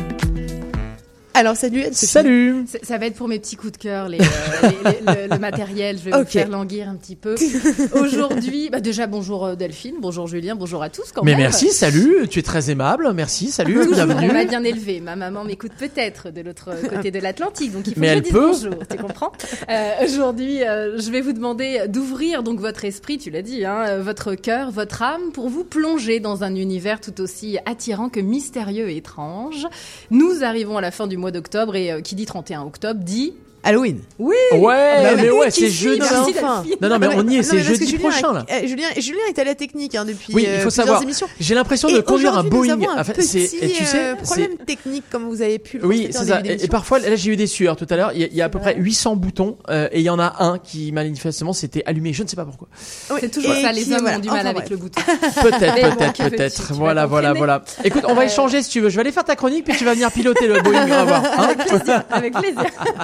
Alors salut Anne-Sophie. Salut. Ça, ça va être pour mes petits coups de cœur, les, euh, les- les- le, le matériel. Je vais Ok. vous faire languir un petit peu. Aujourd'hui, bah déjà bonjour euh, Delphine, bonjour Julien, bonjour à tous quand Mais même. merci, salut, tu es très aimable, merci, salut, Toujours, bienvenue. on m'a bien élevé. Ma maman m'écoute peut-être de l'autre côté de l'Atlantique, donc il faut Mais que je elle dise peut. bonjour, tu comprends. Euh, Aujourd'hui, euh, je vais vous demander d'ouvrir donc votre esprit, tu l'as dit, hein, euh, votre cœur, votre âme, pour vous plonger dans un univers tout aussi attirant que mystérieux et étrange. Nous arrivons à la fin du mois d'octobre, et euh, qui dit trente et un octobre dit Halloween. Oui. Ouais, Bah mais oui, ouais, qui c'est suit, jeudi. merci enfin. Non, non, mais on y est, Non, c'est mais parce que jeudi Julien prochain, a- là. euh, Julien, Julien est à la technique hein, depuis Oui, euh, il faut plusieurs savoir. émissions. J'ai l'impression de Et conduire un aujourd'hui, nous Boeing. avons un Enfin, petit c'est- et tu sais, euh, c'est- problème technique, comme vous avez pu le Oui, constater en c'est ça. début Et, et d'émission. parfois, là, j'ai eu des sueurs tout à l'heure. Il y a, il y a à peu près huit cents boutons, euh, et il y en a un qui, manifestement, s'était allumé. Je ne sais pas pourquoi. Oui, C'est toujours et ça, les qui, hommes voilà, ont du mal enfin, avec bref. le bouton. Peut-être, Mais bon, peut-être, que veux-tu, peut-être. tu vas Voilà, voilà, t'entraîner. voilà. Écoute, on va Euh, échanger si tu veux. Je vais aller faire ta chronique, puis tu vas venir piloter le Boeing. On va voir. Hein Avec plaisir, avec plaisir.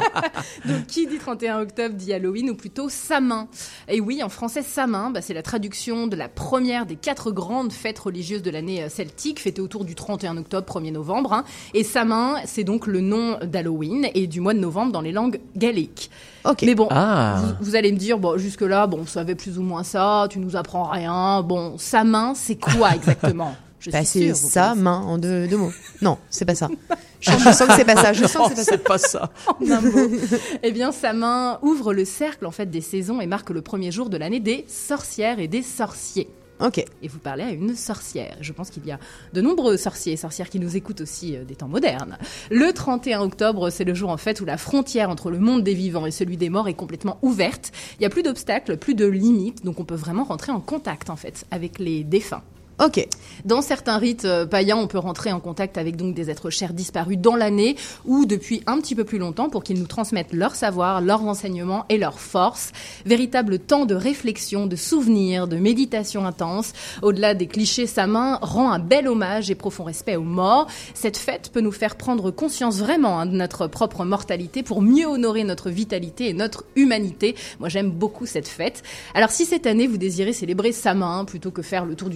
Donc, qui dit trente et un octobre dit Halloween, ou plutôt Samin. Et oui, en français, Samin, bah, c'est la traduction de la première des quatre grandes fêtes religieuses de l'année euh, celtique, fêtée autour du trente et un octobre, premier novembre. Hein. Et Samin, c'est donc le nom d'Halloween et du mois de novembre dans les langues gaéliques. Ok. Mais bon, Ah. vous, vous allez me dire, bon, jusque-là, bon, on savait plus ou moins ça, tu nous apprends rien. Bon, Samin, c'est quoi exactement? Je Bah, suis c'est sûre, vous ça, main, en deux, deux mots. Non, c'est pas ça. Je, je sens que c'est pas ça. Je sens que c'est pas ça. pas ça. en un mot. Eh bien, sa main ouvre le cercle en fait des saisons et marque le premier jour de l'année des sorcières et des sorciers. Ok. Et vous parlez à une sorcière. Je pense qu'il y a de nombreux sorciers et sorcières qui nous écoutent aussi euh, des temps modernes. Le trente et un octobre, c'est le jour en fait où la frontière entre le monde des vivants et celui des morts est complètement ouverte. Il n'y a plus d'obstacles, plus de limites, donc on peut vraiment rentrer en contact en fait avec les défunts. Ok. Dans certains rites euh, païens, on peut rentrer en contact avec donc des êtres chers disparus dans l'année ou depuis un petit peu plus longtemps pour qu'ils nous transmettent leur savoir, leurs enseignements et leurs forces. Véritable temps de réflexion, de souvenirs, de méditation intense. Au-delà des clichés, sa main rend un bel hommage et profond respect aux morts. Cette fête peut nous faire prendre conscience vraiment hein, de notre propre mortalité pour mieux honorer notre vitalité et notre humanité. Moi, j'aime beaucoup cette fête. Alors, si cette année, vous désirez célébrer sa main plutôt que faire le tour du quartier avec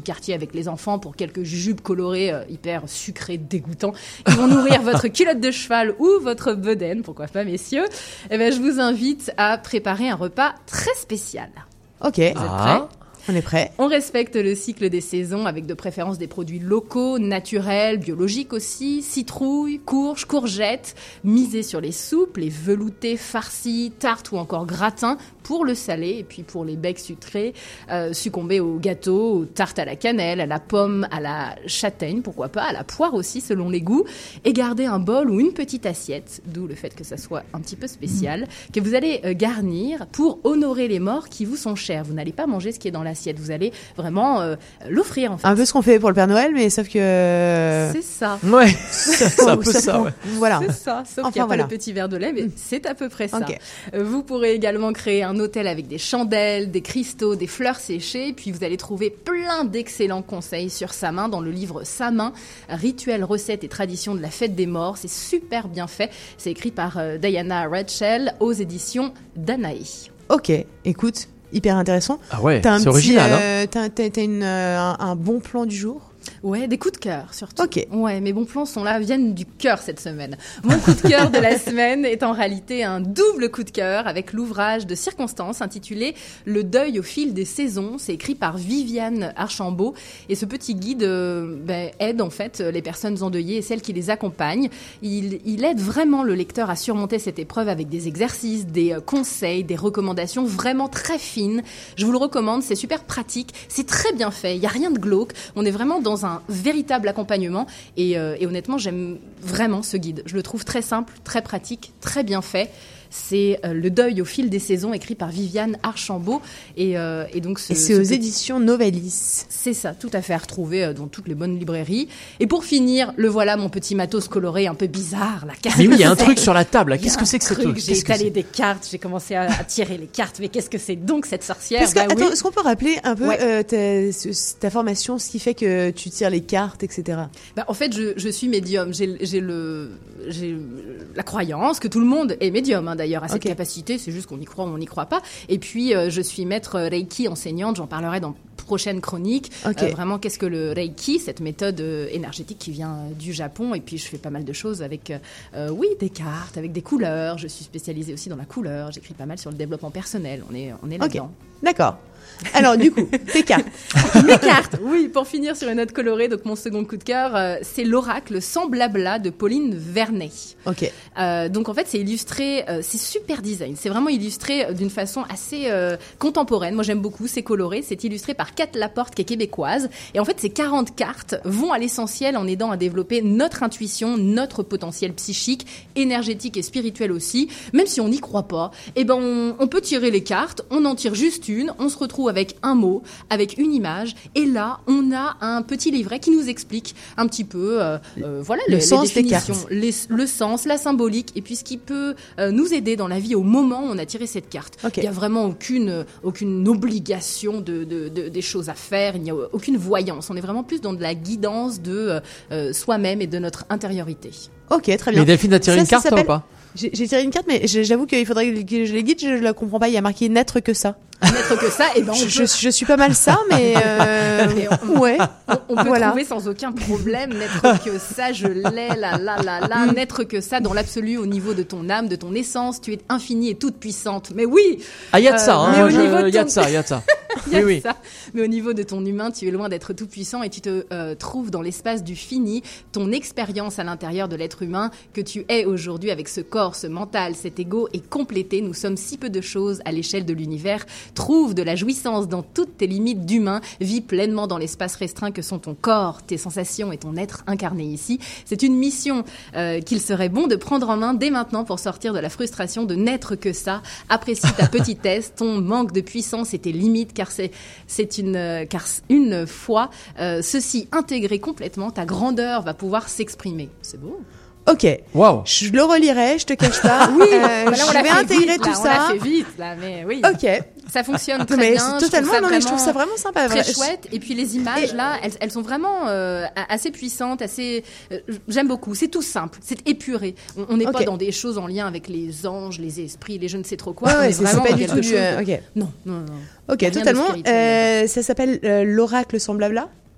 avec les enfants pour quelques jujubes colorés euh, hyper sucrés, dégoûtants, qui vont nourrir votre culotte de cheval ou votre bedaine, pourquoi pas messieurs, eh ben, je vous invite à préparer un repas très spécial. Ok. Vous êtes Ah. prêts ? On est prêt. On respecte le cycle des saisons avec de préférence des produits locaux, naturels, biologiques aussi, citrouilles, courges, courgettes, miser sur les soupes, les veloutés, farcis, tartes ou encore gratins pour le salé et puis pour les becs sucrés, euh, succomber aux gâteaux, aux tartes à la cannelle, à la pomme, à la châtaigne, pourquoi pas, à la poire aussi selon les goûts et garder un bol ou une petite assiette, d'où le fait que ça soit un petit peu spécial, mmh. que vous allez euh, garnir pour honorer les morts qui vous sont chers. Vous n'allez pas manger ce qui est dans l'assiette. Vous allez vraiment euh, l'offrir en fait. Un peu ce qu'on fait pour le Père Noël, mais sauf que. C'est ça. Ouais. C'est un peu ça. Ouais. Voilà. C'est ça. Sauf enfin, qu'il n'y a voilà. pas le petit verre de lait, mais c'est à peu près ça. Okay. Euh, vous pourrez également créer un hôtel avec des chandelles, des cristaux, des fleurs séchées. Puis vous allez trouver plein d'excellents conseils sur Sa main dans le livre Sa main, rituels, recettes et traditions de la fête des morts. C'est super bien fait. C'est écrit par euh, Diana Rachel aux éditions Danae. Ok. Écoute. Hyper intéressant. Ah ouais, t'as un c'est petit, original. Hein. Euh, t'as, t'as, t'as une, euh, un, un bon plan du jour. Ouais, des coups de cœur surtout. Ok. Ouais, mes bons plans sont là, viennent du cœur cette semaine. Mon coup de cœur de la semaine est en réalité un double coup de cœur avec l'ouvrage de circonstance intitulé Le deuil au fil des saisons. C'est écrit par Viviane Archambault et ce petit guide euh, ben, aide en fait les personnes endeuillées et celles qui les accompagnent. Il, il aide vraiment le lecteur à surmonter cette épreuve avec des exercices, des euh, conseils, des recommandations vraiment très fines. Je vous le recommande, c'est super pratique, c'est très bien fait, il n'y a rien de glauque. On est vraiment dans un véritable accompagnement et, euh, et honnêtement j'aime vraiment ce guide. Je le trouve très simple, très pratique, très bien fait. C'est euh, Le deuil au fil des saisons écrit par Viviane Archambault et, euh, et donc ce, et c'est ce aux petit... éditions Novalis. C'est ça, tout à fait à retrouver euh, dans toutes les bonnes librairies. Et pour finir, le voilà mon petit matos coloré un peu bizarre, la carte. Mais oui, il y a un truc sur la table. Là. Qu'est-ce que c'est que ce cette J'ai étalé des cartes, j'ai commencé à, à tirer les cartes. Mais qu'est-ce que c'est donc cette sorcière? Parce que, bah, attends, oui. est-ce qu'on peut rappeler un peu Ouais. euh, ta, ta formation, ce qui fait que tu tires les cartes, et cetera. Bah, en fait, je, je suis médium. J'ai, j'ai, le, j'ai la croyance que tout le monde est médium, hein, d'ailleurs, à cette Ok. capacité. C'est juste qu'on y croit ou on n'y croit pas. Et puis, euh, je suis maître Reiki enseignante. J'en parlerai dans prochaine chronique. Ok. Euh, vraiment, qu'est-ce que le Reiki, cette méthode euh, énergétique qui vient euh, du Japon. Et puis, je fais pas mal de choses avec, euh, oui, des cartes, avec des couleurs. Je suis spécialisée aussi dans la couleur. J'écris pas mal sur le développement personnel. On est, on est là-dedans. Ok, d'accord. Alors, du coup, tes cartes. Mes cartes, oui, pour finir sur une note colorée, donc mon second coup de cœur, euh, c'est l'oracle sans blabla de Pauline Vernet. Ok. Euh, donc en fait, c'est illustré, euh, c'est super design, c'est vraiment illustré euh, d'une façon assez euh, contemporaine. Moi, j'aime beaucoup, c'est coloré, c'est illustré par Kat Laporte qui est québécoise. Et en fait, ces quarante cartes vont à l'essentiel en aidant à développer notre intuition, notre potentiel psychique, énergétique et spirituel aussi. Même si on n'y croit pas, eh ben on, on peut tirer les cartes, on en tire juste une, on se retrouve avec un mot, avec une image, et là, on a un petit livret qui nous explique un petit peu, euh, euh, voilà, Le les, sens les des définitions, cartes. les- le sens, la symbolique, et puis ce qui peut euh, nous aider dans la vie au moment où on a tiré cette carte. Ok. Il n'y a vraiment aucune, aucune obligation de, de, de- des choses à faire, il n'y a aucune voyance. On est vraiment plus dans de la guidance de euh, euh, soi-même et de notre intériorité. Ok, très bien. Mais Delphine, t'as tiré Ça, une ça carte, toi, ou s'appelle- pas? J'ai j'ai tiré une carte, mais je- j'avoue qu'il faudrait que je les guide, je ne la comprends pas. Il y a marqué n'être que ça. N'être que ça, et ben on je, peut... je, je suis pas mal ça, mais euh, Et on- ouais. On, on peut Voilà. trouver sans aucun problème n'être que ça, je l'ai, là, là, là, là, n'être que ça dans l'absolu au niveau de ton âme, de ton essence, tu es infinie et toute puissante. Mais oui. Ah, il y a de ça, Euh, hein. mais au je- niveau de Il y a ton- de ça, il y a de ça. Il y a Oui, de oui. ça. Mais au niveau de ton humain, tu es loin d'être tout puissant et tu te euh, trouves dans l'espace du fini, ton expérience à l'intérieur de l'être humain que tu es aujourd'hui avec ce corps, ce mental, cet ego est complété. Nous sommes si peu de choses à l'échelle de l'univers. Trouve de la jouissance dans toutes tes limites d'humain. Vis pleinement dans l'espace restreint que sont ton corps, tes sensations et ton être incarné ici. C'est une mission euh, qu'il serait bon de prendre en main dès maintenant pour sortir de la frustration de n'être que ça. Apprécie ta petitesse, ton manque de puissance et tes limites, car c'est c'est une euh, car une fois euh, ceci intégré complètement, ta grandeur va pouvoir s'exprimer. C'est beau. Ok. Waouh. Je le relirai, je te cache pas. Oui, Euh, bah là, on je l'a vais fait intégrer vite, tout là, ça. On l'a fait vite, là, mais oui. Ok. Ça fonctionne Non, très mais bien. c'est je trouve totalement, ça non, mais je vraiment trouve ça vraiment sympa. Très vrai. chouette. Et puis les images là, elles, elles sont vraiment euh, assez puissantes, assez. euh, J'aime beaucoup. C'est tout simple, c'est épuré. On on n'est Ok. pas dans des choses en lien avec les anges, les esprits, les je ne sais trop quoi. Ouais, On ouais, est c'est vraiment c'est pas dans du quelque tout du. chose euh, de- ok. Non, non, non. Ok, Rien de totalement. spirituel Euh, ça s'appelle euh, l'oracle sans blabla.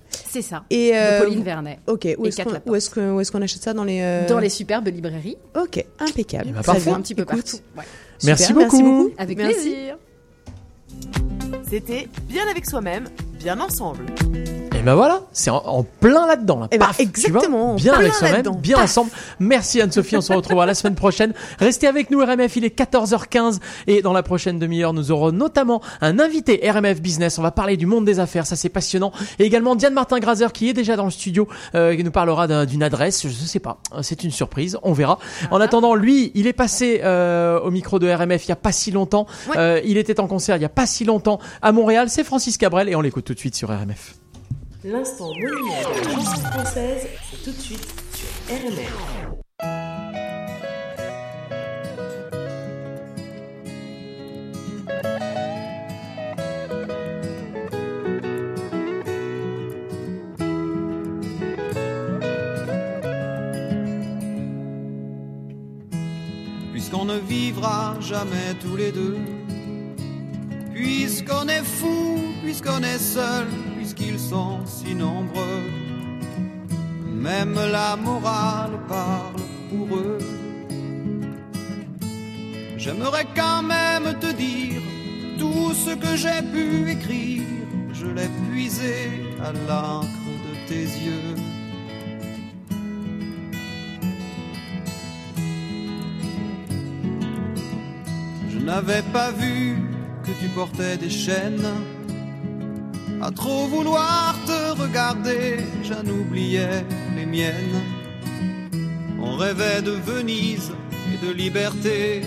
C'est ça. Et de Pauline Vernet. Ok. Où est-ce, qu'on, où, est-ce que, où est-ce qu'on achète ça dans les euh... Dans les superbes librairies. Ok, impeccable. Bah, ça un petit peu Écoute, partout. Ouais. Merci, Super, beaucoup. merci beaucoup. Avec merci. plaisir. C'était Bien avec soi-même, bien ensemble. Et ben voilà, c'est en, en plein là-dedans. Là. Et ben Paf, exactement. Bien plein avec soi-même, là-dedans. bien Paf. ensemble. Merci Anne-Sophie, on se retrouvera la semaine prochaine. Restez avec nous R M F, il est quatorze heures quinze et dans la prochaine demi-heure, nous aurons notamment un invité R M F Business. On va parler du monde des affaires, ça c'est passionnant. Et également Diane Martin-Grazer qui est déjà dans le studio, euh, qui nous parlera d'un, d'une adresse, je sais pas, c'est une surprise, on verra. En attendant, lui, il est passé euh, au micro de R M F il y a pas si longtemps. Ouais. Euh, il était en concert il y a pas si longtemps à Montréal. C'est Francis Cabrel et on l'écoute tout de suite sur R M F. L'instant monument de la chanson française, c'est tout de suite sur R M F. Puisqu'on ne vivra jamais tous les deux, puisqu'on est fou, puisqu'on est seul, puisqu'ils sont si nombreux, même la morale parle pour eux. J'aimerais quand même te dire tout ce que j'ai pu écrire, je l'ai puisé à l'encre de tes yeux. Je n'avais pas vu que tu portais des chaînes. À trop vouloir te regarder, j'en oubliais les miennes. On rêvait de Venise et de liberté.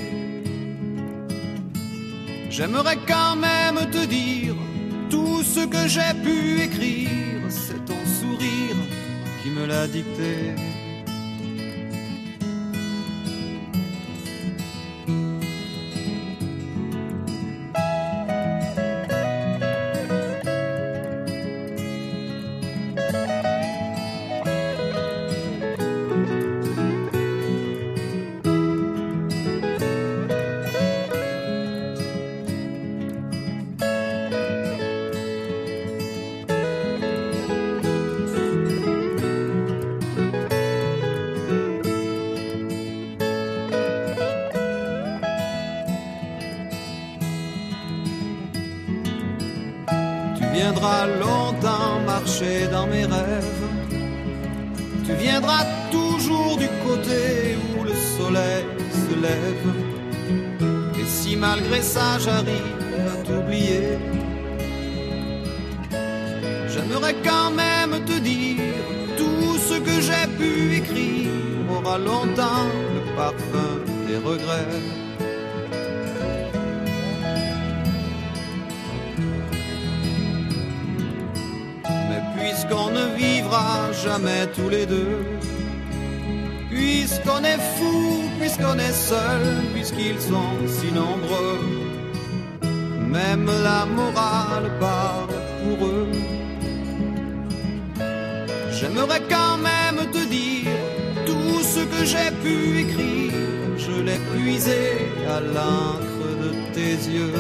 J'aimerais quand même te dire tout ce que j'ai pu écrire. C'est ton sourire qui me l'a dicté. Tu viendras longtemps marcher dans mes rêves. Tu viendras toujours du côté où le soleil se lève. Et si malgré ça j'arrive à t'oublier, j'aimerais quand même te dire tout ce que j'ai pu écrire aura longtemps le parfum des regrets. Puisqu'on ne vivra jamais tous les deux, puisqu'on est fou, puisqu'on est seul, puisqu'ils sont si nombreux, même la morale parle pour eux. J'aimerais quand même te dire tout ce que j'ai pu écrire, je l'ai puisé à l'encre de tes yeux.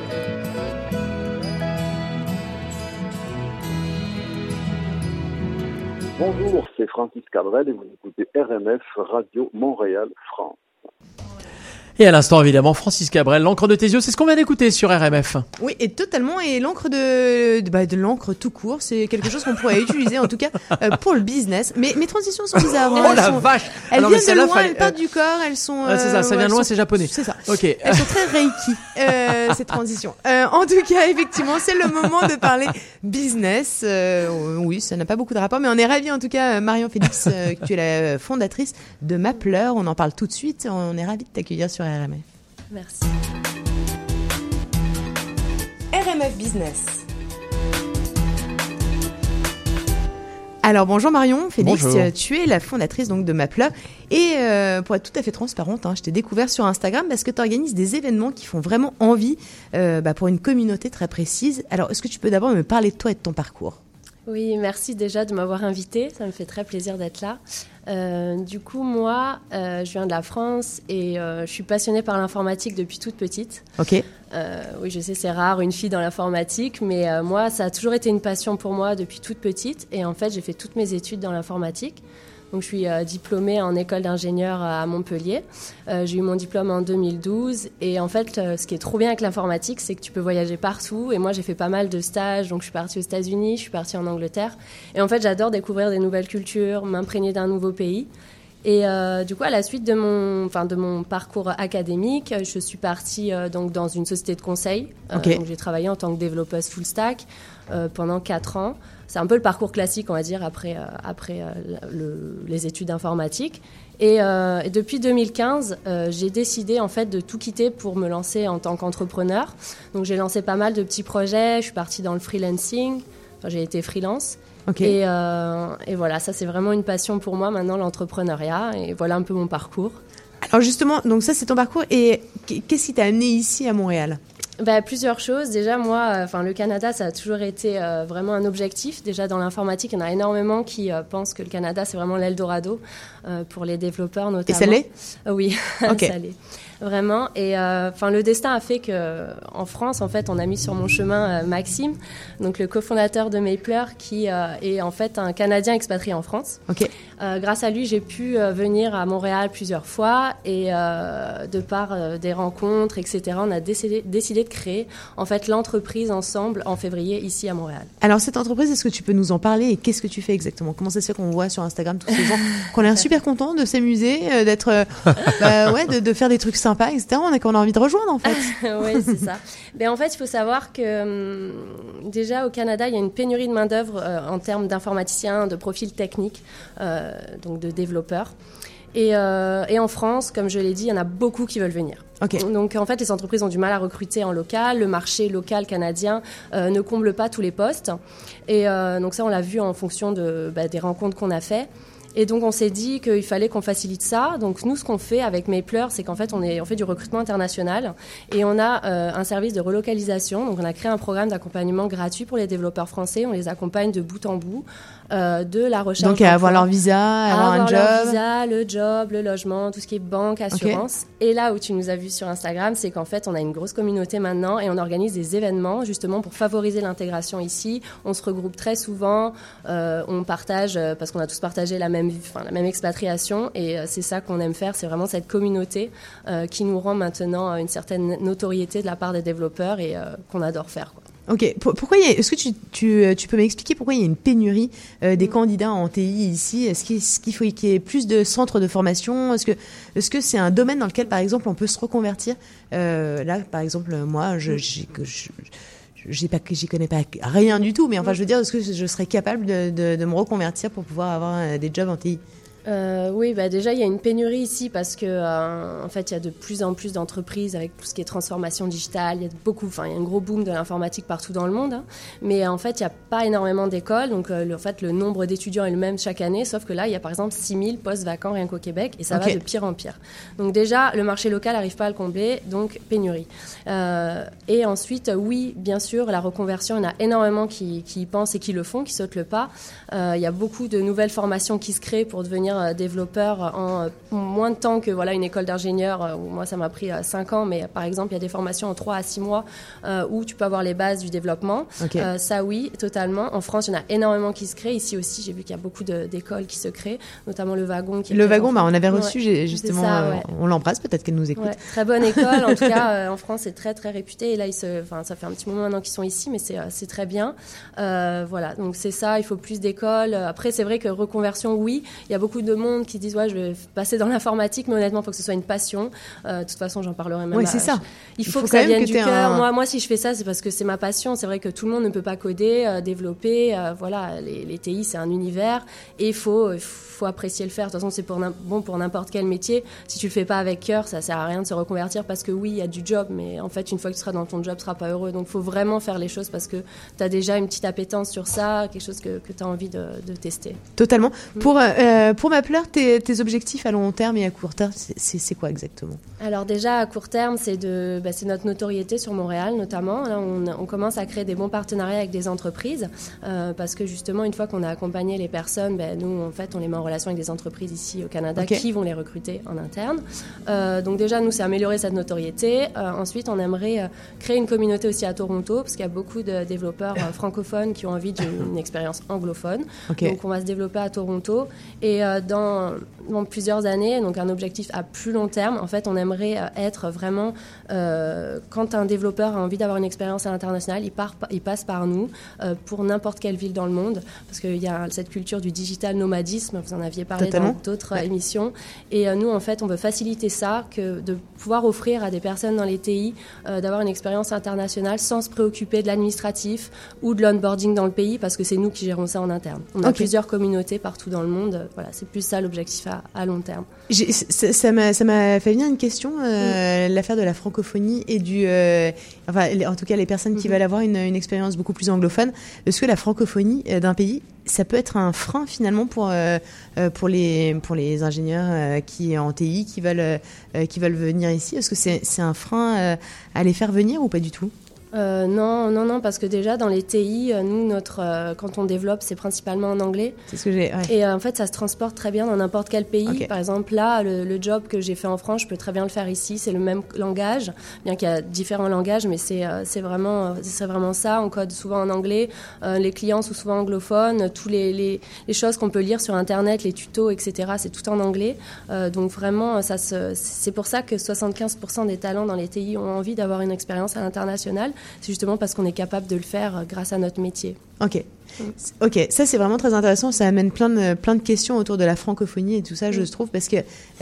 Bonjour, c'est Francis Cabrel et vous écoutez R M F Radio Montréal France. Et à l'instant, évidemment, Francis Cabrel, l'encre de tes yeux, c'est ce qu'on vient d'écouter sur R M F. Oui, et totalement, et l'encre de, de, bah, de l'encre tout court, c'est quelque chose qu'on pourrait utiliser, en tout cas, euh, pour le business. Mais mes transitions sont bizarres. Oh elles la sont, vache! Elles Ah non, viennent mais de loin, fallait, elles partent euh... du corps, elles sont... Euh, c'est ça, ça vient de loin, sont, c'est japonais. C'est ça. Ok. Elles sont très reiki, euh, ces transitions. Euh, en tout cas, effectivement, c'est le moment de parler business. Euh, oui, ça n'a pas beaucoup de rapport, mais on est ravis, en tout cas, Marion Félix, euh, que tu es la fondatrice de Mapleur. On en parle tout de suite. On est ravis de t'accueillir sur R M F. Merci. R M F Business. Alors bonjour Marion Félix, bonjour. Tu es la fondatrice donc de Mapleur et euh, pour être tout à fait transparente, hein, je t'ai découvert sur Instagram parce que tu organises des événements qui font vraiment envie euh, bah, pour une communauté très précise. Alors est-ce que tu peux d'abord me parler de toi et de ton parcours ? Oui, merci déjà de m'avoir invitée, ça me fait très plaisir d'être là. Euh, du coup, moi, euh, je viens de la France et euh, je suis passionnée par l'informatique depuis toute petite. Ok. Euh, oui, je sais, c'est rare, une fille dans l'informatique, mais euh, moi, ça a toujours été une passion pour moi depuis toute petite. Et en fait, j'ai fait toutes mes études dans l'informatique. Donc, je suis euh, diplômée en école d'ingénieur à Montpellier. Euh, j'ai eu mon diplôme en deux mille douze. Et en fait, euh, ce qui est trop bien avec l'informatique, c'est que tu peux voyager partout. Et moi, j'ai fait pas mal de stages. Donc, je suis partie aux États-Unis, je suis partie en Angleterre. Et en fait, j'adore découvrir des nouvelles cultures, m'imprégner d'un nouveau pays. Et euh, du coup, à la suite de mon, enfin, de mon parcours académique, je suis partie euh, donc dans une société de conseil. Euh, Okay. donc j'ai travaillé en tant que développeuse full stack euh, pendant quatre ans. C'est un peu le parcours classique, on va dire, après, euh, après euh, le, les études informatiques. Et, euh, et depuis deux mille quinze, euh, j'ai décidé en fait de tout quitter pour me lancer en tant qu'entrepreneur. Donc j'ai lancé pas mal de petits projets. Je suis partie dans le freelancing. Enfin, j'ai été freelance. Okay. Et, euh, et voilà, ça c'est vraiment une passion pour moi maintenant, l'entrepreneuriat. Et voilà un peu mon parcours. Alors justement, donc ça c'est ton parcours. Et qu'est-ce qui t'a amené ici à Montréal ? Bah, plusieurs choses. Déjà, moi, enfin, euh, le Canada, ça a toujours été euh, vraiment un objectif. Déjà, dans l'informatique, il y en a énormément qui euh, pensent que le Canada, c'est vraiment l'Eldorado euh, pour les développeurs notamment. Et ça l'est ? euh, Oui, okay. ça l'est. Vraiment. Et enfin, euh, le destin a fait que, en France, en fait, on a mis sur mon chemin euh, Maxime, donc le cofondateur de Mapler, qui euh, est en fait un Canadien expatrié en France. Okay. Euh, grâce à lui, j'ai pu euh, venir à Montréal plusieurs fois et euh, de par euh, des rencontres, et cetera, on a décidé, décidé de créer en fait l'entreprise ensemble en février ici à Montréal. Alors cette entreprise, est-ce que tu peux nous en parler et qu'est-ce que tu fais exactement ? Comment ça se fait qu'on voit sur Instagram tous ces gens qu'on a l'air super contents de s'amuser, euh, d'être, euh, bah, ouais, de, de faire des trucs sympas, et cetera. On a qu'on a envie de rejoindre en fait. Oui, c'est ça. Mais en fait, il faut savoir que hum, déjà au Canada, il y a une pénurie de main d'œuvre euh, en termes d'informaticiens, de profils techniques, euh, donc de développeurs. Et, euh, et en France, comme je l'ai dit, il y en a beaucoup qui veulent venir. Okay. Donc en fait, les entreprises ont du mal à recruter en local. Le marché local canadien euh, ne comble pas tous les postes. Et euh, donc ça, on l'a vu en fonction de, bah, des rencontres qu'on a fait. Et donc, on s'est dit qu'il fallait qu'on facilite ça. Donc, nous, ce qu'on fait avec Mapler, c'est qu'en fait, on, est, on fait du recrutement international et on a euh, un service de relocalisation. Donc, on a créé un programme d'accompagnement gratuit pour les développeurs français. On les accompagne de bout en bout, euh, de la recherche donc, à avoir leur visa, à avoir, avoir un job. leur visa, le job, le logement, tout ce qui est banque, assurance. Okay. Et là où tu nous as vu sur Instagram, c'est qu'en fait, on a une grosse communauté maintenant et on organise des événements justement pour favoriser l'intégration ici. On se regroupe très souvent, euh, on partage, parce qu'on a tous partagé la même Enfin, la même expatriation et euh, c'est ça qu'on aime faire, c'est vraiment cette communauté euh, qui nous rend maintenant une certaine notoriété de la part des développeurs et euh, qu'on adore faire, quoi. Ok, pourquoi il y a, est-ce que tu, tu, tu peux m'expliquer pourquoi il y a une pénurie euh, des mmh. candidats en T I ici ? Est-ce qu'il, est-ce qu'il faut qu'il y ait plus de centres de formation ? Est-ce que, est-ce que c'est un domaine dans lequel, par exemple, on peut se reconvertir ? euh, Là, par exemple, moi, je, j'ai, je, j'ai pas, j'y connais pas rien du tout, mais enfin, je veux dire, est-ce que je serais capable de, de, de me reconvertir pour pouvoir avoir des jobs en T I ? Euh, oui, bah déjà il y a une pénurie ici parce que euh, en fait il y a de plus en plus d'entreprises avec tout ce qui est transformation digitale. Il y a beaucoup, enfin il y a un gros boom de l'informatique partout dans le monde, hein, mais en fait il y a pas énormément d'écoles, donc euh, le, en fait le nombre d'étudiants est le même chaque année, sauf que là il y a par exemple six mille postes vacants rien qu'au Québec et ça okay. va de pire en pire. Donc déjà le marché local n'arrive pas à le combler, donc pénurie. Euh, et ensuite oui bien sûr la reconversion, il y en a énormément qui, qui y pensent et qui le font, qui sautent le pas. Euh, il y a beaucoup de nouvelles formations qui se créent pour devenir développeur en moins de temps que voilà, une école d'ingénieur où moi ça m'a pris cinq ans, mais par exemple il y a des formations en trois à six mois euh, où tu peux avoir les bases du développement. Okay. Euh, ça oui, totalement. En France, il y en a énormément qui se créent. Ici aussi, j'ai vu qu'il y a beaucoup de, d'écoles qui se créent, notamment le Wagon. Qui le Wagon, bah, on avait reçu ouais, justement, ça, ouais. on l'embrasse, peut-être qu'elle nous écoute. Ouais, très bonne école, en tout cas euh, en France c'est très très réputé et là ils se, enfin, ça fait un petit moment maintenant qu'ils sont ici, mais c'est, c'est très bien. Euh, voilà, donc c'est ça, il faut plus d'écoles. Après c'est vrai que reconversion, oui, il y a beaucoup de monde qui disent ouais je vais passer dans l'informatique, mais honnêtement il faut que ce soit une passion. Euh, de toute façon j'en parlerai même. Oui, c'est ça. Il faut, il faut que ça vienne du cœur. Un... Moi, moi si je fais ça c'est parce que c'est ma passion. C'est vrai que tout le monde ne peut pas coder, euh, développer. Euh, voilà, les, les T I c'est un univers et il faut, faut apprécier le faire. De toute façon c'est pour bon pour n'importe quel métier. Si tu le fais pas avec cœur, ça sert à rien de se reconvertir parce que oui il y a du job, mais en fait une fois que tu seras dans ton job, tu seras pas heureux. Donc il faut vraiment faire les choses parce que tu as déjà une petite appétence sur ça, quelque chose que, que tu as envie de, de tester. Totalement. Mmh. Pour, euh, pour Mapleur, tes, tes objectifs à long terme et à court terme, c'est, c'est, c'est quoi exactement? Alors déjà, à court terme, c'est, de, bah, c'est notre notoriété sur Montréal notamment. Là, on, on commence à créer des bons partenariats avec des entreprises euh, parce que justement, une fois qu'on a accompagné les personnes, bah, nous, en fait, on les met en relation avec des entreprises ici au Canada okay. qui vont les recruter en interne. Euh, donc déjà, nous, c'est améliorer cette notoriété. Euh, ensuite, on aimerait euh, créer une communauté aussi à Toronto parce qu'il y a beaucoup de développeurs euh, francophones qui ont envie d'une expérience anglophone. Okay. Donc, on va se développer à Toronto et euh, dans, dans plusieurs années, donc un objectif à plus long terme, en fait, on aimerait euh, être vraiment, euh, quand un développeur a envie d'avoir une expérience à l'international, il, part, il passe par nous euh, pour n'importe quelle ville dans le monde parce qu'il y a cette culture du digital nomadisme, vous en aviez parlé Totalement. dans d'autres ouais. émissions et euh, nous, en fait, on veut faciliter ça, que de pouvoir offrir à des personnes dans les T I euh, d'avoir une expérience internationale sans se préoccuper de l'administratif ou de l'onboarding dans le pays parce que c'est nous qui gérons ça en interne. On a okay. plusieurs communautés partout dans le monde. Voilà, c'est plus ça l'objectif à, à long terme. J'ai, ça, ça, m'a, ça m'a fait venir une question, euh, mmh. l'affaire de la francophonie et du... Euh, enfin, en tout cas, les personnes qui mmh. veulent avoir une, une expérience beaucoup plus anglophone. Est-ce que la francophonie d'un pays, ça peut être un frein finalement pour, euh, pour, les, pour les ingénieurs euh, qui en T I qui veulent, euh, qui veulent venir ici? Est-ce que c'est, c'est un frein euh, à les faire venir ou pas du tout? Euh, non, non, non, parce que déjà dans les T I, nous, notre, euh, quand on développe, c'est principalement en anglais. C'est ce que j'ai. Ouais. Et euh, en fait, ça se transporte très bien dans n'importe quel pays. Okay. Par exemple, là, le, le job que j'ai fait en France, je peux très bien le faire ici. C'est le même langage, bien qu'il y a différents langages, mais c'est, euh, c'est vraiment, c'est vraiment ça. On code souvent en anglais. Euh, les clients sont souvent anglophones. Tous les, les, les choses qu'on peut lire sur Internet, les tutos, et cetera, c'est tout en anglais. Euh, donc vraiment, ça se, c'est pour ça que soixante-quinze pour cent des talents dans les T I ont envie d'avoir une expérience à l'international. C'est justement parce qu'on est capable de le faire grâce à notre métier. Ok. Ok, ça c'est vraiment très intéressant. Ça amène plein de, plein de questions autour de la francophonie et tout ça, je trouve, parce que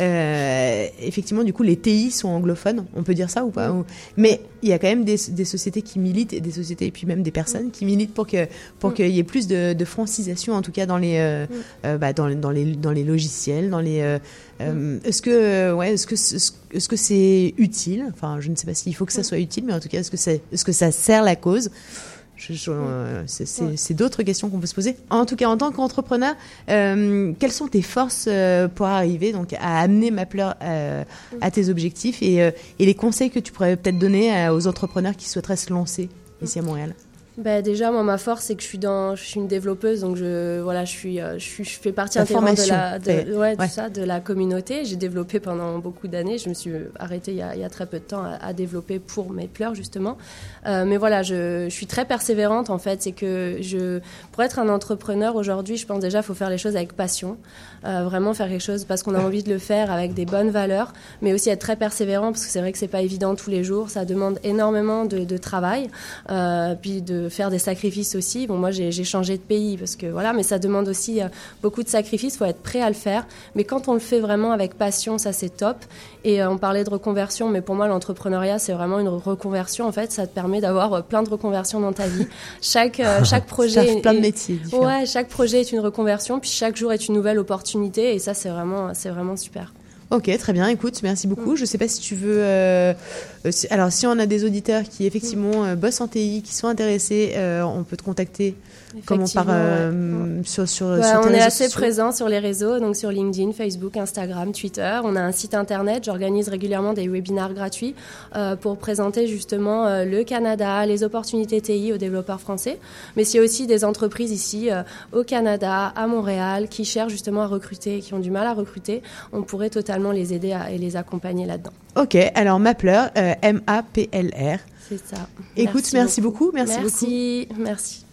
euh, effectivement, du coup, les T I sont anglophones. On peut dire ça ou pas? Ou... Mais il y a quand même des, des sociétés qui militent, et des sociétés et puis même des personnes qui militent pour que pour qu'il y ait plus de, de francisation, en tout cas dans les euh, euh, bah, dans, dans les dans les logiciels, dans les. Euh, euh, est-ce que ouais, est-ce que est-ce que c'est utile? Enfin, je ne sais pas s'il faut que ça soit utile, mais en tout cas, est-ce que c'est est-ce que ça sert la cause? Je, je, euh, c'est, c'est, ouais. c'est d'autres questions qu'on peut se poser. En tout cas, en tant qu'entrepreneur, euh, quelles sont tes forces euh, pour arriver donc à amener Mapleur euh, à tes objectifs et, euh, et les conseils que tu pourrais peut-être donner à, aux entrepreneurs qui souhaiteraient se lancer ici à Montréal? Bah déjà, moi, ma force, c'est que je suis dans, je suis une développeuse, donc je, voilà, je suis, je suis, je fais partie intégrante de la, de, ouais, ouais. de ça, de la communauté. J'ai développé pendant beaucoup d'années. Je me suis arrêtée il y a, il y a très peu de temps à, à développer pour Mapleur, justement. Euh, mais voilà, je, je suis très persévérante, en fait. C'est que je, pour être un entrepreneur aujourd'hui, je pense déjà, il faut faire les choses avec passion. Euh, vraiment faire quelque chose parce qu'on a envie de le faire avec des bonnes valeurs, mais aussi être très persévérant parce que c'est vrai que c'est pas évident tous les jours. Ça demande énormément de, de travail, euh, puis de faire des sacrifices aussi. Bon, moi, j'ai, j'ai changé de pays parce que voilà, mais ça demande aussi euh, beaucoup de sacrifices. Il faut être prêt à le faire. Mais quand on le fait vraiment avec passion, ça c'est top. Et euh, on parlait de reconversion, mais pour moi, l'entrepreneuriat, c'est vraiment une reconversion. En fait, ça te permet d'avoir euh, plein de reconversions dans ta vie. Chaque euh, chaque projet, ça fait plein de métiers différents. Ouais, chaque projet est une reconversion, puis chaque jour est une nouvelle opportunité. Et ça, c'est vraiment, c'est vraiment super. Ok, très bien. Écoute, merci beaucoup. Je ne sais pas si tu veux... Euh, euh, si, alors, si on a des auditeurs qui, effectivement, euh, bossent en T I, qui sont intéressés, euh, on peut te contacter comment par, euh, ouais. sur, sur, ouais, sur on tes est réseaux assez sociaux. Présent sur les réseaux, donc sur LinkedIn, Facebook, Instagram, Twitter. On a un site internet. J'organise régulièrement des webinaires gratuits euh, pour présenter justement euh, le Canada, les opportunités T I aux développeurs français. Mais il y a aussi des entreprises ici euh, au Canada, à Montréal, qui cherchent justement à recruter, qui ont du mal à recruter. On pourrait totalement les aider à, et les accompagner là-dedans. Ok, alors Mapleur, euh, M A P L R. C'est ça. Écoute, merci, merci beaucoup. beaucoup. Merci, merci beaucoup. Merci.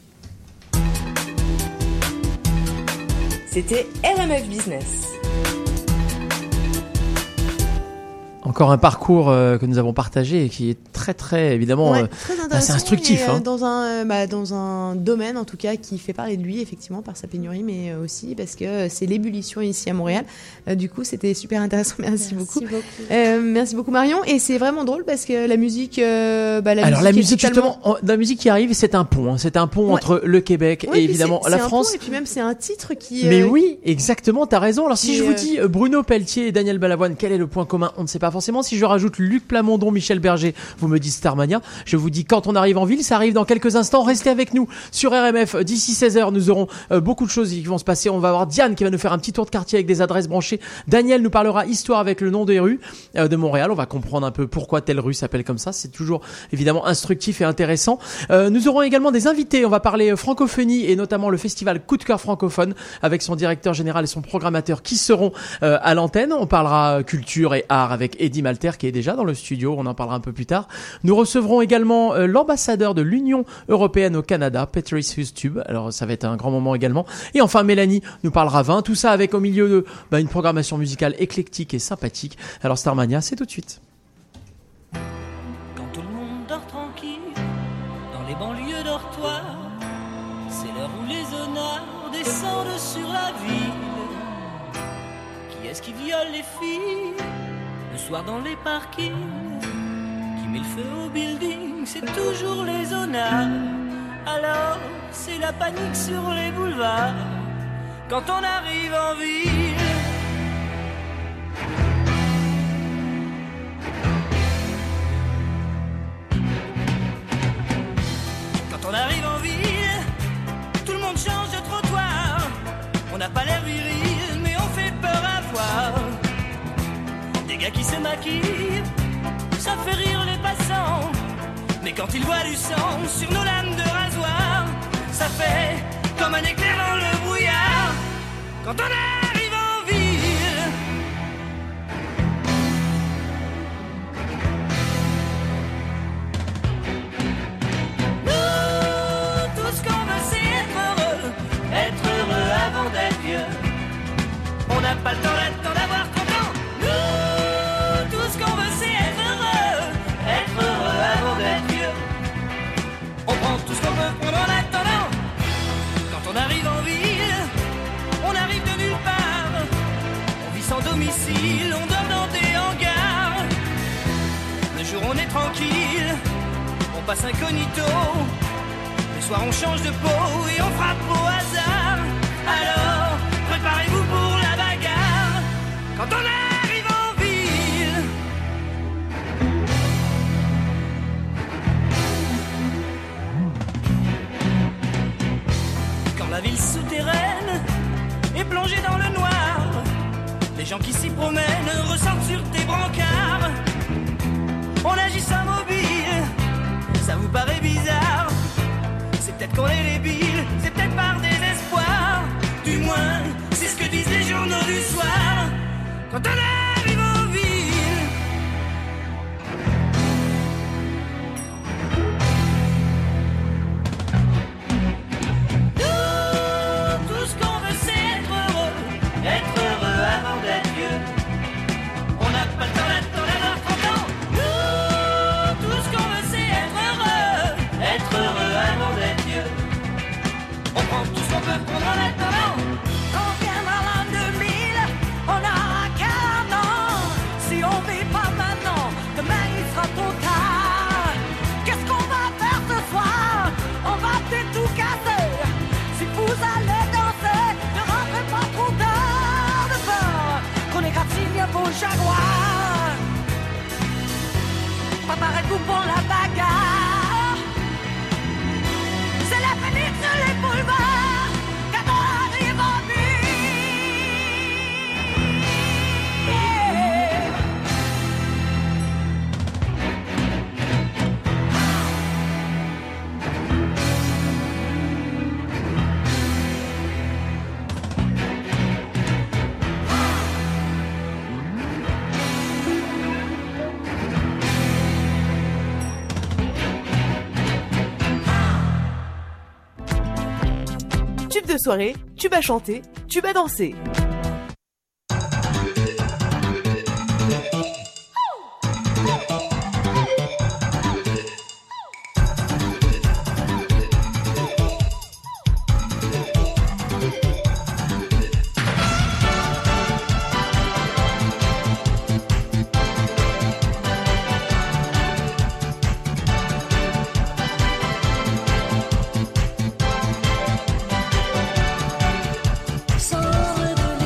C'était R M F Business. Encore un parcours euh, que nous avons partagé et qui est très très évidemment ouais, euh, très bah, c'est instructif. Et, euh, hein. dans un bah, dans un domaine en tout cas qui fait parler de lui effectivement par sa pénurie, mais aussi parce que c'est l'ébullition ici à Montréal. Euh, du coup, c'était super intéressant. Merci, merci beaucoup. beaucoup. Euh, merci beaucoup Marion. Et c'est vraiment drôle parce que la musique, euh, bah, la alors musique la musique totalement... justement, la musique qui arrive, c'est un pont. Hein. C'est un pont ouais. entre le Québec ouais, et évidemment c'est, la c'est France. Un pont, et puis même c'est un titre qui. Mais euh... oui, exactement. T'as raison. Alors si et je vous euh... dis Bruno Pelletier et Daniel Balavoine, quel est le point commun? On ne sait pas forcément. Si je rajoute Luc Plamondon, Michel Berger, vous me dites Starmania. Je vous dis Cordes quand on arrive en ville. Ça arrive dans quelques instants. Restez avec nous sur R M F. D'ici seize heures, nous aurons euh, beaucoup de choses qui vont se passer. On va avoir Diane qui va nous faire un petit tour de quartier avec des adresses branchées. Daniel nous parlera histoire avec le nom des rues euh, de Montréal. On va comprendre un peu pourquoi telle rue s'appelle comme ça. C'est toujours évidemment instructif et intéressant. Euh, nous aurons également des invités. On va parler francophonie et notamment le festival Coup de cœur francophone avec son directeur général et son programmateur qui seront euh, à l'antenne. On parlera culture et art avec Eddie Malter qui est déjà dans le studio. On en parlera un peu plus tard. Nous recevrons également euh, l'ambassadeur de l'Union européenne au Canada, Patrice Hustube. Alors ça va être un grand moment également. Et enfin Mélanie nous parlera vin. Tout ça avec au milieu de bah, une programmation musicale éclectique et sympathique. Alors Starmania, c'est tout de suite. Quand tout le monde dort tranquille dans les banlieues dortoirs, c'est l'heure où les honneurs descendent sur la ville. Qui est-ce qui viole les filles le soir dans les parkings? Qui met le feu au building? C'est toujours les honneurs. Alors c'est la panique sur les boulevards quand on arrive en ville. Quand on arrive en ville, tout le monde change de trottoir. On n'a pas l'air viril, mais on fait peur à voir. Des gars qui se maquillent, ça fait rire les passants. Mais quand ils voient du sang sur nos lames de rasoir, ça fait comme un éclair dans le brouillard. Quand on arrive en ville, nous, tout ce qu'on veut c'est être heureux, être heureux avant d'être vieux. On n'a pas le temps d'attendre d'avoir trente ans. Nous, tout ce qu'on veut c'est être heureux, être heureux avant d'être vieux. On prend tout ce qu'on peut prendre en attendant. Quand on arrive en ville, on arrive de nulle part. On vit sans domicile, on dort dans des hangars. Le jour on est tranquille, on passe incognito. Le soir on change de peau et on frappe au hasard. Alors, préparez-vous pour la bagarre. Quand on arrive en ville, quand la ville souterraine est plongée dans le noir, les gens qui s'y promènent ressortent sur tes brancards. On agit sans mobile, ça vous paraît bizarre. C'est peut-être qu'on est débile, c'est peut-être par désespoir. Du moins, c'est ce que disent les journaux du soir. Quand on arrive en ville, nous, tout ce qu'on veut c'est être heureux, être heureux avant d'être vieux. On n'a pas le temps d'attendre d'avoir trente ans. Nous, tout ce qu'on veut c'est être heureux, être heureux avant d'être vieux. On prend tout ce qu'on peut prendre en attendant. On viendra l'an deux mille, on aura quarante ans. Si on vit pas maintenant, demain il sera trop tard. Qu'est-ce qu'on va faire ce soir? On va peut-être tout casser. Si vous allez danser, ne rentrez pas trop tard de peur qu'on égratigne vos jaguars. Préparez-vous pour la bagarre. C'est la panique sur les boulevards quand on arrive en Tube de soirée, tube à chanter, tube à danser. Sors de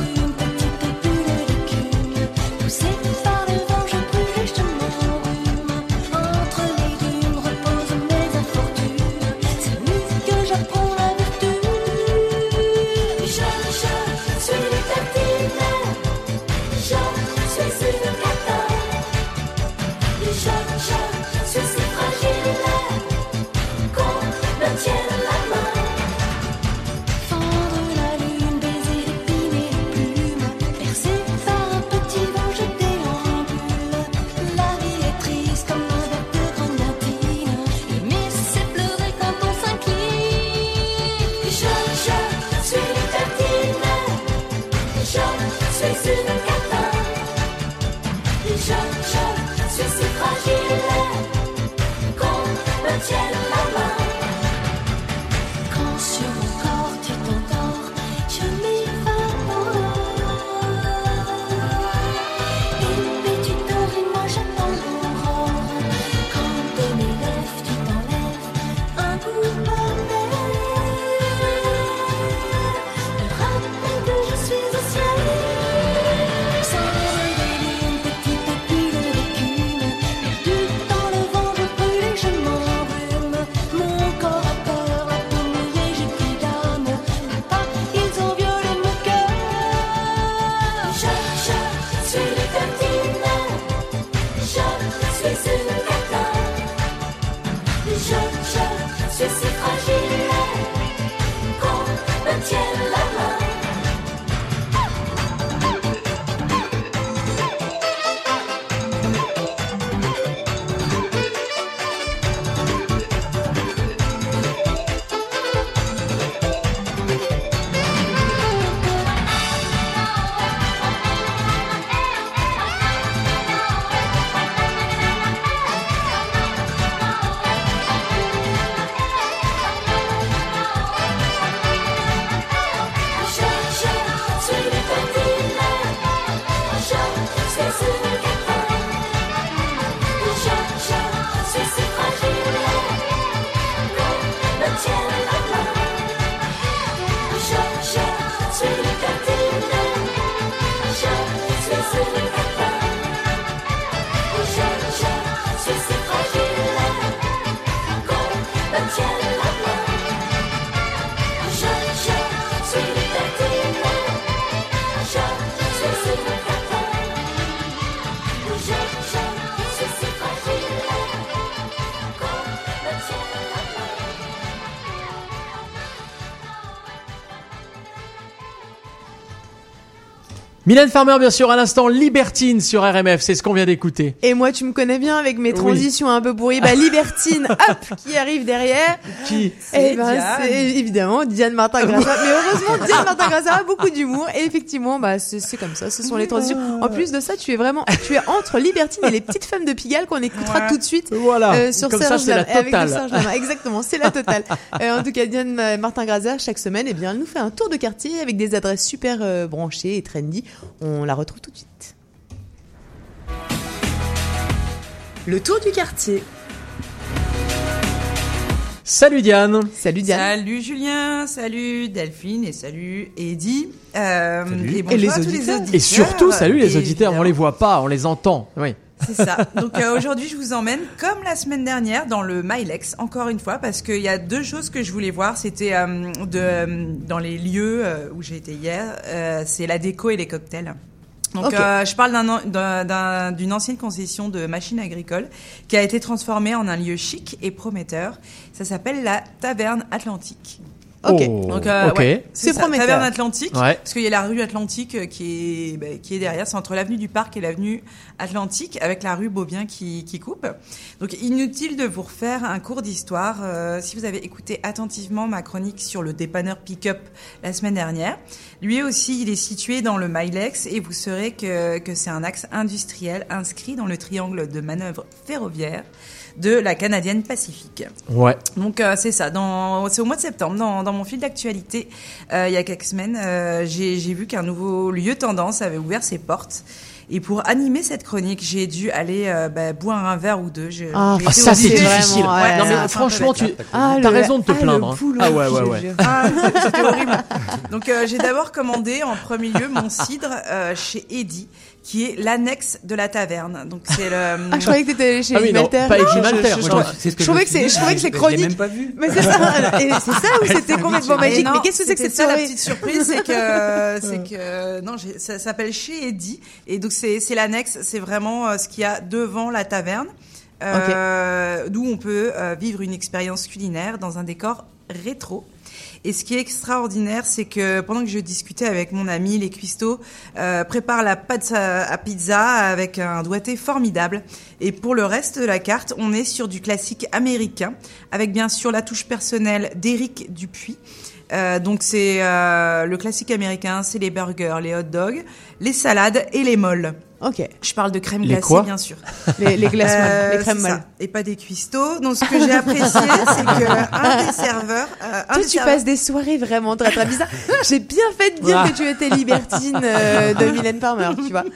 Mylène Farmer, bien sûr, à l'instant, Libertine sur R M F, c'est ce qu'on vient d'écouter. Et moi, tu me connais bien avec mes transitions oui. un peu pourries. Bah, Libertine, hop, qui arrive derrière. Qui Eh ben, c'est évidemment Diane Martin-Grassa. Mais heureusement, Diane Martin-Grassa a beaucoup d'humour. Et effectivement, bah, c'est, c'est comme ça, ce sont les transitions. En plus de ça, tu es vraiment, tu es entre Libertine et les petites femmes de Pigalle qu'on écoutera ouais. tout de suite. Voilà. Euh, sur comme Serge ça, c'est la avec totale. Serge Lama. Exactement, c'est la totale. euh, en tout cas, Diane Martin-Grassa, chaque semaine, eh bien, elle nous fait un tour de quartier avec des adresses super euh, branchées et trendy. On la retrouve tout de suite. Le tour du quartier. Salut Diane. Salut Diane. Salut Julien, salut Delphine et salut Eddy. Euh, salut. Et, bonjour et les à tous auditeurs. les auditeurs. Et surtout, salut les et auditeurs, on les voit pas, on les entend. Oui. C'est ça. Donc euh, aujourd'hui, je vous emmène, comme la semaine dernière, dans le Mylex, encore une fois, parce qu'il y a deux choses que je voulais voir. C'était euh, de, euh, dans les lieux euh, où j'ai été hier, euh, c'est la déco et les cocktails. Donc, okay. euh, je parle d'un, d'un, d'un, d'une ancienne concession de machines agricoles qui a été transformée en un lieu chic et prometteur. Ça s'appelle la Taverne Atlantique. Ok. Oh, Donc, euh, okay. ouais, c'est, c'est ça, prometteur. Taverne Atlantique. Ouais. Parce qu'il y a la rue Atlantique qui est, bah, qui est derrière. C'est entre l'avenue du Parc et l'avenue Atlantique avec la rue Beaubien qui, qui coupe. Donc, inutile de vous refaire un cours d'histoire. Euh, si vous avez écouté attentivement ma chronique sur le dépanneur Pick-up la semaine dernière. Lui aussi, il est situé dans le Mylex et vous saurez que, que c'est un axe industriel inscrit dans le triangle de manœuvre ferroviaire de la Canadienne Pacifique. Ouais. Donc euh, c'est ça. Dans, c'est au mois de septembre, dans, dans mon fil d'actualité, euh, il y a quelques semaines, euh, j'ai, j'ai vu qu'un nouveau lieu tendance avait ouvert ses portes. Et pour animer cette chronique, j'ai dû aller euh, bah, boire un verre ou deux. J'ai, ah, j'ai ça c'est vraiment, difficile. Ouais, ouais, non mais ça, franchement, tu ah, as le, raison de te ah, plaindre. Boulot, ah ouais ouais ouais. Ah, c'était horrible. Donc euh, j'ai d'abord commandé en premier lieu mon cidre euh, chez Eddy, qui est l'annexe de la taverne. Donc c'est le. Ah, je croyais que t'étais chez ah oui, Malter. Non, pas Eddy Malter. Je, je, je, c'est ce que je trouvais que c'est, je trouvais que c'est chronique. Je l'ai même pas vu. Mais c'est ça. Et c'est ça ou c'était complètement magique. Non, mais qu'est-ce que c'est que cette ça, soirée? La petite surprise, c'est que, c'est que, non, j'ai, ça s'appelle chez Eddy. Et donc c'est, c'est l'annexe. C'est vraiment euh, ce qu'il y a devant la taverne. Euh, okay. D'où on peut euh, vivre une expérience culinaire dans un décor rétro. Et ce qui est extraordinaire, c'est que pendant que je discutais avec mon ami, les cuistots euh, préparent la pâte à pizza avec un doigté formidable. Et pour le reste de la carte, on est sur du classique américain, avec bien sûr la touche personnelle d'Éric Dupuis. Euh, donc c'est euh, le classique américain, c'est les burgers, les hot dogs, les salades et les molles. Ok. Je parle de crème les glacée, quoi bien sûr. Les, les glaces molles, euh, les crèmes molles. Et pas des cuistots. Donc, ce que j'ai apprécié, c'est que un des serveurs, euh, un Toi, des tu serveurs... passes des soirées vraiment très très bizarres. J'ai bien fait de dire ah. que tu étais libertine euh, de Mylène Farmer, tu vois.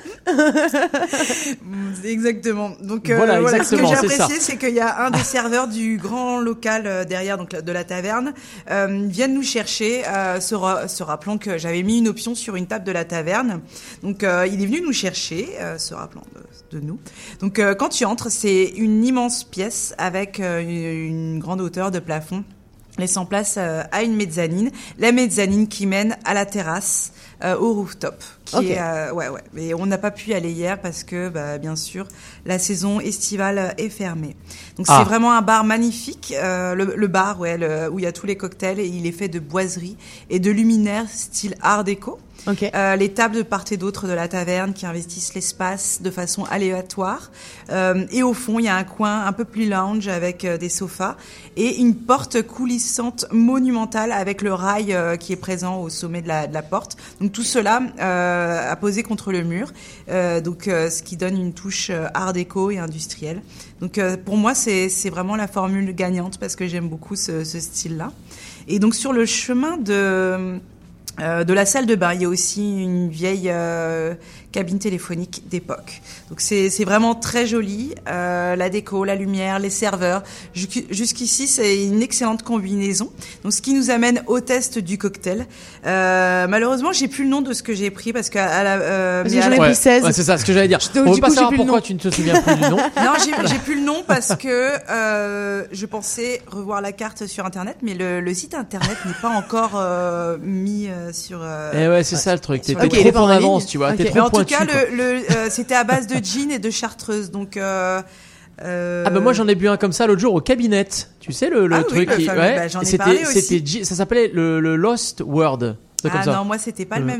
Exactement. Donc, euh, voilà, voilà, exactement, ce que j'ai c'est apprécié, ça. c'est qu'il y a un des serveurs du grand local euh, derrière, donc de la taverne, euh, viennent nous chercher, euh, se, ra- se rappelant que j'avais mis une option sur une table de la taverne. Donc, euh, il est venu nous chercher, euh, se rappelant de, de nous. Donc, euh, quand tu entres, c'est une immense pièce avec euh, une, une grande hauteur de plafond, laissant place euh, à une mezzanine. La mezzanine qui mène à la terrasse, euh, au rooftop. Qui okay. est, euh, ouais, ouais. Mais on n'a pas pu y aller hier parce que, bah, bien sûr, la saison estivale est fermée. Donc, ah. c'est vraiment un bar magnifique. Euh, le, le bar, ouais, le, où il y a tous les cocktails et il est fait de boiseries et de luminaires style art déco. Okay. Euh, les tables de part et d'autre de la taverne qui investissent l'espace de façon aléatoire. Euh, et au fond, il y a un coin un peu plus lounge avec euh, des sofas et une porte coulissante monumentale avec le rail euh, qui est présent au sommet de la, de la porte. Donc tout cela euh, à poser contre le mur. Euh, donc euh, ce qui donne une touche euh, art déco et industrielle. Donc euh, pour moi, c'est, c'est vraiment la formule gagnante parce que j'aime beaucoup ce, ce style-là. Et donc sur le chemin de... Euh, de la salle de bain, il y a aussi une vieille euh, cabine téléphonique d'époque. Donc c'est c'est vraiment très joli, euh, la déco, la lumière, les serveurs. Jusqu'ici, c'est une excellente combinaison. Donc ce qui nous amène au test du cocktail. Euh, malheureusement, j'ai plus le nom de ce que j'ai pris parce que à la euh, mais j'en ai pris seize. Ouais, c'est ça, ce que j'allais dire. Je, On veut du pas coup, savoir pourquoi tu ne te souviens plus du nom. Non, j'ai j'ai plus le nom parce que euh, je pensais revoir la carte sur internet, mais le, le site internet n'est pas encore euh, mis euh, sur. Euh, eh ouais, c'est ça le truc. T'es okay, trop en avance, tu vois. Okay. T'es trop mais en pointu, tout cas, quoi. le, le euh, c'était à base de gin et de chartreuse, donc. Euh, euh... Ah bah moi j'en ai bu un comme ça l'autre jour au cabinet. Tu sais le, le ah truc oui, qui, le fameux, ouais. Bah, j'en ai c'était parlé aussi. c'était ça s'appelait le, le Lost World. Ah comme ça. non, moi c'était pas euh... le même nom.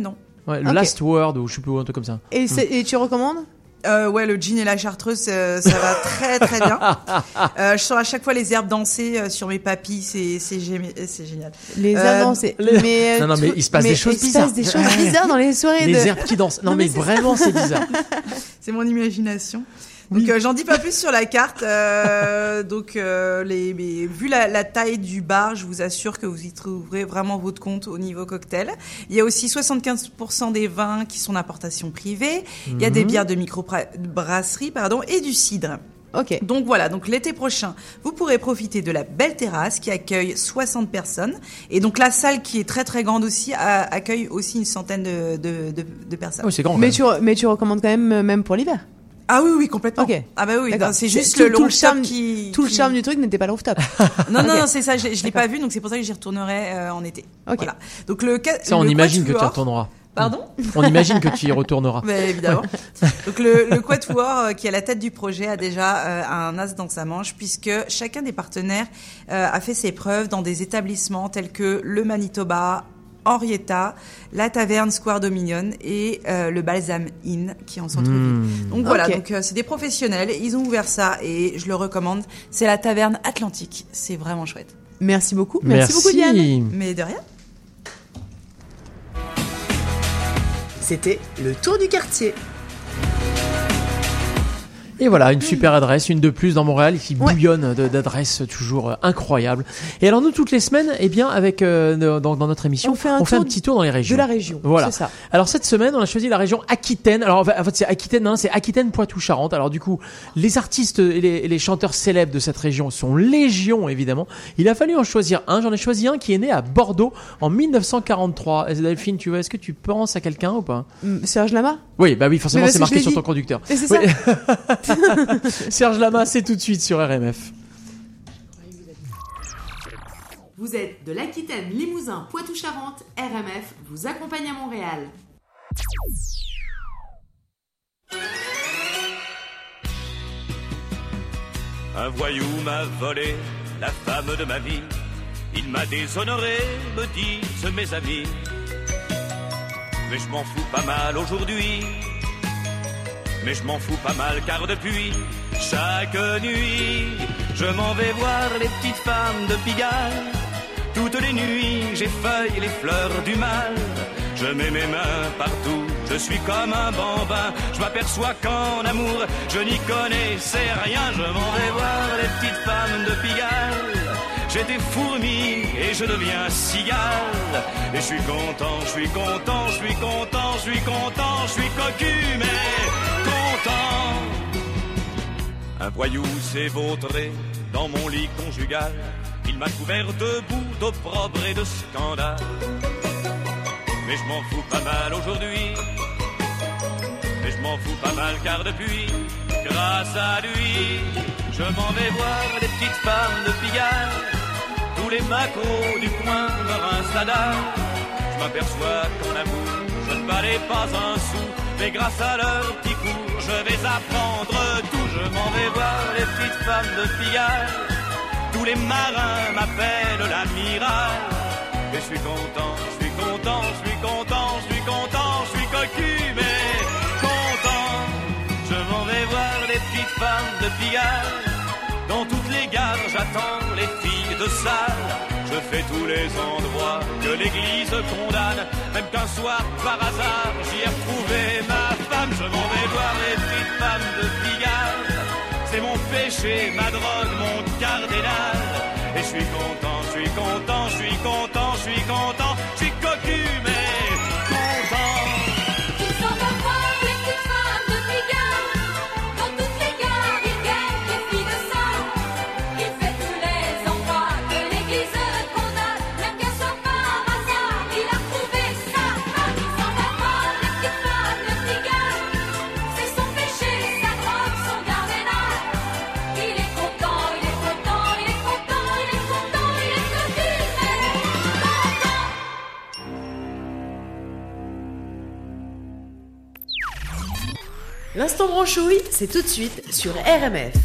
Ouais, le Ok. Last Word ou je sais plus, un truc comme ça. Et, c'est- et tu recommandes Euh, ouais, le gin et la chartreuse, euh, ça va très très bien. Euh, je sors à chaque fois les herbes danser euh, sur mes papilles, c'est c'est gé- c'est génial. Les Euh, herbes dansées. les- Mais, euh, Non, non, mais tout- il se passe des choses il se bizarres. passe des choses Ouais. bizarres dans les soirées. Les de... herbes qui dansent. Non, mais, vraiment, c'est bizarre. C'est mon imagination. Donc euh, j'en dis pas plus sur la carte. Euh, donc euh, les, mais, vu la, la taille du bar, je vous assure que vous y trouverez vraiment votre compte au niveau cocktail. Il y a aussi soixante-quinze pour cent des vins qui sont d'importation privée. Il y a des Mhm. bières de microbrasserie, pardon, et du cidre. Ok. Donc voilà, donc l'été prochain, vous pourrez profiter de la belle terrasse qui accueille soixante personnes. Et donc la salle qui est très très grande aussi a- accueille aussi une centaine de, de, de, de personnes. Oh, c'est grand. quand Mais même. tu, re- mais tu recommandes quand même, euh, même pour l'hiver. Ah oui, oui, complètement. Ok. Ah bah oui, D'accord. non, c'est juste tout, le, le tout le rooftop charme qui... Tout le qui- charme du truc n'était pas le rooftop. Non, non, Ok. non, c'est ça, je, je l'ai pas vu, donc c'est pour ça que j'y retournerai euh, en été. Ok. Voilà. Donc le ca- Ça, on le imagine que tu y quatuor- retourneras. Pardon On imagine que tu y retourneras. Mais évidemment. Donc le, le Quatuor euh, qui est à la tête du projet a déjà euh, un as dans sa manche puisque chacun des partenaires euh, a fait ses preuves dans des établissements tels que le Manitoba, Henrietta, la Taverne Square Dominion et euh, le Balsam Inn qui est en centre-ville. Mmh. Donc voilà, Ok. donc euh, c'est des professionnels, ils ont ouvert ça et je le recommande. C'est la Taverne Atlantique, c'est vraiment chouette. Merci beaucoup. Merci, beaucoup, Diane. Mais de rien. C'était le tour du quartier. Et voilà, une super adresse, une de plus dans Montréal qui bouillonne de- d'adresses toujours euh, incroyables. Et alors nous, toutes les semaines, eh bien, avec euh, dans, dans notre émission, On fait un un tour petit tour dans les régions. de la région, Voilà. c'est ça. Alors cette semaine, on a choisi la région Aquitaine. Alors en fait, en fait, c'est Aquitaine, hein, c'est Aquitaine, Poitou-Charentes. Alors du coup, les artistes et les, et les chanteurs célèbres de cette région sont légion, évidemment. Il a fallu en choisir un. J'en ai choisi un qui est né à Bordeaux en mille neuf cent quarante-trois. Et Delphine, tu vois, est-ce que tu penses à quelqu'un ou pas? Hum, Serge Lama. Oui, bah oui, forcément, Mais c'est parce que marqué je sur l'ai ton dit. conducteur. Et c'est ça. Serge Lama, c'est tout de suite sur R M F. Vous êtes de l'Aquitaine, Limousin, Poitou-Charentes, R M F vous accompagne à Montréal. Un voyou m'a volé la femme de ma vie. Il m'a déshonoré, me disent mes amis. Mais je m'en fous pas mal aujourd'hui. Mais je m'en fous pas mal car depuis chaque nuit, je m'en vais voir les petites femmes de Pigalle. Toutes les nuits, j'effeuille les fleurs du mal. Je mets mes mains partout, je suis comme un bambin. Je m'aperçois qu'en amour, je n'y connaissais rien. Je m'en vais voir les petites femmes de Pigalle. J'étais fourmi et je deviens cigale. Et je suis content, je suis content, je suis content, je suis content, je suis cocu, mais content. Un voyou s'est vautré dans mon lit conjugal. Il m'a couvert de boue, d'opprobre et de scandale. Mais je m'en fous pas mal aujourd'hui. Mais je m'en fous pas mal car depuis, grâce à lui, je m'en vais voir les petites femmes de Pigalle. Tous les macros du coin me rincent la dalle. Je m'aperçois qu'en amour, je ne valais pas un sou. Mais grâce à leur petit cours, je vais apprendre tout. Je m'en vais voir les petites femmes de Pigalle. Tous les marins m'appellent l'amiral. Et je suis content, je suis content, je suis content, je suis content, je suis cocu, mais content. Je m'en vais voir les petites femmes de Pigalle. Dans toutes les gares, j'attends les filles de salle. Je fais tous les endroits que l'église condamne. Même qu'un soir, par hasard, j'y ai retrouvé ma femme. Je m'en vais voir les petites femmes de Pigalle. C'est mon péché, ma drogue, mon cardinal. Et je suis content, je suis content, je suis content, je suis content, je suis cocu, mais content. Ils s'en vont voir les petites femmes de Pigalle. Dans toutes les gares, ils guettent les filles de salle. Il fait tous les endroits que l'église condamne. Même qu'un soir par hasard, il a trouvé sa femme. Ils s'en vont voir les petites femmes de Pigalle. C'est son péché, sa drogue, son cardinal. Il est content, il est content, il est content, il est content, il est cocu, mais content. L'instant branchouille, c'est tout de suite sur R M F.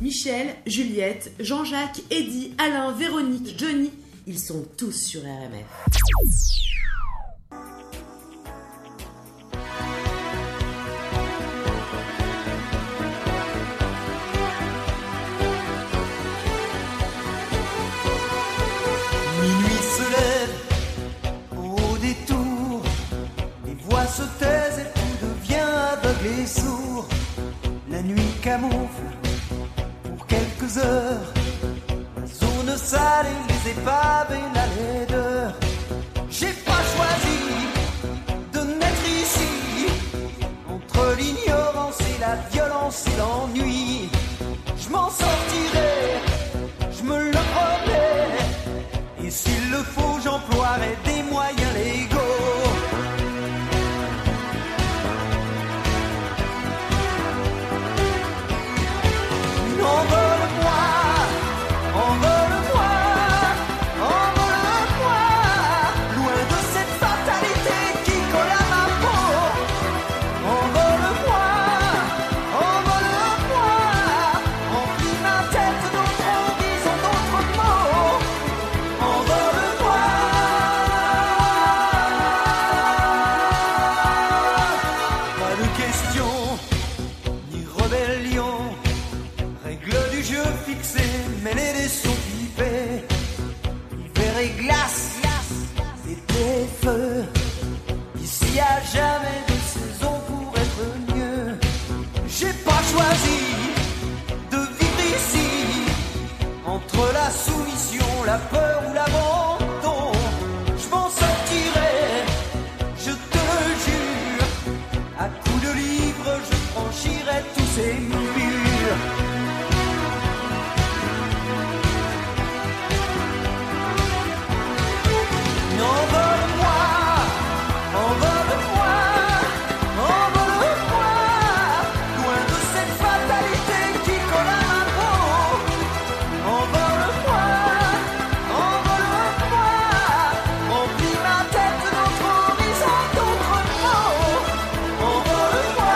Michel, Juliette, Jean-Jacques, Eddy, Alain, Véronique, Johnny, ils sont tous sur R M F. Minuit se lève au détour, les voix se taisent et tout devient aveugle et sourd. La nuit camoufle pour quelques heures la zone sale et les épaves et la laideur. J'ai pas choisi de naître ici, entre l'ignorance et la violence et l'ennui. Je m'en sortirai, je me le promets. Et s'il le faut, j'emploierai des moyens légaux. Envole-moi, envole-moi, envole-moi, loin de cette fatalité qui colle à ma peau. Envole-moi, envole-moi, remplis ma tête d'autres horizons, d'autres mots. Envole-moi. Pas de question, ni rébellion. Règles du jeu fixées, mêlées des sons pipés. Hiver et glace, été et feu. Ici y'a jamais de saison pour être mieux. J'ai pas choisi de vivre ici, entre la soumission, la peur ou l'abandon. Je m'en sortirai, je te le jure. À coups de livres, je franchirai tous ces murs. Envole-moi, envole-moi, envole-moi, loin de cette fatalité qui colle à ma peau. Envole-moi, envole-moi, remplis ma tête d'autres horizons, d'autres mots. Envole-moi.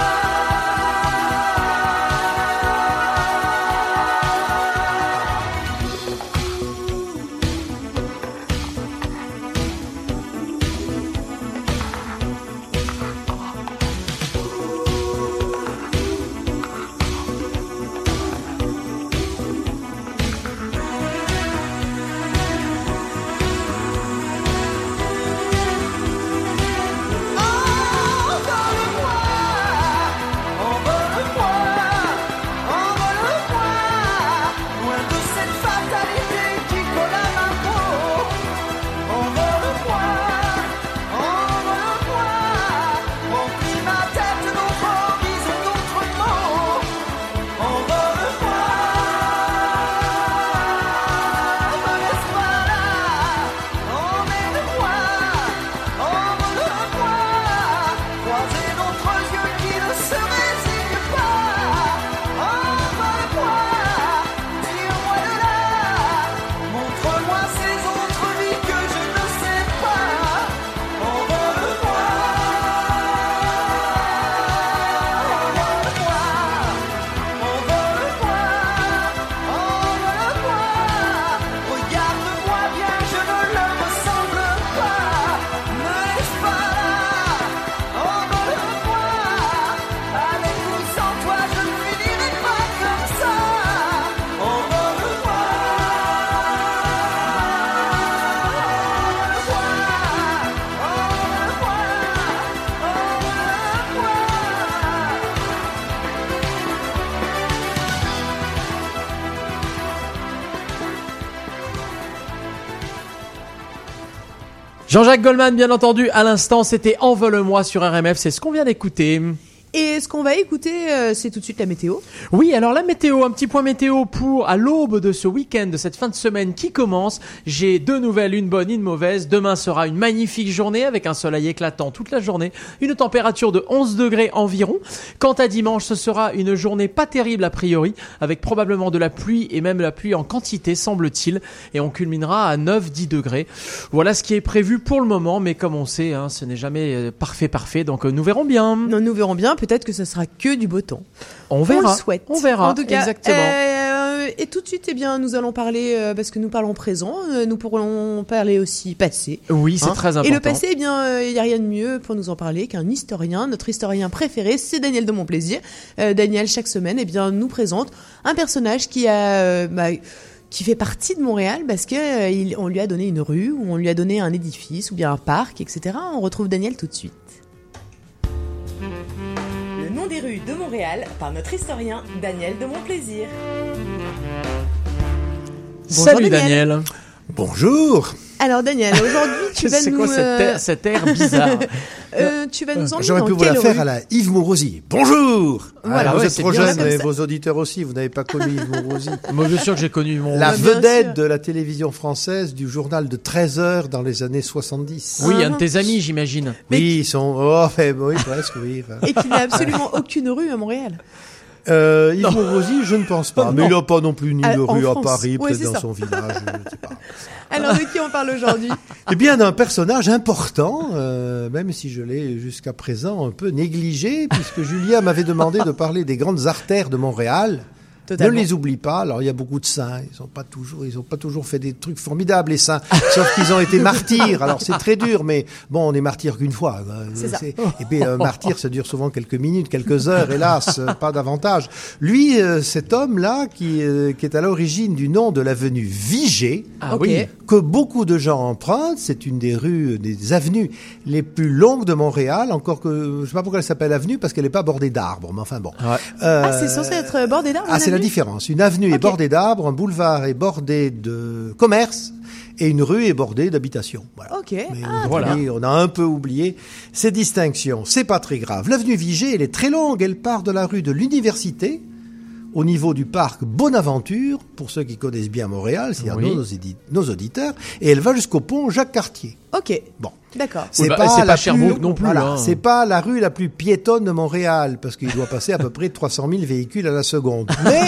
Jean-Jacques Goldman, bien entendu, à l'instant, c'était Envole-moi sur R M F, c'est ce qu'on vient d'écouter. Et ce qu'on va écouter, euh, c'est tout de suite la météo. Oui, alors la météo, un petit point météo pour à l'aube de ce week-end, de cette fin de semaine qui commence. J'ai deux nouvelles, une bonne, une mauvaise. Demain sera une magnifique journée avec un soleil éclatant toute la journée, une température de onze degrés environ. Quant à dimanche, ce sera une journée pas terrible a priori, avec probablement de la pluie et même la pluie en quantité, semble-t-il. Et on culminera à neuf à dix degrés. Voilà ce qui est prévu pour le moment, mais comme on sait, hein, ce n'est jamais parfait parfait, donc euh, nous verrons bien. Non, nous verrons bien. peut-être que ce sera que du beau temps. On verra. On le souhaite. On verra. En tout cas, exactement. Euh, et tout de suite, eh bien, nous allons parler, euh, parce que nous parlons présent, euh, nous pourrons parler aussi passé. Oui, c'est très important. Et le passé, eh bien, il euh, n'y a rien de mieux pour nous en parler qu'un historien. Notre historien préféré, c'est Daniel de Montplaisir. Euh, Daniel, chaque semaine, eh bien, nous présente un personnage qui a... Euh, bah, qui fait partie de Montréal parce que euh, il, on lui a donné une rue, ou on lui a donné un édifice, ou bien un parc, et cetera. On retrouve Daniel tout de suite. Le nom des rues de Montréal par notre historien Daniel de Montplaisir. Bonjour, Salut Daniel. Daniel. Bonjour. Alors Daniel, aujourd'hui tu vas C'est nous... quoi cet air, cet air bizarre euh, Tu vas nous emmener J'aurais dans pu vous quelle la faire rue à la Yves Mourouzi. Bonjour. Voilà, ah, vous ouais, êtes c'est trop bien jeune, comme mais ça. vos auditeurs aussi, vous n'avez pas connu Yves Mourouzi. Moi, je suis sûr que j'ai connu mon... La Ouais, bien vedette sûr. de la télévision française du journal de treize heures dans les années soixante-dix. Oui, Ah. un de tes amis, j'imagine. Oui, ils sont... Oh, fait, oui, presque, oui. Enfin. Et qu'il n'a absolument aucune rue à Montréal. Euh, Yves Mourouzi, je ne pense pas. Mais Non. il n'a pas non plus ni Ah, de en rue à France. Paris, Ouais, peut-être c'est dans ça. son village, je ne sais pas. Alors de qui on parle aujourd'hui? Eh bien, d'un personnage important, euh, même si je l'ai jusqu'à présent un peu négligé, puisque Julien m'avait demandé de parler des grandes artères de Montréal. Totalement. Ne les oublie pas. Alors, il y a beaucoup de saints. Ils ont pas toujours, ils ont pas toujours fait des trucs formidables, les saints. Sauf qu'ils ont été martyrs. Alors, c'est très dur, mais bon, on est martyr qu'une fois. quoi. C'est ça. Et puis, un martyr, ça dure souvent quelques minutes, quelques heures, hélas, pas davantage. Lui, euh, cet homme-là, qui, euh, qui est à l'origine du nom de l'avenue Vigée, Ah Ok. oui. que beaucoup de gens empruntent. C'est une des rues, des avenues les plus longues de Montréal. Encore que, je sais pas pourquoi elle s'appelle avenue, parce qu'elle n'est pas bordée d'arbres. Mais enfin bon. Ouais. Euh, Ah, c'est censé être bordé d'arbres? ah, c'est la l'avenue différence. Une avenue est Ok. bordée d'arbres, un boulevard est bordé de commerce et une rue est bordée d'habitations. Voilà. Ok. Mais Ah, voilà. voilà. On a un peu oublié ces distinctions. C'est pas très grave. L'avenue Vigée, elle est très longue. Elle part de la rue de l'Université au niveau du parc Bonaventure, pour ceux qui connaissent bien Montréal, c'est-à-dire Oui. nos, édi- nos auditeurs, et elle va jusqu'au pont Jacques-Cartier. Ok. Bon. D'accord. C'est bah, pas, c'est pas la Sherbrooke non plus, Voilà, hein. c'est pas la rue la plus piétonne de Montréal parce qu'il doit passer à peu près trois cent mille véhicules à la seconde. Mais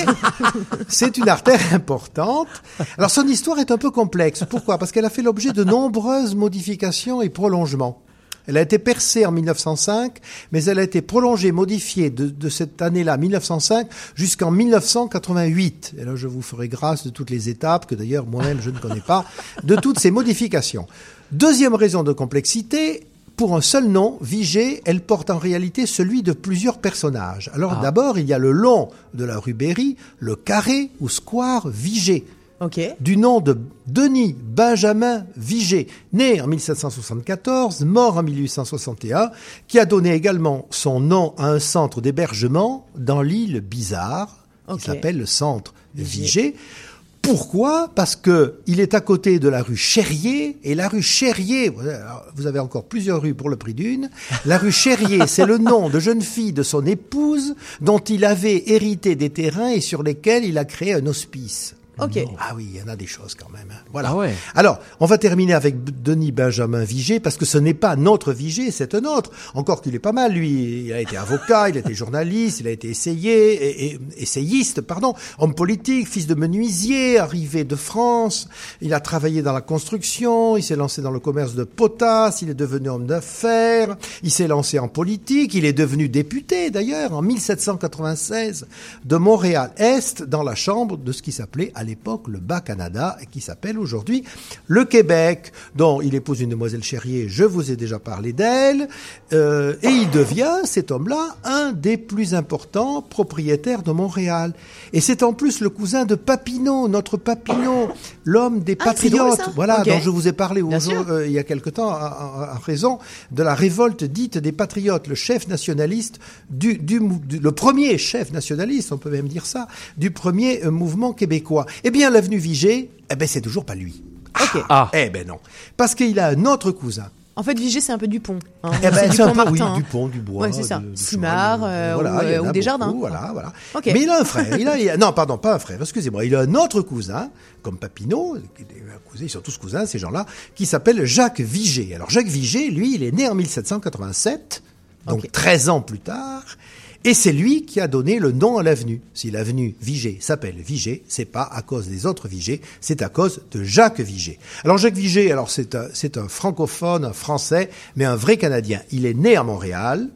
c'est une artère importante. Alors son histoire est un peu complexe. Pourquoi? Parce qu'elle a fait l'objet de nombreuses modifications et prolongements. Elle a été percée en mille neuf cent cinq, mais elle a été prolongée, modifiée de, de cette année-là, mille neuf cent cinq, jusqu'en mille neuf cent quatre-vingt-huit. Et là, je vous ferai grâce de toutes les étapes, que d'ailleurs moi-même je ne connais pas, de toutes ces modifications. Deuxième raison de complexité, pour un seul nom, Vigée, elle porte en réalité celui de plusieurs personnages. Alors Ah. d'abord, il y a le long de la rue Berry, le carré ou square Vigée. Ok. Du nom de Denis Benjamin Vigée, né en mille sept cent soixante-quatorze, mort en mille huit cent soixante et un, qui a donné également son nom à un centre d'hébergement dans l'île Bizarre, Ok. qui s'appelle le centre Vigée. Pourquoi? Parce que il est à côté de la rue Cherrier, et la rue Cherrier, vous avez encore plusieurs rues pour le prix d'une. La rue Cherrier, c'est le nom de jeune fille de son épouse, dont il avait hérité des terrains et sur lesquels il a créé un hospice. Ok. Ah oui, il y en a des choses quand même. hein. Voilà. Ah ouais. Alors, on va terminer avec B- Denis Benjamin Vigée, parce que ce n'est pas notre Vigée, c'est un autre. Encore qu'il est pas mal, lui. Il a été avocat, il a été journaliste, il a été essayé, et, et- essayiste, pardon, homme politique, fils de menuisier, arrivé de France. Il a travaillé dans la construction, il s'est lancé dans le commerce de potasse, il est devenu homme d'affaires, il s'est lancé en politique, il est devenu député d'ailleurs en mille sept cent quatre-vingt-seize de Montréal-Est dans la chambre de ce qui s'appelait à l'époque le Bas-Canada et qui s'appelle aujourd'hui le Québec, dont il épouse une demoiselle Cherrier, je vous ai déjà parlé d'elle, euh, et il devient, cet homme-là, un des plus importants propriétaires de Montréal. Et c'est en plus le cousin de Papineau, notre Papineau, l'homme des Ah, c'est drôle, patriotes, ça. voilà, Ok. dont je vous ai parlé Bien aujourd'hui, sûr. euh, il y a quelque temps, à, à- à raison de la révolte dite des patriotes, le chef nationaliste du, du, mou- du- le premier chef nationaliste, on peut même dire ça, du premier euh, mouvement québécois. Eh bien, l'avenue Vigée, eh ben, c'est toujours pas lui. Ok. Ah. Eh ben non. Parce qu'il a un autre cousin. En fait, Vigée, c'est un peu Dupont. Hein. Eh ben, c'est c'est un peu, Dupont-Martin. oui, hein. Dupont, Dubois. Ouais, c'est ça. de- de Simard, Cheval, euh, voilà, ou, il y euh, en ou a Desjardins. beaucoup, Voilà, voilà. Ok. Mais il a un frère. Il a, il a- non, pardon, pas un frère. Excusez-moi. Il a un autre cousin, comme Papineau, qui est un cousin, ils sont tous cousins, ces gens-là, qui s'appelle Jacques Vigée. Alors, Jacques Vigée, lui, il est né en mille sept cent quatre-vingt-sept, donc Ok. treize ans plus tard. Et c'est lui qui a donné le nom à l'avenue. Si l'avenue Vigée s'appelle Vigée, c'est pas à cause des autres Vigée, c'est à cause de Jacques Vigée. Alors Jacques Vigée, alors c'est un, c'est un francophone, un français, mais un vrai Canadien. Il est né à Montréal,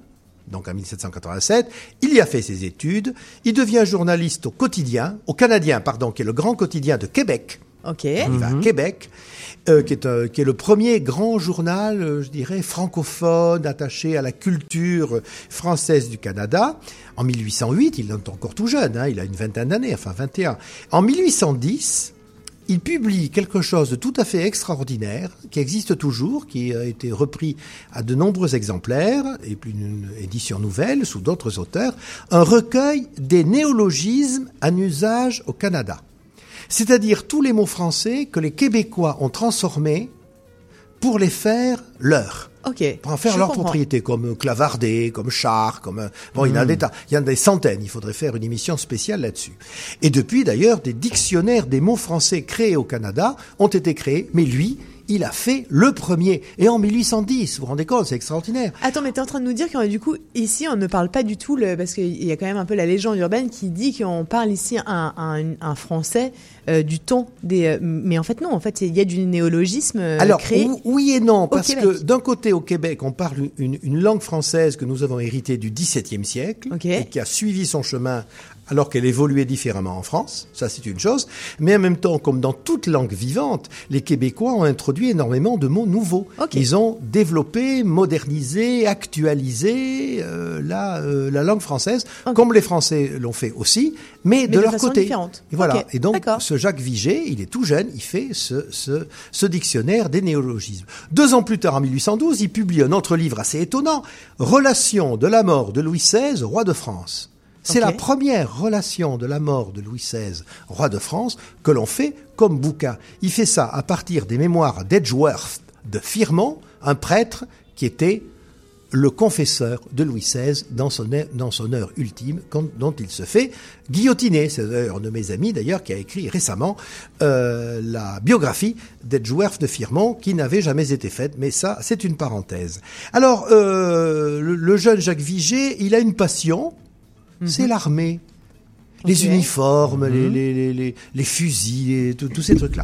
donc en dix-sept cent quatre-vingt-sept. Il y a fait ses études. Il devient journaliste au quotidien, au Canadien, pardon, qui est le grand quotidien de Québec. Ok. Il va à Québec, euh, qui, est, euh, qui est le premier grand journal, euh, je dirais, francophone, attaché à la culture française du Canada. En mille huit cent huit, il est encore tout jeune, hein, il a une vingtaine d'années, enfin vingt et un. En mille huit cent dix, il publie quelque chose de tout à fait extraordinaire, qui existe toujours, qui a été repris à de nombreux exemplaires, et puis une édition nouvelle, sous d'autres auteurs, un recueil des néologismes en usage au Canada. C'est-à-dire tous les mots français que les Québécois ont transformés pour les faire leurs. Ok. Pour en faire je leur comprends. propriété, comme clavardé, comme char, comme... Bon, il y en a des tas. Il y en a des centaines. Il faudrait faire une émission spéciale là-dessus. Et depuis, d'ailleurs, des dictionnaires des mots français créés au Canada ont été créés, mais lui, il a fait le premier. Et en mille huit cent dix, vous vous rendez compte, c'est extraordinaire. Attends, mais t'es en train de nous dire que du coup, ici, on ne parle pas du tout, le, parce qu'il y a quand même un peu la légende urbaine qui dit qu'on parle ici un, un, un français euh, du ton des... Euh, mais en fait, non, en fait, il y a du néologisme euh, Alors, créé ou- oui et non, parce Québec. que d'un côté, au Québec, on parle une, une langue française que nous avons héritée du dix-septième siècle et qui a suivi son chemin alors qu'elle évoluait différemment en France, ça c'est une chose, mais en même temps, comme dans toute langue vivante, les Québécois ont introduit énormément de mots nouveaux. Ils ont développé, modernisé, actualisé euh, la, euh, la langue française, comme les Français l'ont fait aussi, mais, Mais de, de leur façon côté. différente. Et voilà. Ok, Et donc, d'accord. ce Jacques Vigée, il est tout jeune, il fait ce, ce, ce dictionnaire des néologismes. Deux ans plus tard, en mille huit cent douze, il publie un autre livre assez étonnant, Relation de la mort de Louis seize, roi de France. C'est Ok. la première relation de la mort de Louis seize, roi de France, que l'on fait comme bouquin. Il fait ça à partir des mémoires d'Edgeworth de Firmont, un prêtre qui était le confesseur de Louis seize dans son heure, dans son heure ultime, quand, dont il se fait guillotiner. C'est un de mes amis d'ailleurs qui a écrit récemment euh, la biographie d'Edgeworth de Firmont qui n'avait jamais été faite, mais ça c'est une parenthèse. Alors euh, le, le jeune Jacques Vigée, il a une passion, c'est l'armée. Les Ok. uniformes, les, les, les, les, les fusils, et tout- tous ces trucs-là.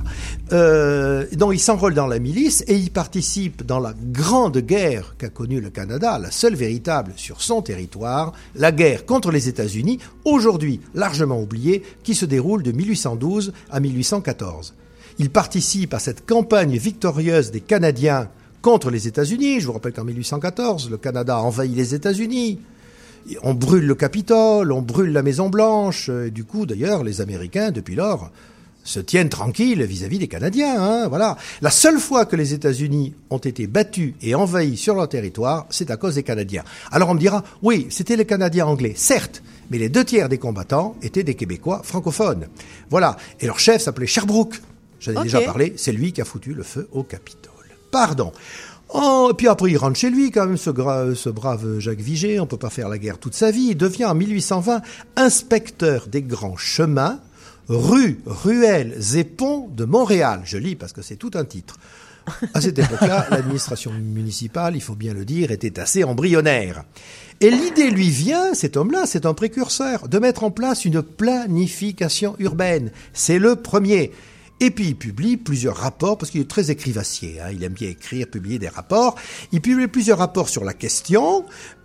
Euh, donc il s'enrôle dans la milice et il participe dans la grande guerre qu'a connue le Canada, la seule véritable sur son territoire, la guerre contre les États-Unis, aujourd'hui largement oubliée, qui se déroule de mille huit cent douze à mille huit cent quatorze. Il participe à cette campagne victorieuse des Canadiens contre les États-Unis. Je vous rappelle qu'en mille huit cent quatorze, le Canada envahit les États-Unis. On brûle le Capitole, on brûle la Maison-Blanche. Et du coup, d'ailleurs, les Américains, depuis lors, se tiennent tranquilles vis-à-vis des Canadiens. Hein, voilà. La seule fois que les États-Unis ont été battus et envahis sur leur territoire, c'est à cause des Canadiens. Alors on me dira, oui, c'était les Canadiens anglais, certes, mais les deux tiers des combattants étaient des Québécois francophones. Voilà. Et leur chef s'appelait Sherbrooke. J'en ai Ok. déjà parlé, c'est lui qui a foutu le feu au Capitole. Pardon. Oh, et puis après, il rentre chez lui, quand même, ce, gra- ce brave Jacques Vigée. On peut pas faire la guerre toute sa vie. Il devient, en mille huit cent vingt, inspecteur des grands chemins, rues, ruelles et ponts de Montréal. Je lis parce que c'est tout un titre. À cette époque-là, l'administration municipale, il faut bien le dire, était assez embryonnaire. Et l'idée lui vient, cet homme-là, c'est un précurseur, de mettre en place une planification urbaine. C'est le premier. Et puis il publie plusieurs rapports, parce qu'il est très écrivassier, hein, il aime bien écrire, publier des rapports. Il publie plusieurs rapports sur la question.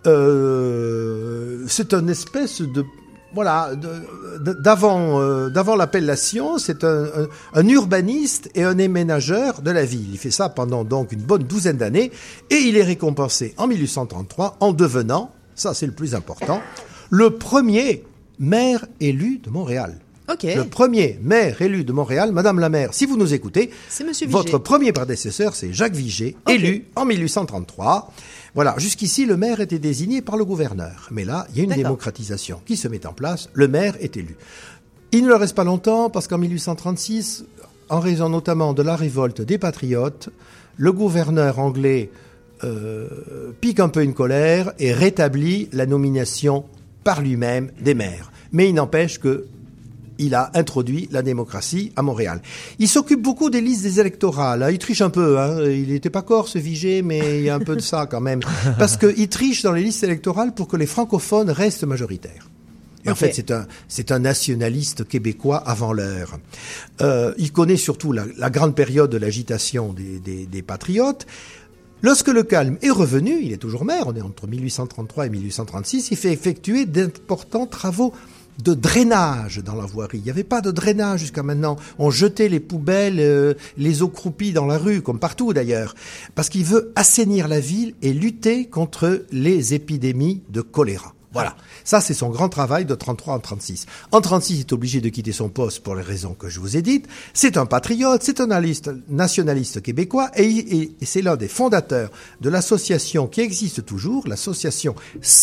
Euh, c'est une espèce de... Voilà, de- de- d'avant euh, d'avant l'appellation, c'est un, un, un urbaniste et un éménageur de la ville. Il fait ça pendant donc une bonne douzaine d'années, et il est récompensé en mille huit cent trente-trois en devenant, ça c'est le plus important, le premier maire élu de Montréal. Ok. Le premier maire élu de Montréal, Madame la maire, si vous nous écoutez, C'est Monsieur Vigée. votre premier prédécesseur, c'est Jacques Vigée, Ok. élu en mille huit cent trente-trois. Voilà, jusqu'ici, le maire était désigné par le gouverneur. Mais là, il y a une D'accord. démocratisation qui se met en place. Le maire est élu. Il ne le reste pas longtemps parce qu'en mille huit cent trente-six, en raison notamment de la révolte des patriotes, le gouverneur anglais euh, pique un peu une colère et rétablit la nomination par lui-même des maires. Mais il n'empêche que il a introduit la démocratie à Montréal. Il s'occupe beaucoup des listes des électorales. Il triche un peu. Hein. Il n'était pas corse, Vigée, mais il y a un peu de ça quand même. Parce qu'il triche dans les listes électorales pour que les francophones restent majoritaires. Et en Ok. fait, c'est un, c'est un nationaliste québécois avant l'heure. Euh, il connaît surtout la, la grande période de l'agitation des, des, des patriotes. Lorsque le calme est revenu, il est toujours maire, on est entre mille huit cent trente-trois et mille huit cent trente-six, il fait effectuer d'importants travaux de drainage dans la voirie. Il n'y avait pas de drainage jusqu'à maintenant. On jetait les poubelles, euh, les eaux croupies dans la rue, comme partout d'ailleurs, parce qu'il veut assainir la ville et lutter contre les épidémies de choléra. Voilà. Ça, c'est son grand travail de trente-trois en trente-six. En trente-six, il est obligé de quitter son poste pour les raisons que je vous ai dites. C'est un patriote, c'est un analyste, nationaliste québécois et, et, et c'est l'un des fondateurs de l'association qui existe toujours, l'association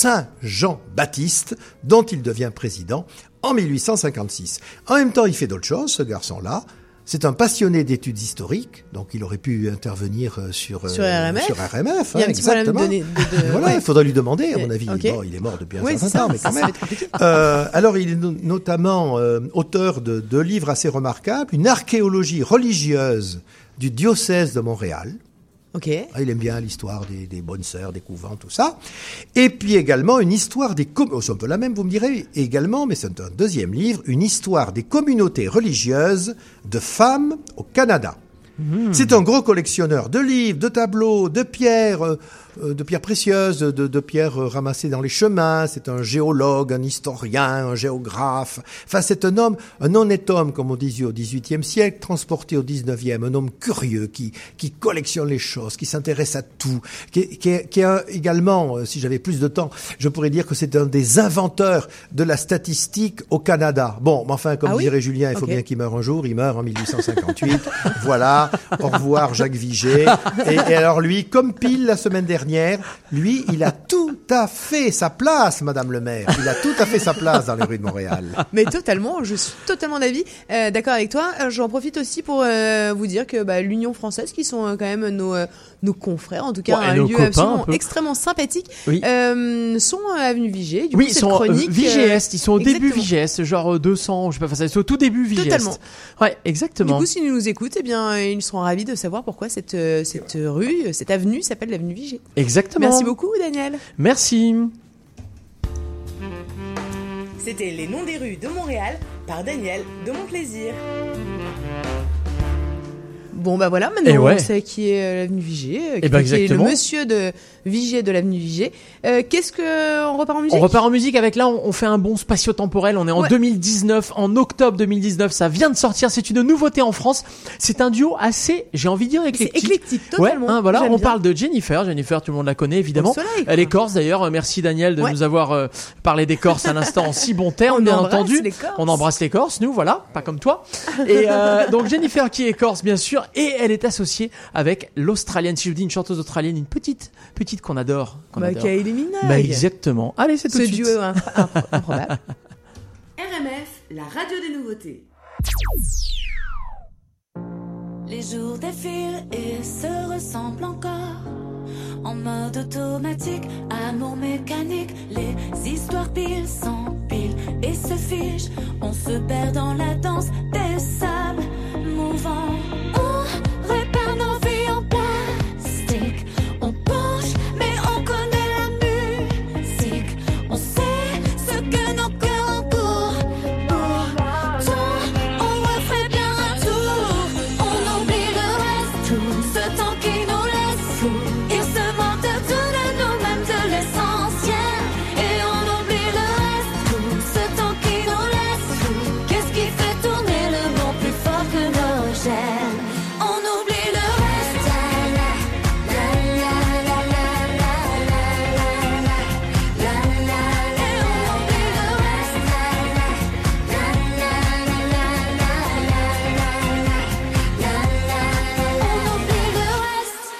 Saint-Jean-Baptiste, dont il devient président en mille huit cent cinquante-six. En même temps, il fait d'autres choses, ce garçon-là. C'est un passionné d'études historiques, donc il aurait pu intervenir sur sur R M F. Sur R M F, il y a hein, un petit problème exactement. de, de, de, voilà, ouais. il faudrait lui demander, à mon avis. Okay. Bon, il est mort depuis un oui, certain temps, mais quand même. Euh, alors, il est no- notamment euh, auteur de deux livres assez remarquables, une archéologie religieuse du diocèse de Montréal. Okay. Ah, il aime bien l'histoire des, des bonnes sœurs, des couvents, tout ça. Et puis également une histoire des... Com- oh, c'est un peu la même, vous me direz, également, mais c'est un deuxième livre, une histoire des communautés religieuses de femmes au Canada. Mmh. C'est un gros collectionneur de livres, de tableaux, de pierres, euh, de pierres précieuses, de, de pierres ramassées dans les chemins. C'est un géologue, un historien, un géographe. Enfin, c'est un homme, un honnête homme, comme on disait au dix-huitième siècle, transporté au dix-neuvième. Un homme curieux qui, qui collectionne les choses, qui s'intéresse à tout, qui, qui, qui a également, si j'avais plus de temps, je pourrais dire que c'est un des inventeurs de la statistique au Canada. Bon, mais enfin, comme ah oui dirait Julien, il faut okay. bien qu'il meure un jour. Il meurt en mille huit cent cinquante-huit. Voilà. Au revoir, Jacques Vigée. Et, et alors lui, comme pile la semaine dernière, lui, il a tout à fait sa place, Madame le maire. Il a tout à fait sa place dans les rues de Montréal. Mais totalement, je suis totalement d'avis, euh, d'accord avec toi. Euh, J'en profite aussi pour euh, vous dire que bah, l'Union française, qui sont euh, quand même nos euh, nos confrères, en tout cas ouais, un lieu copains, absolument un extrêmement sympathique, oui. euh, sont à avenue Vigée. Du oui, coup, ils cette sont chronique, euh, V G S, ils sont au exactement. début V G S, genre deux cents, je sais pas, enfin, c'est au tout début V G S. Totalement. Ouais, exactement. Du coup, s'ils nous écoutent, eh bien, euh, ils seront ravis de savoir pourquoi cette euh, cette rue, cette avenue s'appelle l'avenue Vigée. Exactement. Merci beaucoup, Daniel. Merci. C'était Les Noms des rues de Montréal par Daniel de Mon Plaisir. Bon bah voilà, maintenant Et ouais. on sait qui est euh, l'avenue Vigée, euh, Et bah qui est le exactement. monsieur de Vigée de l'avenue Vigée. Euh, Qu'est-ce que on repart en musique? On repart en musique avec là, on, on fait un bond spatio-temporel. On est en Ouais. deux mille dix-neuf, en octobre deux mille dix-neuf. Ça vient de sortir. C'est une nouveauté en France. C'est un duo assez, j'ai envie de dire éclectique. C'est éclectique, totalement. Ouais, hein, voilà. J'aime On bien. parle de Jennifer. Jennifer, tout le monde la connaît évidemment. Au soleil, quoi. Elle est corse d'ailleurs. Euh, Merci Daniel de Ouais. nous avoir euh, parlé des Corses à l'instant en si bon terme, On bien embrasse entendu. les Corses. On embrasse les Corses, nous, voilà, pas comme toi. Et euh, donc Jennifer qui est corse bien sûr, et elle est associée avec l'Australienne. Si je vous dis une chanteuse australienne, une petite, petite qu'on adore. Qu'on Bah, adore. Kylie Minogue. Bah exactement. Allez, c'est tout Ce de suite. duo impro- impro- improbable. R M F, la radio des nouveautés. Les jours défilent et se ressemblent encore. En mode automatique, amour mécanique. Les histoires pile s'empilent et se fichent. On se perd dans la danse des sables mouvants. On répare nos vies en plastique. On penche, mais on connaît la musique. On sait ce que nos cœurs encourent. Pourtant, on referait bien un tour. On oublie le reste, tout ce temps qui nous laisse fous. Il se manque de tout de nous-mêmes, de l'essentiel. Et on oublie le reste, tout ce temps qui nous laisse fous. Qu'est-ce qui fait tourner le monde plus fort que nos gènes? On oublie le reste. La, la, la, la, la, la, la, la, la, la, la. Et on oublie le reste. La, la, la, la, la, la, la, la, la. On oublie le reste.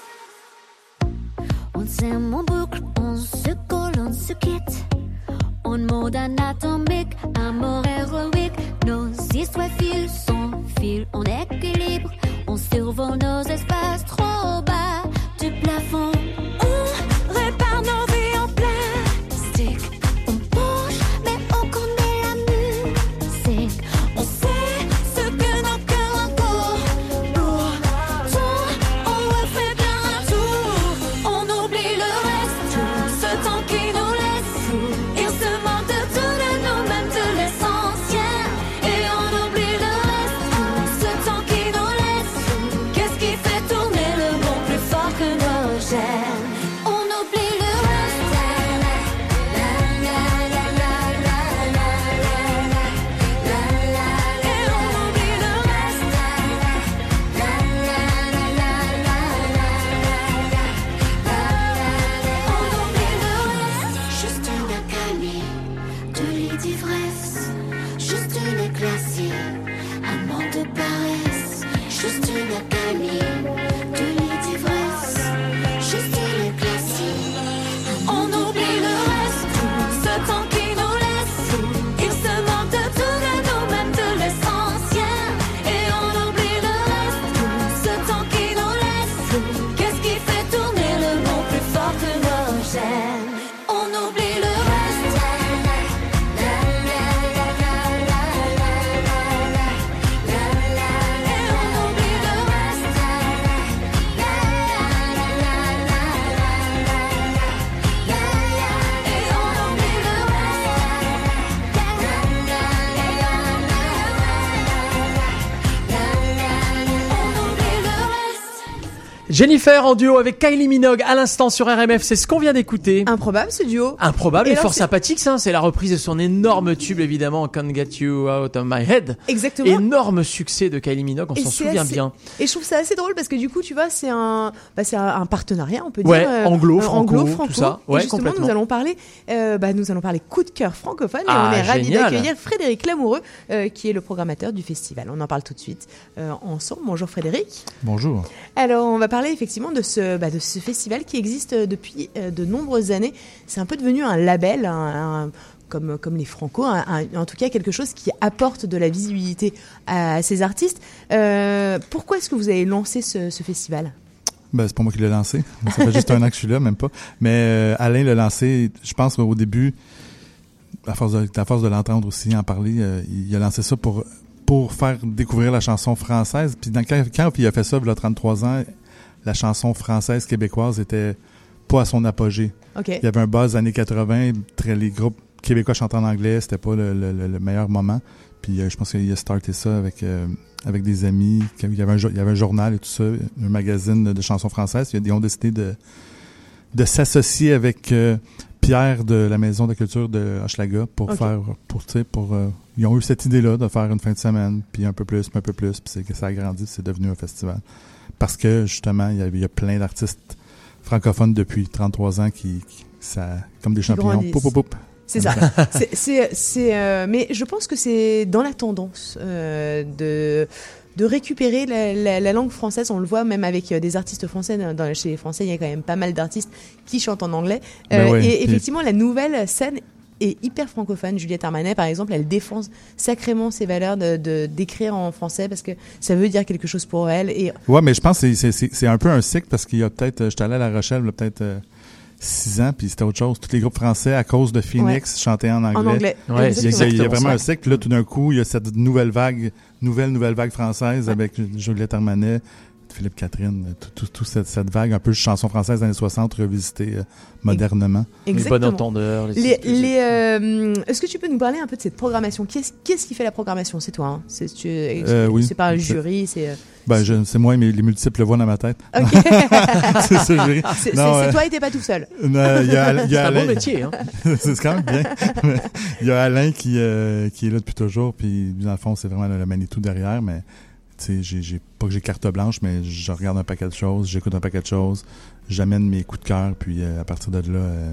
On s'aime en boucle, on se colle, on se quitte. En mode anatomique, amour héroïque. Nos histoires filent sans fil, en équilibre. On survole nos espaces trop bas du plafond. On répare nos vies en plastique. On penche, mais on connaît la musique. On sait ce que nos cœurs encourent. Pourtant, on referait bien un tour. On oublie le reste, tout ce temps qui nous laisse fous. Il se manque de tout de nous-mêmes, de l'essentiel. Et on oublie le reste, tout ce temps qui nous laisse fous. Qu'est-ce qui fait tourner le monde plus fort que nos d'ivresse, juste une éclaircie, un manque de paresse, juste une accalmie. Deux lits d'ivresse, juste une éclaircie. On oublie le reste, ce temps qui nous laisse. Il se manque de tout de nous-mêmes, de l'essentiel. Et on oublie le reste, ce temps qui nous laisse. Qu'est-ce qui fait tourner le monde plus fort que nos chaînes? On oublie le reste. Et on oublie le reste. Et on oublie le Jennifer en duo avec Kylie Minogue à l'instant sur R M F, c'est ce qu'on vient d'écouter. Improbable ce duo. Improbable Et et, alors, fort c'est- sympathique, ça. C'est la reprise de son énorme tube, évidemment, Can't Get You Out of My Head. Exactement. Énorme succès de Kylie Minogue, on Et s'en c'est souvient assez- bien. Et je trouve ça assez drôle parce que du coup, tu vois, c'est un, bah, c'est un, un partenariat, on peut Ouais, dire. euh, anglo, euh, franco, anglo, tout franco. ça. Et Ouais, justement, complètement. nous allons parler, euh, bah, nous allons parler coup de cœur francophone et Ah, on est ravis génial. d'accueillir Frédéric Lamoureux, euh, qui est le programmateur du festival. On en parle tout de suite euh, ensemble. Bonjour Frédéric. Bonjour. Alors, on va parler effectivement de ce, bah, de ce festival qui existe depuis euh, de nombreuses années. C'est un peu devenu un label, un, un- comme, comme les Franco, un- un- en tout cas quelque chose qui apporte de la visibilité à ces artistes. Euh, pourquoi est-ce que vous avez lancé ce, ce festival ? Ben, c'est pas moi qui l'ai lancé. Ça fait juste un an que je suis là, même pas. Mais euh, Alain l'a lancé, je pense qu'au début, à force de, à force de l'entendre aussi en parler, euh, il a lancé ça pour, pour faire découvrir la chanson française. Puis dans, quand, quand il a fait ça, il y a trente-trois ans, la chanson française québécoise était pas à son apogée. Ok. Il y avait un buzz années quatre-vingts, très, les groupes québécois chantant en anglais, c'était pas le, le, le- le meilleur moment. Puis euh, je pense qu'il a starté ça avec euh, avec des amis. Il y avait un jo- il y avait un journal et tout ça, un magazine de, de chansons françaises. Ils ont décidé de de s'associer avec euh, Pierre de la Maison de culture de Hochelaga pour Ok. faire pour tu sais pour euh, ils ont eu cette idée là de faire une fin de semaine, puis un peu plus, puis un peu plus, puis c'est que ça a grandi, puis c'est devenu un festival. Parce que justement, il y avait il y a plein d'artistes francophones depuis trente-trois ans qui, qui ça comme des Qui champignons. grandissent. Poup, poup, poup. C'est ça. c'est, c'est, c'est, euh, mais je pense que c'est dans la tendance euh, de de récupérer la, la, la langue française. On le voit même avec euh, des artistes français. Dans, dans- chez les Français, il y a quand même pas mal d'artistes qui chantent en anglais. Ben ouais, et puis- effectivement, la nouvelle scène est hyper francophone. Juliette Armanet, par exemple, elle défend sacrément ses valeurs de, de d'écrire en français parce que ça veut dire quelque chose pour elle. Et Ouais, mais je pense que c'est, c'est, c'est, c'est un peu un cycle parce qu'il y a peut-être, euh, j'étais allé à La Rochelle, il y a peut-être euh, six ans, puis c'était autre chose. Tous les groupes français, à cause de Phoenix, Ouais. chantaient en anglais. En anglais. Ouais, il y a, il y a- il y a exactement vraiment ça. un cycle. Là, tout d'un coup, il y a cette nouvelle vague, nouvelle, nouvelle vague française avec Juliette Armanet, Philippe Catherine, tout, tout, tout cette, cette vague un peu chanson française des années soixante revisitée euh, modernement. Exactement. Les bons entendeurs. Les... Les, les, euh, est-ce que tu peux nous parler un peu de cette programmation ? Qu'est-ce, qu'est-ce qui fait la programmation ? C'est toi, hein ? C'est, tu, Euh, oui. c'est pas un C'est- jury, c'est. euh, Ben, je, c'est moi, mais les multiples voix dans ma tête. Ok. c'est ça, je dirais. c'est, Non, c'est- c'est euh, toi et t'es pas tout seul. non, il y a, il y a C'est un Alain. bon métier, hein. C'est quand même bien. Il y a Alain qui, euh, qui est là depuis toujours, puis dans le fond, c'est vraiment le, le Manitou derrière, mais tu sais, j'ai, j'ai, pas que j'ai carte blanche, mais je regarde un paquet de choses, j'écoute un paquet de choses, j'amène mes coups de cœur, puis euh, à partir de là, euh,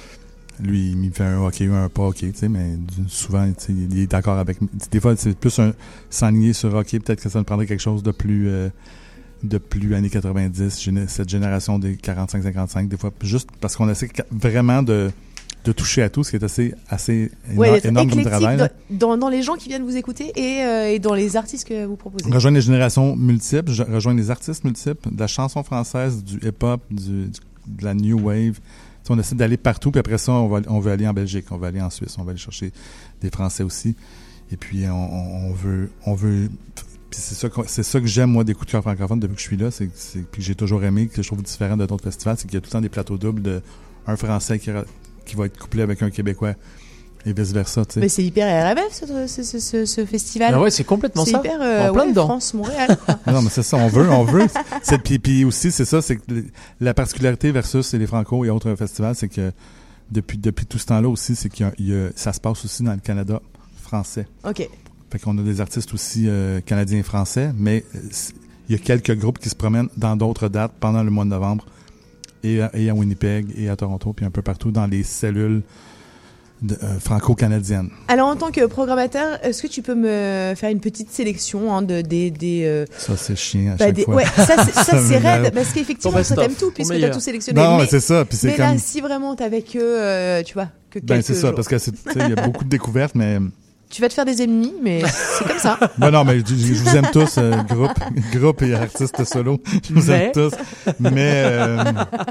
lui, il me fait un OK ou un pas OK, tu sais, mais du- souvent, tu sais, il est d'accord avec... Des fois, c'est plus un s'enligner sur OK, peut-être que ça me prendrait quelque chose de plus... euh, de plus années quatre-vingt-dix, géné- cette génération des quarante-cinq cinquante-cinq, des fois, juste parce qu'on essaie ca- vraiment de, de toucher à tout, ce qui est assez, assez éno- Ouais, d'être énorme comme éclectique travail. là. dans, dans, dans les gens qui viennent vous écouter et, euh, et dans les artistes que vous proposez. Rejoindre les générations multiples, je- rejoindre les artistes multiples, de la chanson française, du hip-hop, du, du- de la new wave. Tu sais, on essaie d'aller partout, puis après ça, on, va, on veut aller en Belgique, on veut aller en Suisse, on va aller chercher des Français aussi. Et puis, on, on, on veut... On veut puis c'est ça, qu'on- c'est ça que j'aime, moi, des coups de cœur francophones depuis que je suis là, c'est, c'est, puis que j'ai toujours aimé, que je trouve différent de d'autres festivals, c'est qu'il y a tout le temps des plateaux doubles de un Français qui, ra- qui va être couplé avec un Québécois et vice-versa, tu sais. Mais c'est hyper R M F ce, ce, ce, ce, ce festival. Ah ouais, c'est complètement c'est ça. hyper euh, En plein ouais, dedans. France-Montréal. Non, mais c'est ça, on veut, on veut. C'est, puis, puis aussi, c'est ça, c'est que le- la particularité versus les Franco et autres festivals, c'est que depuis, depuis tout ce temps-là aussi, c'est qu'il y a, il y a- ça se passe aussi dans le Canada français. OK. Fait qu'on a des artistes aussi euh, canadiens et français, mais euh, c'est- il y a quelques groupes qui se promènent dans d'autres dates pendant le mois de novembre, et, à- et à Winnipeg, et à Toronto, puis un peu partout dans les cellules de, euh, franco-canadienne. Alors, en tant que programmateur, est-ce que tu peux me faire une petite sélection hein, de des des euh... Ça c'est chiant à bah, chaque des... fois. Ouais, ça c'est, ça, c'est m'énerve. raide parce qu'effectivement, Ton ça t'aime best-of, tout puisque ton t'as meilleur. tout sélectionné. Non, mais mais c'est ça. Puis c'est mais comme. là, si vraiment t'avais que euh, tu vois que Ben quelques c'est ça, jours. parce que c'est, tu sais, il y a beaucoup de découvertes, mais. Tu vas te faire des ennemis, mais c'est comme ça. Ben non, mais je, je vous aime tous, euh, groupe, groupe et artistes solo. Je vous Mais- aime tous. Mais, euh,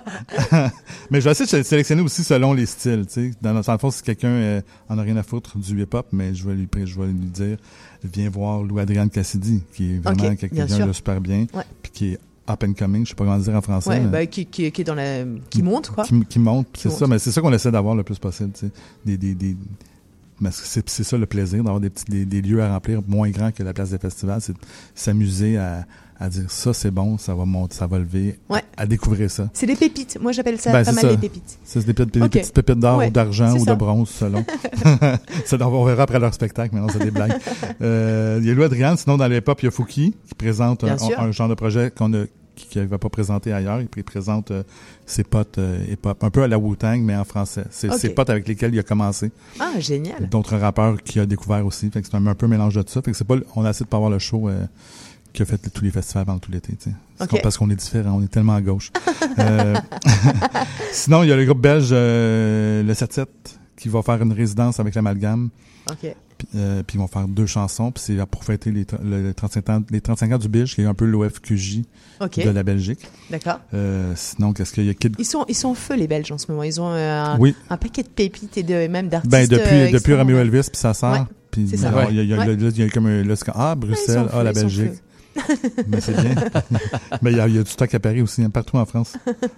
mais je vais essayer de sélectionner aussi selon les styles, tu sais. Dans, dans le fond, si quelqu'un euh, en a rien à foutre du hip-hop, mais je vais lui, je vais lui dire, viens voir Louis-Adrian Cassidy, qui est vraiment Ok, quelqu'un bien sûr. de super bien, Ouais. puis qui est up and coming, je sais pas comment dire en français. Ouais, mais- bah, qui, qui, qui est dans la, qui monte quoi. qui, qui monte, c'est Qui ça, monte. mais c'est ça qu'on essaie d'avoir le plus possible, tu sais. Des, des, des, mais c'est, c'est ça le plaisir, d'avoir des petits, des, des lieux à remplir moins grands que la place des festivals, c'est de s'amuser à, à dire ça c'est bon, ça va monter, ça va lever, Ouais. à, à découvrir ça. C'est des pépites. Moi, j'appelle ça Ben, pas c'est mal ça. des pépites. Ça, c'est des, petites- des Ok. petites pépites d'or Ouais, ou d'argent c'est ou ça. de bronze, selon. ça, on verra après leur spectacle, mais non, c'est des blagues. Euh, il y a Louis Adrian, sinon dans les pop, il y a Fouki, qui présente Bien un, sûr. un, un genre de projet qu'on a qui ne va pas présenter ailleurs. Il, il présente euh, ses potes euh, hip-hop, un peu à la Wu-Tang, mais en français. C'est Ok. ses potes avec lesquels il a commencé. Ah, génial. D'autres rappeurs qu'il a découvert aussi. Fait que c'est un, un peu un mélange de tout ça. Fait que c'est pas, le- on a essayé de pas avoir le show euh, qui a fait tous les festivals pendant tout l'été. Tu sais. C'est Ok. comme parce qu'on est différents, on est tellement à gauche. euh, sinon, il y a le groupe belge euh, le sept sept qui va faire une résidence avec l'Amalgame. Ok. Puis, euh, puis ils vont faire deux chansons, puis c'est pour fêter les, tr- le, le trente-cinq ans, les trente-cinq ans du Biche, qui est un peu l'O F Q J Ok. de la Belgique. D'accord. Euh, sinon, qu'est-ce qu'il y a Kid... Ils sont, ils sont en feu les Belges en ce moment. Ils ont euh, un, Oui. un paquet de pépites et de même d'artistes. Ben, depuis, euh, depuis extrêmement- Romeo Elvis, puis sa sœur. Ouais, Puis c'est ça. alors, il y a, il y a, Ouais. là, il y a comme un, là, c'est comme, ah, Ouais, ils Bruxelles, sont ah, feux, la ils sont Belgique. feux. Mais c'est bien. Mais il y a, il y a du stock à Paris aussi, hein, partout en France.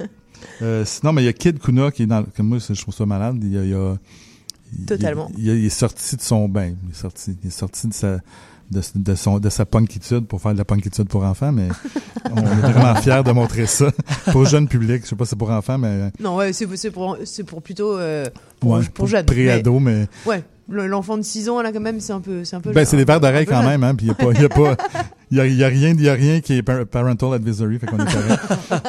Euh, sinon, mais il y a Kid Kuna qui est dans, comme moi, je trouve ça malade. Il y a, il y a, il- Totalement. Il, il, il est sorti de son, ben, il est sorti, il est sorti de sa, de, de son, de sa punkitude pour faire de la punkitude pour enfants, mais on est vraiment fiers de montrer ça pour jeune public. Je sais pas si c'est pour enfants, mais. Non, ouais, c'est, c'est pour, c'est pour plutôt euh, pour, Ouais, pour jeunes. pré-ado, mais. Ouais, le- l'enfant de six ans là quand même, c'est un peu, c'est un peu. Ben, c'est des verres d'oreille un peu quand jeune. même, hein, puis il y a pas, il y a pas, il y a, il y a rien, il y a rien qui est par- parental advisory, fait qu'on est correct.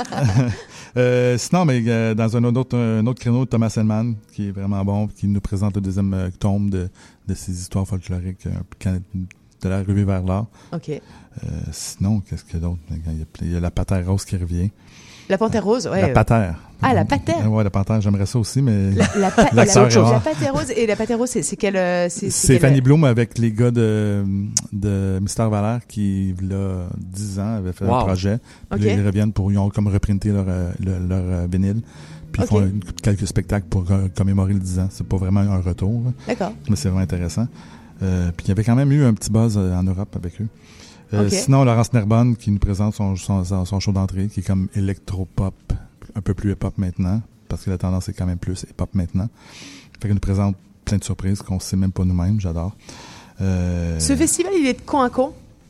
euh, sinon, mais, euh, dans un autre, un autre créneau, Thomas Hellman, qui est vraiment bon, qui nous présente le deuxième euh, tome de, de ses histoires folkloriques, euh, can- de la revue vers l'art. Ok. Euh, sinon, qu'est-ce qu'il y a d'autre? Il y a, il y a la Patère Rose qui revient. La panthère rose, ouais. La Patère. Ah, la patère. Ouais, la Panthère, j'aimerais ça aussi, mais. La, la, pa- la la, sœur la, est rare. panthère rose et la panthère rose, c'est, c'est quelle, euh, c'est, C'est quelle- Fanny Bloom avec les gars de, de Mystère Valère qui, il y a dix ans, avaient fait Wow. un projet. Puis Ok. là, ils reviennent pour, ils ont comme reprinté leur, euh, leur, leur, euh, vinyle. Puis ils Ok. font une- quelques spectacles pour euh, commémorer le dix ans. C'est pas vraiment un retour, là, D'accord. mais c'est vraiment intéressant. Euh, puis il y avait quand même eu un petit buzz euh, en Europe avec eux. Euh, Ok. Sinon, Laurence Nerbonne qui nous présente son, son, son, son show d'entrée, qui est comme électro-pop, un peu plus hip-hop maintenant, parce que la tendance est quand même plus hip-hop maintenant. Fait qu'elle nous présente plein de surprises qu'on sait même pas nous-mêmes, j'adore. Euh, Ce festival, il est de quand à quand?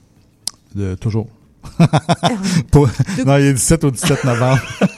de, toujours. Pour- De- Non, il est du sept au dix-sept novembre.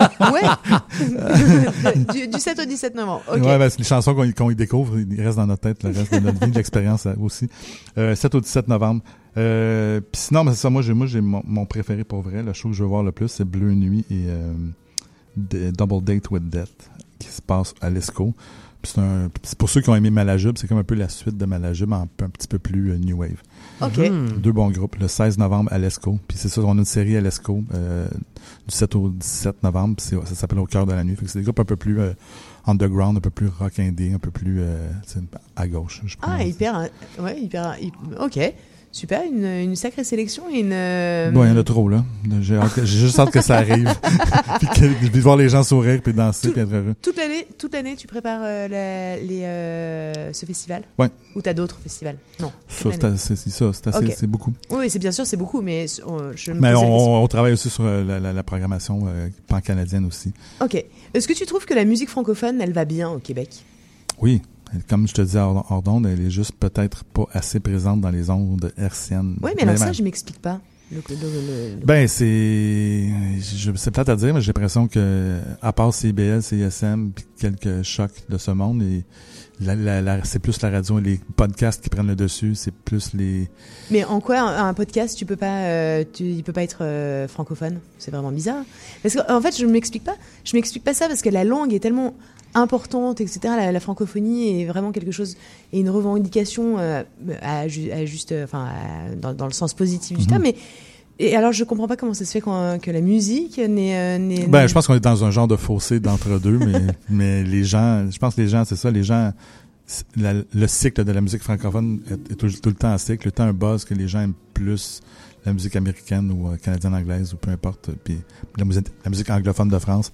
Ouais. du, du sept au dix-sept novembre. Ok. Ouais, ben, c'est les chansons qu'on, qu'on y découvre, ils restent dans notre tête le reste de notre vie, de l'expérience euh, aussi. Euh, sept au dix-sept novembre. Euh, Puis sinon, ben, c'est ça, moi j'ai, moi, j'ai mon, mon préféré pour vrai, le show que je veux voir le plus, c'est Bleu Nuit et euh, D- Double Date with Death, qui se passe à l'Esco. Puis c'est, un, c'est pour ceux qui ont aimé Malajube, c'est comme un peu la suite de Malajube, un, peu- un petit peu plus euh, New Wave. Ok. Mhm. Deux bons groupes, le seize novembre à l'Esco. Puis c'est ça, on a une série à l'Esco euh, du sept au dix-sept novembre. Puis c'est, ça s'appelle Au cœur de la nuit. Fait que c'est des groupes un peu plus euh, underground, un peu plus rock indé, un peu plus euh, c'est à gauche. Je Ah, hyper, euh, ouais, hyper, hy- ok. Super, une, une sacrée sélection et une. euh, Bon, il y en a trop, là. J'ai, hâte que- j'ai juste hâte que ça arrive. puis, que, puis de voir les gens sourire, puis danser, puis être heureux. Toute l'année, toute l'année, tu prépares euh, la- les, euh, ce festival? Ouais. Ou t'as d'autres festivals? Non. toute Ça, c'est, l'année. assez- c'est ça, c'est, assez, Ok. c'est beaucoup. Oui, oui, c'est bien sûr, c'est beaucoup, mais euh, je me Mais posais la question. on, on travaille aussi sur euh, la, la, la programmation euh, pan-canadienne aussi. Ok. Est-ce que tu trouves que la musique francophone, elle va bien au Québec? Oui. Comme je te disais hors, hors d'onde, elle est juste peut-être pas assez présente dans les ondes hertziennes. Oui, mais alors Vraiment. ça, je m'explique pas. Le, le- le- le- Ben, c'est, je, c'est peut-être à dire, mais j'ai l'impression que, à part C I B L, C I S M, puis quelques chocs de ce monde, et la, la, la, c'est plus la radio, les podcasts qui prennent le dessus, c'est plus les... Mais en quoi un, un podcast, tu peux pas, euh, tu, il peut pas être euh, francophone? C'est vraiment bizarre. Parce qu'en fait, je m'explique pas. Je m'explique pas ça parce que la langue est tellement importante, et cetera. La, la francophonie est vraiment quelque chose, et une revendication euh, à, ju- à juste, enfin, à- dans, dans le sens positif du Mhm. terme. Mais et alors, je comprends pas comment ça se fait quand, que la musique n'est, euh, n'est Ben, n'est- je pense qu'on est dans un genre de fossé d'entre-deux, mais, mais les gens, je pense que les gens, c'est ça, les gens, c'est- la- le cycle de la musique francophone est, est tout, tout le temps en cycle, tout le temps un buzz que les gens aiment plus la musique américaine ou euh, canadienne, anglaise ou peu importe, puis la musique, la musique anglophone de France.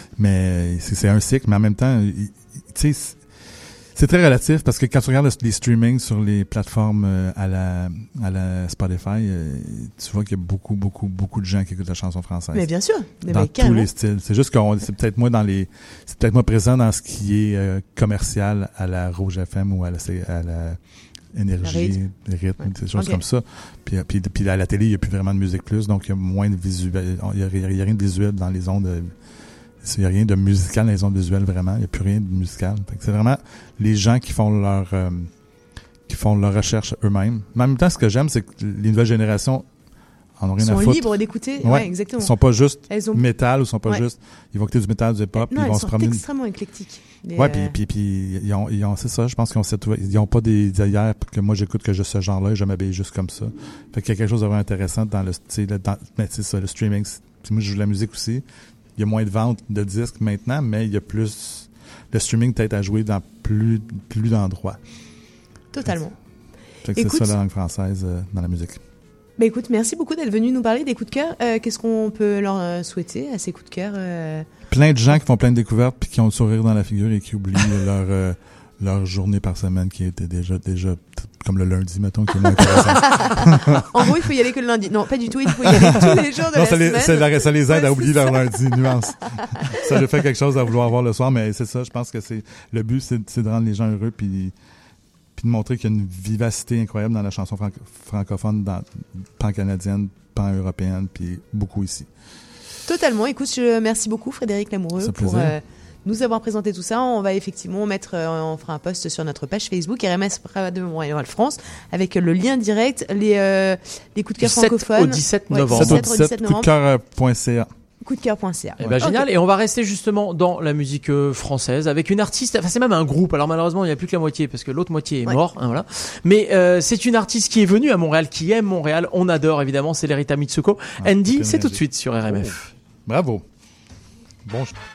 Mais c'est, c'est un cycle, mais en même temps, il- il- tu sais, c'est- c'est très relatif parce que quand tu regardes les streamings sur les plateformes euh, à la à la Spotify, euh, tu vois qu'il y a beaucoup beaucoup beaucoup de gens qui écoutent la chanson française. Mais bien sûr, mais dans ben, tous carrément. les styles. C'est juste qu'on c'est peut-être moins dans les c'est peut-être moins présent dans ce qui est euh, commercial à la Rouge F M ou à la à la énergie, rythme. les rythmes, Ouais. des choses Ok. comme ça. Puis, puis puis à la télé, il y a plus vraiment de musique plus, donc il y a moins de visuel, il y a, il y a rien de visuel dans les ondes. euh, Il n'y a rien de musical dans les ondes visuelles, vraiment. Il n'y a plus rien de musical. Fait que c'est vraiment les gens qui font leur euh, qui font leur recherche eux-mêmes. Mais en même temps, ce que j'aime, c'est que les nouvelles générations en ont rien Sont à foutre. libres d'écouter. Ouais, exactement. Ils sont pas juste Elles ont- métal ou ils sont pas Ouais. juste... Ils vont écouter du métal, du hip-hop, puis Non, ils vont elles se sont promener... extrêmement éclectiques. Les, Ouais, euh, puis, puis, puis ils ont, ils ont, c'est ça, je pense qu'ils ont cette, ils ont pas des hier que moi j'écoute que je ce genre-là et je m'habille juste comme ça. Fait qu'il y a quelque chose de vraiment intéressant dans le, tu sais, le- dans, mais c'est ça, le streaming. c'est- Puis moi, je joue de la musique aussi. Il y a moins de ventes de disques maintenant, mais il y a plus, le streaming peut-être à jouer dans plus, plus d'endroits. Totalement. Fait que Écoute- c'est ça la langue française euh, dans la musique. Bah écoute, merci beaucoup d'être venu nous parler des coups de cœur. Euh, qu'est-ce qu'on peut leur euh, souhaiter à ces coups de cœur euh... Plein de gens qui font plein de découvertes puis qui ont le sourire dans la figure et qui oublient leur, euh, leur journée par semaine qui était déjà, déjà, t- comme le lundi, mettons, qui est moins intéressant. En gros, il faut y aller que le lundi. Non, pas du tout. Il faut y aller tous les jours de Non, la ça les, semaine. ça, la- ça les aide Ouais, à oublier c'est leur ça. lundi, nuance. Ça leur fait quelque chose à vouloir voir le soir, mais c'est ça, je pense que c'est le but, c'est, c'est de rendre les gens heureux puis, puis de montrer qu'il y a une vivacité incroyable dans la chanson franco- francophone, dans, pan-canadienne, pan-européenne, puis beaucoup ici. Totalement. Écoute, je merci beaucoup Frédéric Lamoureux Ça fait pour plaisir. euh, nous avoir présenté tout ça. On va effectivement mettre, euh, on fera un post sur notre page Facebook R M S Radio Montréal France avec le lien direct, les les, les coups de cœur Du sept francophones au dix-sept Ouais, novembre. du sept au dix-sept novembre. Coupdecœur point c a. coup de cœur point c a. Eh ben, génial. Et on va rester justement dans la musique euh, française avec une artiste. Enfin, c'est même un groupe. Alors malheureusement, il n'y a plus que la moitié parce que l'autre moitié est Ouais. mort. Hein, voilà. Mais euh, c'est une artiste qui est venue à Montréal, qui aime Montréal. On adore évidemment. C'est Lerita Mitsuko. Ah, Andy, aucune c'est tout de énergie. suite sur R M F. Bravo. Bon choix.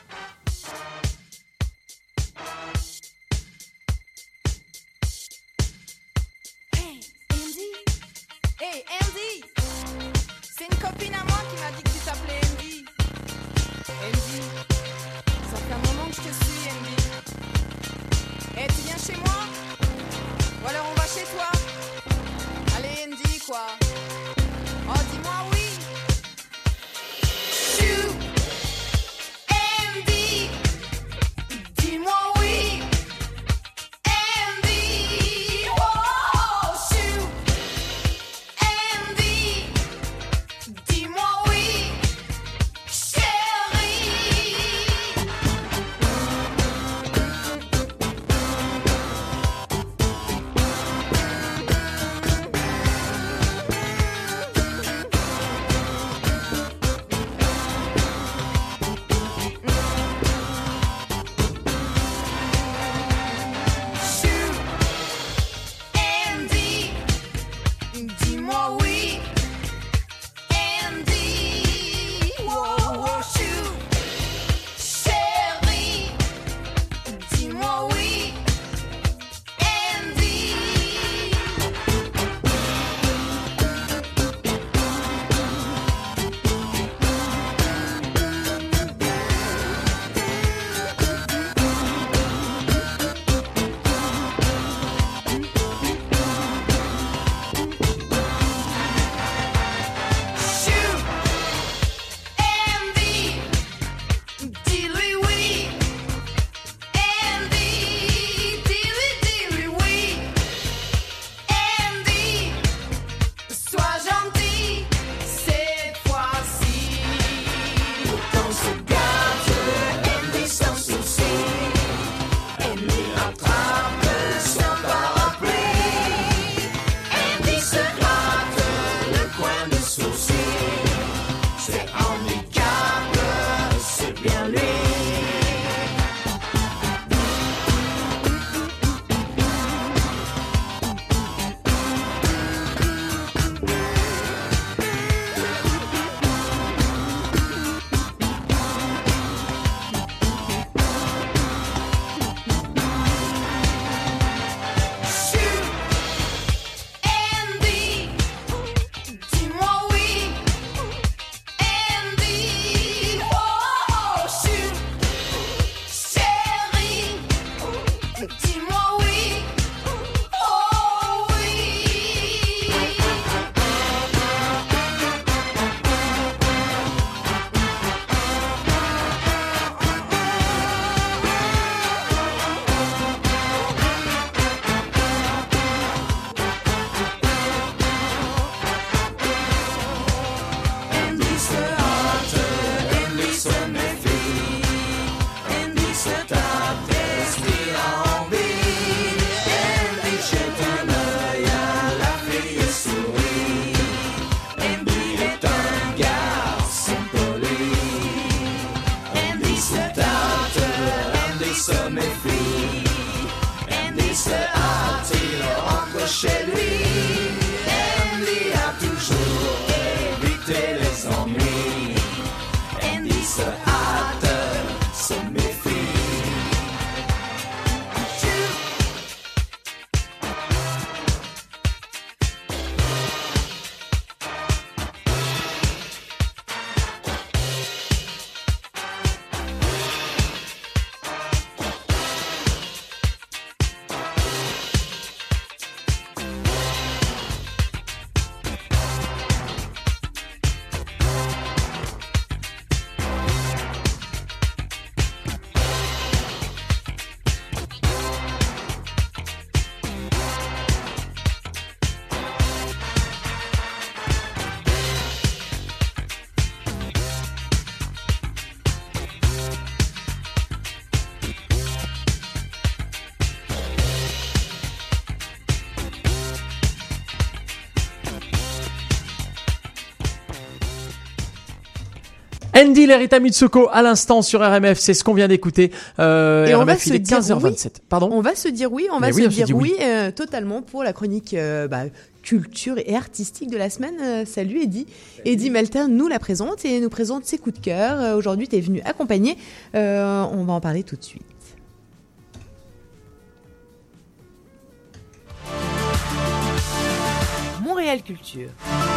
Hey Andy, c'est une copine à moi qui m'a dit que tu t'appelais Andy. Andy, ça fait un moment que je te suis Andy. Eh, tu viens chez moi? Ou alors on va chez toi? Allez Andy quoi. Oh dis-moi oui. Chou, Andy, dis-moi oui. Andy, oh chou. Andy, dis-moi oui, chérie. chez lui. Andy a toujours évité les ennuis. Andy se hâte, se méfie. Andy Lerita Mitsuko à l'instant sur R M F, c'est ce qu'on vient d'écouter. Euh, Et R M F, on va il se est dire quinze heures vingt-sept. oui. Pardon. On va se dire oui, on va Mais se oui, on se dire dit oui. oui, euh, totalement pour la chronique euh, bah, culture et artistique de la semaine. Euh, salut Eddy. Eddy Melter nous la présente et nous présente ses coups de cœur. Euh, aujourd'hui, tu es venu accompagner. Euh, on va en parler tout de suite. Montréal Culture.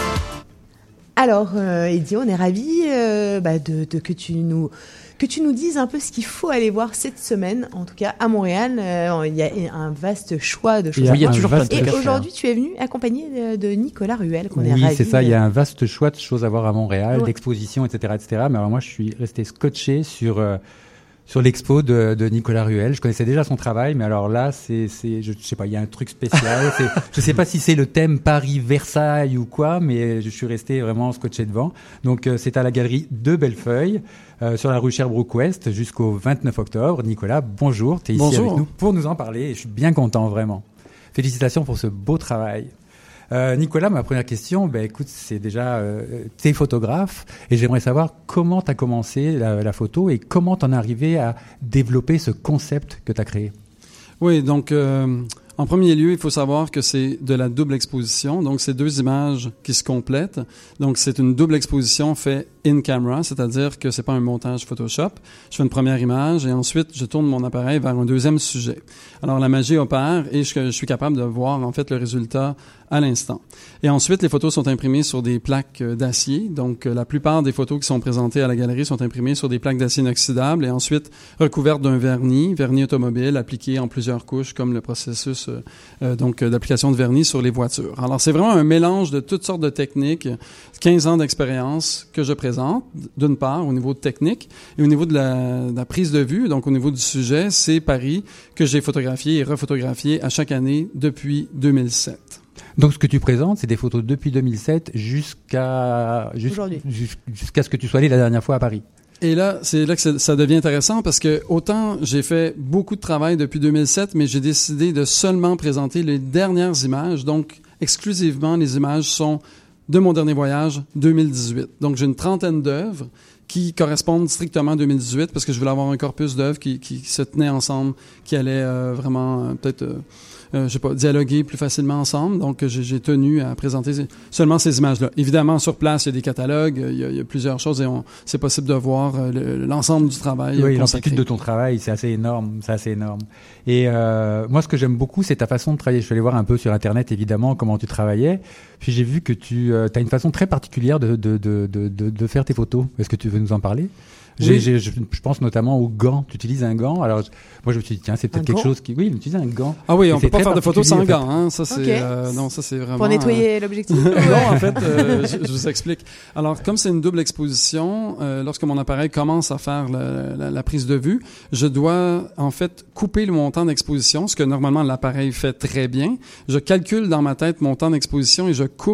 Alors, euh, Eddy, on est ravis euh, bah, de, de que tu nous que tu nous dises un peu ce qu'il faut aller voir cette semaine, en tout cas à Montréal. Euh, il y a un vaste choix de choses. Il y a à voir. un toujours vaste Et choix. aujourd'hui, tu es venu accompagné de, de Nicolas Ruel, qu'on est Oui, ravis. c'est ça. Il y a un vaste choix de choses à voir à Montréal, Ouais. d'expositions, et cetera, et cetera. Mais alors moi, je suis resté scotché sur euh, sur l'expo de, de Nicolas Ruel. Je connaissais déjà son travail, mais alors là, c'est c'est je, je sais pas, il y a un truc spécial. c'est, je sais pas si c'est le thème Paris Versailles ou quoi, mais je suis resté vraiment scotché devant. Donc euh, c'est à la galerie de Bellefeuille. Euh, sur la rue Sherbrooke-Ouest jusqu'au vingt-neuf octobre. Nicolas, bonjour, tu es ici Bonjour. avec nous pour nous en parler et je suis bien content, vraiment. Félicitations pour ce beau travail. Euh, Nicolas, ma première question, ben, écoute, c'est déjà, euh, tu es photographe et j'aimerais savoir comment tu as commencé la, la photo et comment tu en es arrivé à développer ce concept que tu as créé. Oui, donc euh, en premier lieu, il faut savoir que c'est de la double exposition. Donc, c'est deux images qui se complètent. Donc, c'est une double exposition faite in camera, c'est-à-dire que c'est pas un montage Photoshop. Je fais une première image et ensuite, je tourne mon appareil vers un deuxième sujet. Alors, la magie opère et je, je suis capable de voir, en fait, le résultat à l'instant. Et ensuite, les photos sont imprimées sur des plaques euh, d'acier. Donc, euh, la plupart des photos qui sont présentées à la galerie sont imprimées sur des plaques d'acier inoxydable et ensuite recouvertes d'un vernis, vernis automobile, appliqué en plusieurs couches, comme le processus euh, euh, donc euh, d'application de vernis sur les voitures. Alors, c'est vraiment un mélange de toutes sortes de techniques, quinze ans d'expérience que je présente, d'une part, au niveau de technique, et au niveau de la, de la prise de vue, donc au niveau du sujet, c'est Paris que j'ai photographié et refotographié à chaque année depuis deux mille sept. Donc, ce que tu présentes, c'est des photos depuis deux mille sept jusqu'à, jus- jus- jusqu'à ce que tu sois allé la dernière fois à Paris. Et là, c'est là que ça- ça devient intéressant parce que autant j'ai fait beaucoup de travail depuis deux mille sept, mais j'ai décidé de seulement présenter les dernières images. Donc, exclusivement, les images sont de mon dernier voyage, deux mille dix-huit. Donc, j'ai une trentaine d'œuvres qui correspondent strictement à deux mille dix-huit parce que je voulais avoir un corpus d'œuvres qui, qui se tenaient ensemble, qui allaient euh, vraiment euh, peut-être... Euh, Euh, je sais pas, dialoguer plus facilement ensemble. Donc, j'ai, j'ai tenu à présenter seulement ces images-là. Évidemment, sur place, il y a des catalogues, il y a, il y a plusieurs choses et on, c'est possible de voir euh, le, l'ensemble du travail. Oui, consacré. l'amplitude de ton travail, c'est assez énorme, c'est assez énorme. Et euh, moi, ce que j'aime beaucoup, c'est ta façon de travailler. Je suis allé voir un peu sur Internet, évidemment, comment tu travaillais. Puis j'ai vu que tu euh, as une façon très particulière de, de, de, de, de, de faire tes photos. Est-ce que tu veux nous en parler ? J'ai, Oui. j'ai, je, je pense notamment aux gants. Tu utilises un gant. Alors, je- moi, je me suis dit, tiens, c'est peut-être Un quelque gant chose qui... Oui, tu utilises un gant. Ah oui, Et on c'est peut pas très faire de photos sans particulier, en gants. fait. Hein. Ça, c'est, Ok. euh, non, ça, c'est vraiment... Pour nettoyer euh, l'objectif. Non, en fait, euh, je, je vous explique. Alors, comme c'est une double exposition, euh, lorsque mon appareil commence à faire la, la, la prise de vue, je dois, en fait, couper le montant d'exposition, ce que normalement l'appareil fait très bien. Je calcule dans ma tête mon temps d'exposition et je coupe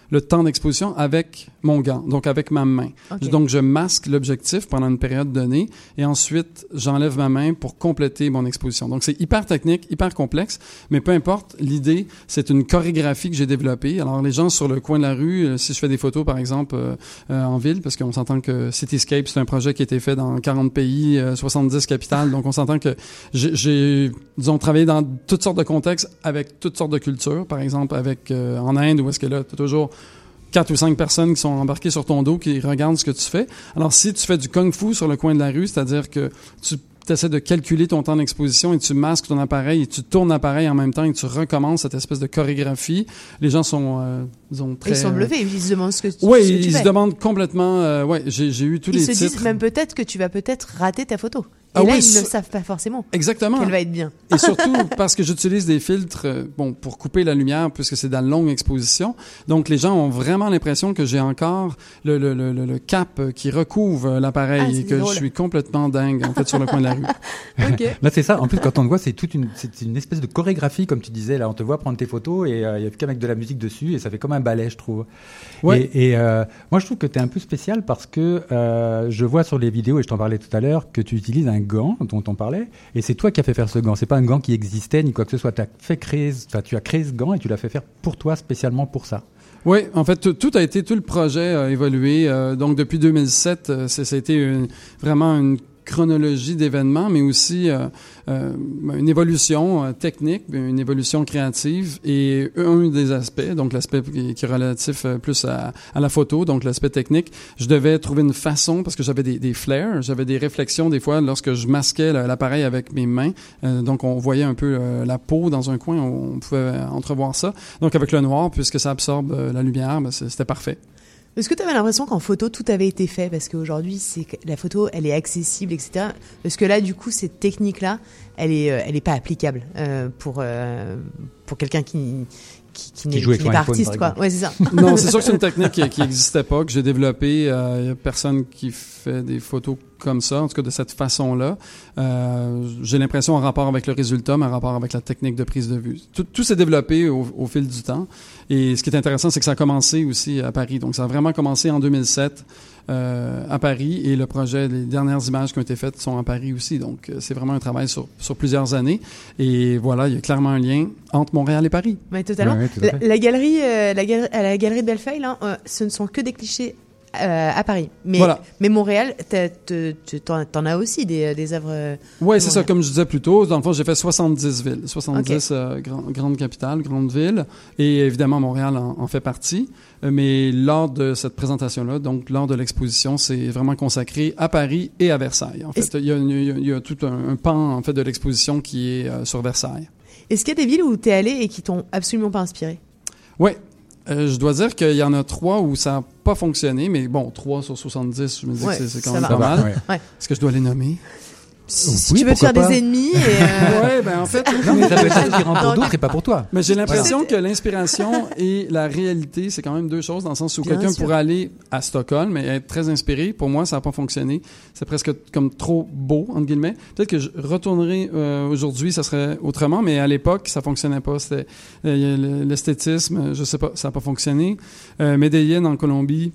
le temps d'exposition avec mon gant, donc avec ma main. Okay. Donc, je masque l'objectif pendant une période donnée et ensuite, j'enlève ma main pour compléter mon exposition. Donc, c'est hyper technique, hyper complexe, mais peu importe, l'idée, c'est une chorégraphie que j'ai développée. Alors, les gens sur le coin de la rue, euh, si je fais des photos, par exemple, euh, euh, en ville, parce qu'on s'entend que Cityscape, c'est un projet qui a été fait dans quarante pays, euh, soixante-dix capitales, donc on s'entend que j'ai, j'ai, disons, travaillé dans toutes sortes de contextes avec toutes sortes de cultures, par exemple, avec euh, en Inde, où est-ce que là, tu as toujours quatre ou cinq personnes qui sont embarquées sur ton dos, qui regardent ce que tu fais. Alors, si tu fais du kung-fu sur le coin de la rue, c'est-à-dire que tu essaies de calculer ton temps d'exposition et tu masques ton appareil et tu tournes l'appareil en même temps et tu recommences cette espèce de chorégraphie, les gens sont, euh, disons, très... Ils sont bluffés, ils se demandent ce que tu, oui, ce que tu ils fais. se demandent complètement... Euh, ouais, j'ai, j'ai eu tous ils les se titres. disent même peut-être que tu vas peut-être rater ta photo. Et Ah là, oui, ils ça- ne savent pas forcément Exactement. qu'elle va être bien. Et surtout parce que j'utilise des filtres euh, bon, pour couper la lumière puisque c'est dans la longue exposition. Donc, les gens ont vraiment l'impression que j'ai encore le, le, le, le, le cap euh, qui recouvre l'appareil Ah, et c'est que drôle. je suis complètement dingue, en fait, sur le coin de la rue. Là, c'est ça. En plus, quand on te voit, c'est toute une, c'est une espèce de chorégraphie, comme tu disais. Là, on te voit prendre tes photos et il euh, y a plus qu'à mettre de la musique dessus et ça fait comme un ballet, je trouve. Ouais. Et, et euh, moi, je trouve que tu es un peu spécial parce que euh, je vois sur les vidéos, et je t'en parlais tout à l'heure, que tu utilises un gant dont on parlait. Et c'est toi qui as fait faire ce gant. C'est pas un gant qui existait ni quoi que ce soit. T'as fait créer, enfin, tu as créé ce gant et tu l'as fait faire pour toi, spécialement pour ça. Oui, en fait, tout, tout a été, tout le projet a évolué. Euh, donc, depuis deux mille sept, euh, c'est, ça a été une- vraiment une chronologie d'événements, mais aussi euh, euh, une évolution euh, technique, une évolution créative et un des aspects, donc l'aspect qui, qui est relatif euh, plus à, à la photo, donc l'aspect technique, je devais trouver une façon, parce que j'avais des, des flares, j'avais des réflexions des fois lorsque je masquais la- l'appareil avec mes mains, euh, donc on voyait un peu euh, la peau dans un coin, on pouvait entrevoir ça. Donc avec le noir, puisque ça absorbe euh, la lumière, ben, c'est- c'était parfait. Est-ce que tu avais l'impression qu'en photo, tout avait été fait? Parce qu'aujourd'hui, c'est que la photo, elle est accessible, et cetera. Parce que là, du coup, cette technique-là, elle est, euh, elle est pas applicable euh, pour, euh, pour quelqu'un qui, qui, qui n'est, joue avec qui n'est son pas iPhone, artiste, par quoi. exemple. Ouais, c'est ça. Non, c'est sûr que c'est une technique qui, qui existait pas, que j'ai développée. Il euh, y a personne qui fait des photos comme ça, en tout cas de cette façon-là. Euh, j'ai l'impression en rapport avec le résultat, mais en rapport avec la technique de prise de vue. Tout, tout s'est développé au, au fil du temps. Et ce qui est intéressant, c'est que ça a commencé aussi à Paris. Donc, ça a vraiment commencé en deux mille sept euh, à Paris. Et le projet, les dernières images qui ont été faites sont à Paris aussi. Donc, euh, c'est vraiment un travail sur, sur plusieurs années. Et voilà, il y a clairement un lien entre Montréal et Paris. Ouais, totalement. Ouais, ouais, tout à la, fait. la galerie, euh, la, galerie, à la galerie de Bellefeuille, là, euh, ce ne sont que des clichés euh, à Paris. Mais, Voilà. mais Montréal, t'as- t'as- tu t'en, t'en as aussi des, des œuvres. euh, Oui, de c'est ça. Montréal. Comme je disais plus tôt, dans le fond, j'ai fait soixante-dix villes, soixante-dix euh, grand- grandes capitales, grandes villes, et évidemment, Montréal en, en fait partie. Euh, Mais lors de cette présentation-là, donc lors de l'exposition, c'est vraiment consacré à Paris et à Versailles. En fait, il y a, il y a- il y a tout un, un pan en fait de l'exposition qui est euh, sur Versailles. Est-ce qu'il y a des villes où tu es allé et qui t'ont absolument pas inspiré? Oui. Euh, je dois dire qu'il y en a trois où ça n'a pas fonctionné, mais bon, trois sur soixante-dix, je me dis Ouais, que c'est, c'est quand ça même va. pas Ça va, mal. ouais. Ouais. Est-ce que je dois les nommer? Si, si tu veux te faire des ennemis. Et euh... Ouais, ben en fait. Non, mais ça peut être inspirant pour d'autres et pas pour toi. Mais j'ai l'impression Voilà. que l'inspiration et la réalité, c'est quand même deux choses, dans le sens où Bien quelqu'un sûr. pourrait aller à Stockholm et être très inspiré. Pour moi, ça n'a pas fonctionné. C'est presque comme trop beau, entre guillemets. Peut-être que je retournerai euh, aujourd'hui, ça serait autrement, mais à l'époque, ça fonctionnait pas. C'était euh, l'esthétisme, je sais pas, ça n'a pas fonctionné. Euh, Medellín, en Colombie,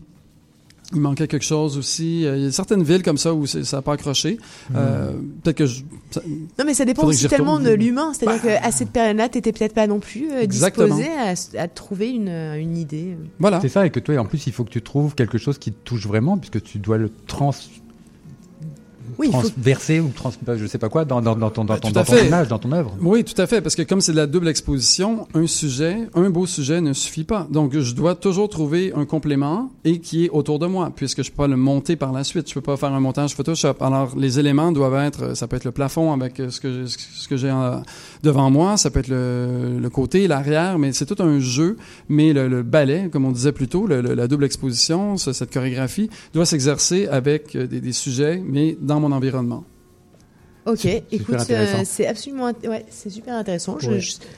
il manquait quelque chose aussi. Euh, Il y a certaines villes comme ça où c'est- ça n'a pas accroché. Euh, peut-être que je... ça- Non, mais ça dépend faudrait que aussi j'y tellement retourne. de l'humain. C'est-à-dire qu'à cette période-là, t'étais peut-être pas non plus euh, Exactement. disposé à, à trouver une, une idée. Voilà. C'est ça, et que toi, en plus, il faut que tu trouves quelque chose qui te touche vraiment, puisque tu dois le trans... Oui, il faut- transverser ou trans... je sais pas quoi dans, dans, dans ton, dans ton, Tout à dans ton fait. image, dans ton œuvre. Oui, tout à fait, parce que comme c'est de la double exposition, un sujet, un beau sujet ne suffit pas. Donc, je dois toujours trouver un complément et qui est autour de moi, puisque je peux pas le monter par la suite. Je peux pas faire un montage Photoshop. Alors, les éléments doivent être, ça peut être le plafond avec ce que ce que j'ai en- devant moi, ça peut être le, le côté, l'arrière, mais c'est tout un jeu. Mais le, le ballet, comme on disait plus tôt, le- le- la double exposition, ce- cette chorégraphie, doit s'exercer avec euh, des, des sujets, mais dans mon environnement. Ok, Super écoute, intéressant. euh, c'est absolument, int- ouais, c'est super intéressant. Je, Ouais. je,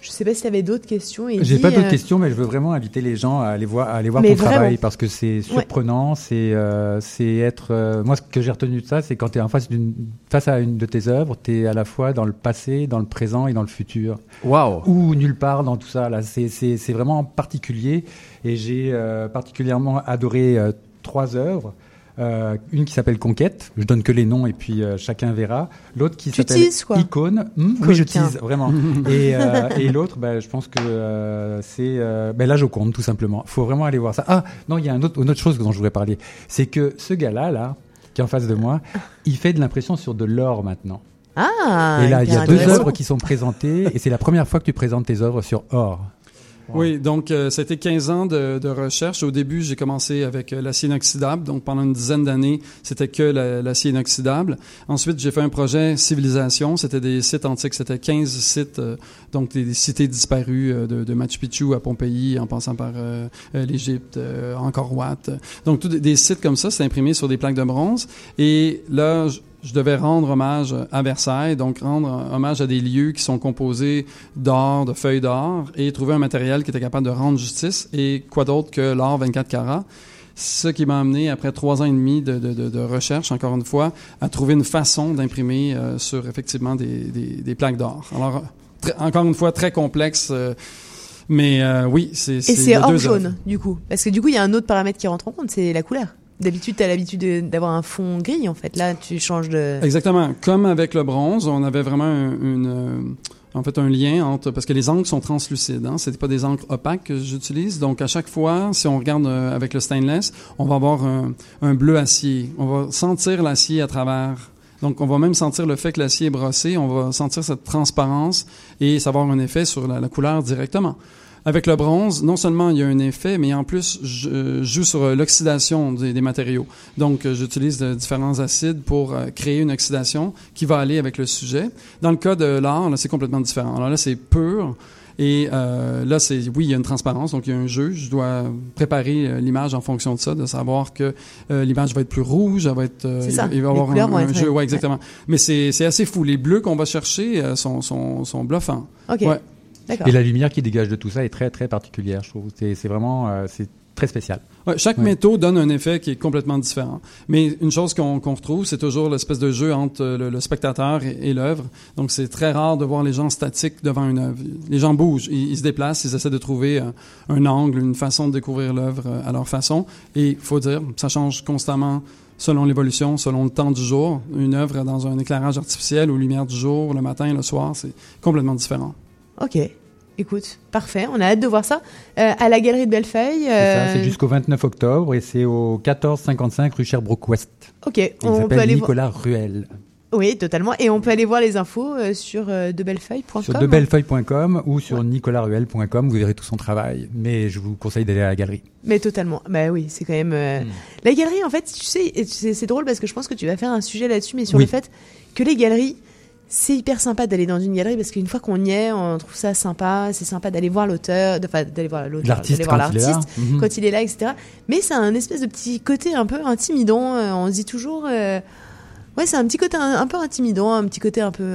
Je sais pas si tu avais d'autres questions. Eddy, J'ai pas d'autres euh... questions, mais je veux vraiment inviter les gens à aller voir, à aller voir Mais ton vraiment. travail parce que c'est surprenant. Ouais. C'est, euh, c'est être. Euh, moi, ce que j'ai retenu de ça, c'est quand tu es en face d'une, face à une de tes œuvres, tu es à la fois dans le passé, dans le présent et dans le futur. Waouh. Ou nulle part dans tout ça. Là, c'est, c'est, c'est vraiment particulier. Et j'ai euh, particulièrement adoré euh, trois œuvres. Euh, une qui s'appelle Conquête, je donne que les noms et puis euh, chacun verra. L'autre qui tu s'appelle teases, quoi. Icône. Mmh, oui, je tease, vraiment. et, euh, et l'autre, bah, je pense que euh, c'est euh, bah, la Joconde, tout simplement. Il faut vraiment aller voir ça. Ah, non, il y a un autre, une autre chose dont je voudrais parler. C'est que ce gars-là, là, qui est en face de moi, il fait de l'impression sur de l'or maintenant. Ah, et là, il y a deux œuvres qui sont présentées et c'est la première fois que tu présentes tes œuvres sur or. Wow. Oui, donc euh, ça a été quinze ans de, de recherche. Au début, j'ai commencé avec euh, l'acier inoxydable. Donc pendant une dizaine d'années, c'était que la, l'acier inoxydable. Ensuite, j'ai fait un projet civilisation. C'était des sites antiques. C'était quinze sites, euh, donc des, des cités disparues euh, de, de Machu Picchu à Pompéi, en passant par euh, euh, l'Égypte, euh, Angkor Wat. Donc tous des, des sites comme ça, c'est imprimé sur des plaques de bronze. Et là, je, je devais rendre hommage à Versailles, donc rendre hommage à des lieux qui sont composés d'or, de feuilles d'or, et trouver un matériel qui était capable de rendre justice. Et quoi d'autre que l'or vingt-quatre carats? Ce qui m'a amené, après trois ans et demi de, de, de, de recherche, encore une fois, à trouver une façon d'imprimer euh, sur, effectivement, des, des, des plaques d'or. Alors, très, encore une fois, très complexe, euh, mais euh, oui, c'est... c'est et c'est or deux jaune, œuvres. du coup. Parce que du coup, il y a un autre paramètre qui rentre en compte, c'est la couleur. D'habitude, tu as l'habitude de, d'avoir un fond gris, en fait. Là, tu changes de... Exactement. Comme avec le bronze, on avait vraiment une... une en fait, un lien entre... Parce que les encres sont translucides, hein. C'est pas des encres opaques que j'utilise. Donc, à chaque fois, si on regarde euh, avec le stainless, on va avoir un, un bleu acier. On va sentir l'acier à travers... Donc, on va même sentir le fait que l'acier est brossé. On va sentir cette transparence et ça va avoir un effet sur la, la couleur directement. Avec le bronze, non seulement il y a un effet, mais en plus, je joue sur l'oxydation des, des matériaux. Donc, j'utilise de différents acides pour euh, créer une oxydation qui va aller avec le sujet. Dans le cas de l'art, là, c'est complètement différent. Alors là, c'est pur. Et euh, là, c'est oui, il y a une transparence, donc il y a un jeu. Je dois préparer euh, l'image en fonction de ça, de savoir que euh, l'image va être plus rouge, elle va être, euh, c'est ça. il va y avoir Les un, un être jeu, ouais. ouais, exactement. Ouais. Mais c'est c'est assez fou. Les bleus qu'on va chercher euh, sont, sont sont bluffants. Ok. Ouais. D'accord. Et la lumière qui dégage de tout ça est très très particulière, je trouve. C'est, c'est vraiment euh, c'est très spécial. Ouais, chaque ouais. métaux donne un effet qui est complètement différent. Mais une chose qu'on, qu'on retrouve, c'est toujours l'espèce de jeu entre le, le spectateur et, et l'œuvre. Donc c'est très rare de voir les gens statiques devant une œuvre. Les gens bougent, ils, ils se déplacent, ils essaient de trouver un, un angle, une façon de découvrir l'œuvre à leur façon. Et il faut dire, ça change constamment selon l'évolution, selon le temps du jour. Une œuvre dans un éclairage artificiel ou lumière du jour, le matin, le soir, c'est complètement différent. Ok. Écoute, parfait, on a hâte de voir ça. Euh, à la Galerie de Bellefeuille. Euh... C'est ça, c'est jusqu'au vingt-neuf octobre et c'est au quatorze cinquante-cinq rue Sherbrooke-Ouest. Ok, et on il s'appelle peut aller Nicolas voir... Ruel. Oui, totalement. Et on peut aller voir les infos euh, sur euh, debellefeuille point com. Sur debellefeuille point com ou sur ouais. nicolas ruel point com, vous verrez tout son travail. Mais je vous conseille d'aller à la galerie. Mais totalement. Bah oui, c'est quand même... Euh... Mm. La galerie, en fait, tu sais, c'est, c'est drôle parce que je pense que tu vas faire un sujet là-dessus, mais sur oui. le fait que les galeries... C'est hyper sympa d'aller dans une galerie parce qu'une fois qu'on y est, on trouve ça sympa. C'est sympa d'aller voir l'auteur, enfin d'aller voir l'auteur, l'artiste, d'aller voir quand, l'artiste il mmh. quand il est là, et cetera. Mais ça a un espèce de petit côté un peu intimidant. On se dit toujours, euh, ouais, c'est un petit côté un, un peu intimidant, un petit côté un peu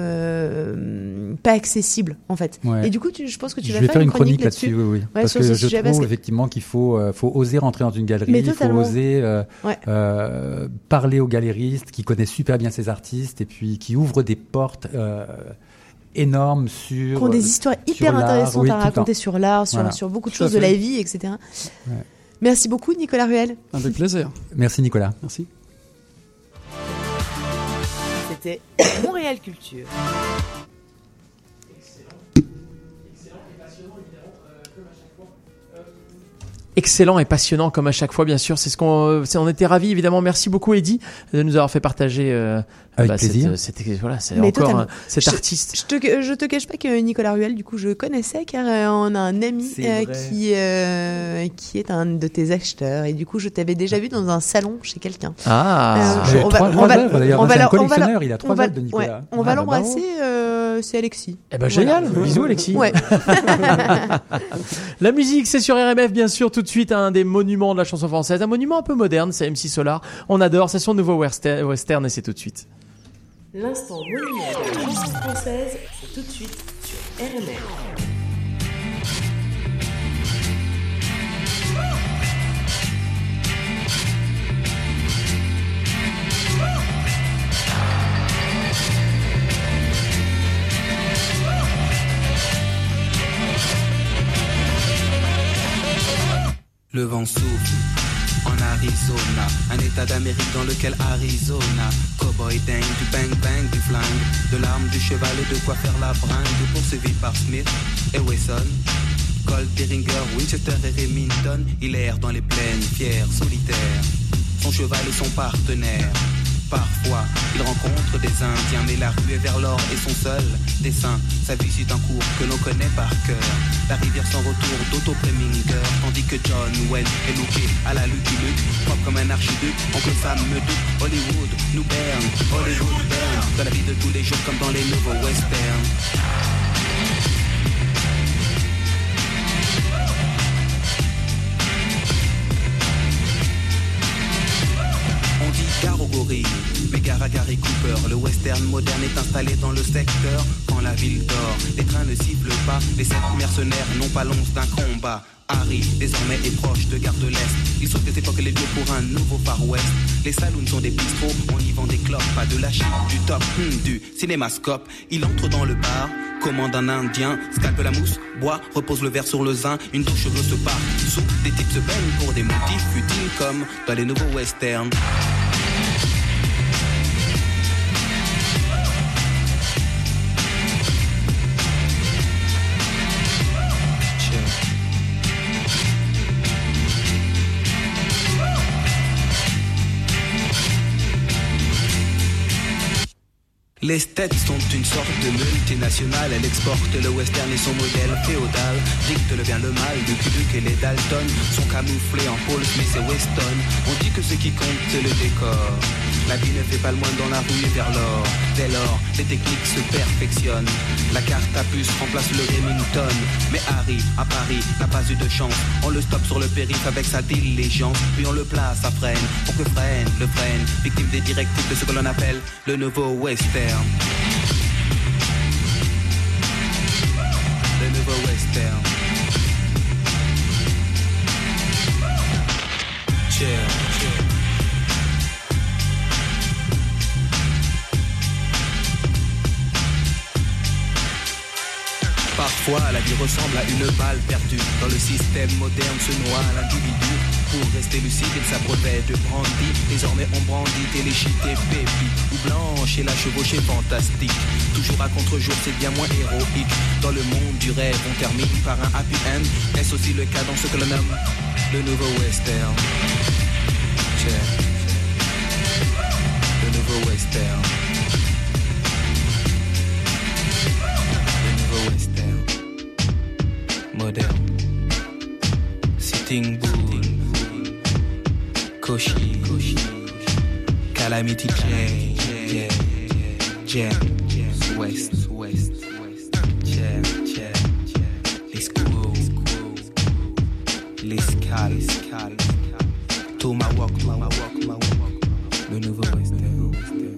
euh, pas accessible en fait. Ouais. Et du coup, tu, je pense que tu je vas vais faire, faire une une chronique, chronique là-dessus. là-dessus, oui, oui. Ouais, parce sur que ce je sujet, trouve parce que... effectivement qu'il faut, euh, faut oser rentrer dans une galerie, il faut oser euh, ouais. euh, parler aux galéristes qui connaissent super bien ces artistes et puis qui ouvrent des portes. Euh, énormes sur... Qui ont des histoires hyper intéressantes oui, à raconter sur l'art, sur, voilà. sur beaucoup de Tout choses de la vie, et cetera. Ouais. Merci beaucoup, Nicolas Ruel. Avec plaisir. Merci, Nicolas. Merci. C'était Montréal Culture. Excellent et passionnant comme à chaque fois, bien sûr. C'est ce qu'on, c'est, on était ravis, évidemment. Merci beaucoup, Eddy, de nous avoir fait partager euh, avec bah, plaisir. Cette, cette, voilà, c'est Mais encore un, totalement. cet je, artiste. Je te, je te cache pas que Nicolas Ruel, du coup, je connaissais car euh, on a un ami euh, qui euh, qui est un de tes acheteurs et du coup, je t'avais déjà vu dans un salon chez quelqu'un. Ah. Euh, je, on va, trois, on va, œuvres, d'ailleurs. On va, c'est un collectionneur. Il a trois œuvres de Nicolas. Ouais, on ah, va bah l'embrasser. Euh, c'est Alexis. Eh ben génial. Voilà. Bisous, Alexis. Ouais. La musique, c'est sur R M F, bien sûr. Tout de suite, un des monuments de la chanson française, un monument un peu moderne, c'est M C Solar. On adore, c'est son nouveau western et c'est tout de suite. L'instant monument de la chanson française, c'est tout de suite sur R M F. Le vent souffle en Arizona, un état d'Amérique dans lequel Arizona. Cowboy dingue, du bang bang, du flingue, de l'arme, du cheval et de quoi faire la bringue. Poursuivi par Smith et Wesson, Colt, Derringer, Winchester et Remington. Il erre dans les plaines, fier, solitaire, son cheval et son partenaire. Parfois, il rencontre des Indiens, mais la rue est vers l'or et son seul dessin. Sa vie suit un cours que l'on connaît par cœur. La rivière sans retour d'Otto Preminger, tandis que John Wayne est looké à la Lucky Luke, propre comme un archiduc. Oncle Sam me doute, Hollywood nous berne, Hollywood berne, dans la vie de tous les jours comme dans les nouveaux westerns. On dit gare aux gorilles, mais gare à Gary Cooper. Le western moderne est installé dans le secteur. Quand la ville dort, les trains ne sifflent pas. Les sept mercenaires n'ont pas l'once d'un combat. Harry, désormais, est proche de Gare de l'Est. Il sauve des époques les lieux pour un nouveau Far West. Les saloons sont des bistrots, on y vend des clopes. Pas de la chip, du top, hmm, du cinémascope. Il entre dans le bar, commande un indien, scalpe la mousse, boit, repose le verre sur le zin. Une douche cheveux se part, sous des types se baignent pour des motifs futiles comme dans les nouveaux westerns. Les States sont une sorte de multinationale. Elle exporte le western et son modèle féodal. Dicte le bien le mal, Lucky Luke et les Dalton sont camouflés en Paul Smith et Weston. On dit que ce qui compte c'est le décor. La vie ne fait pas le moins dans la rue et vers l'or. Dès lors, les techniques se perfectionnent. La carte à puce remplace le Remington. Mais Harry, à Paris, n'a pas eu de chance. On le stoppe sur le périph' avec sa diligence. Puis on le place à freine, pour que freine, le freine. Victime des directives de ce que l'on appelle le nouveau western. Le nouveau western. Chill, chill. Parfois, la vie ressemble à une balle perdue. Dans le système moderne se noie l'individu. Pour rester lucide, il s'abreuvait de brandy. Désormais, on brandit téléchite et pépite. Ou blanche et la chevauchée fantastique. Toujours à contre-jour, c'est bien moins héroïque. Dans le monde du rêve, on termine par un happy end. Est-ce aussi le cas dans ce que l'on nomme le nouveau western? Check. Le nouveau western. Le nouveau western. Moderne. Sitting Bull. Koshi, Koshi, Calamity Jane, Jam, Jam, West, West, West, Jam, Jam, les Squirrels, les Scal, les Scal, Tomahawk, Tomahawk, Tomahawk, le nouveau western,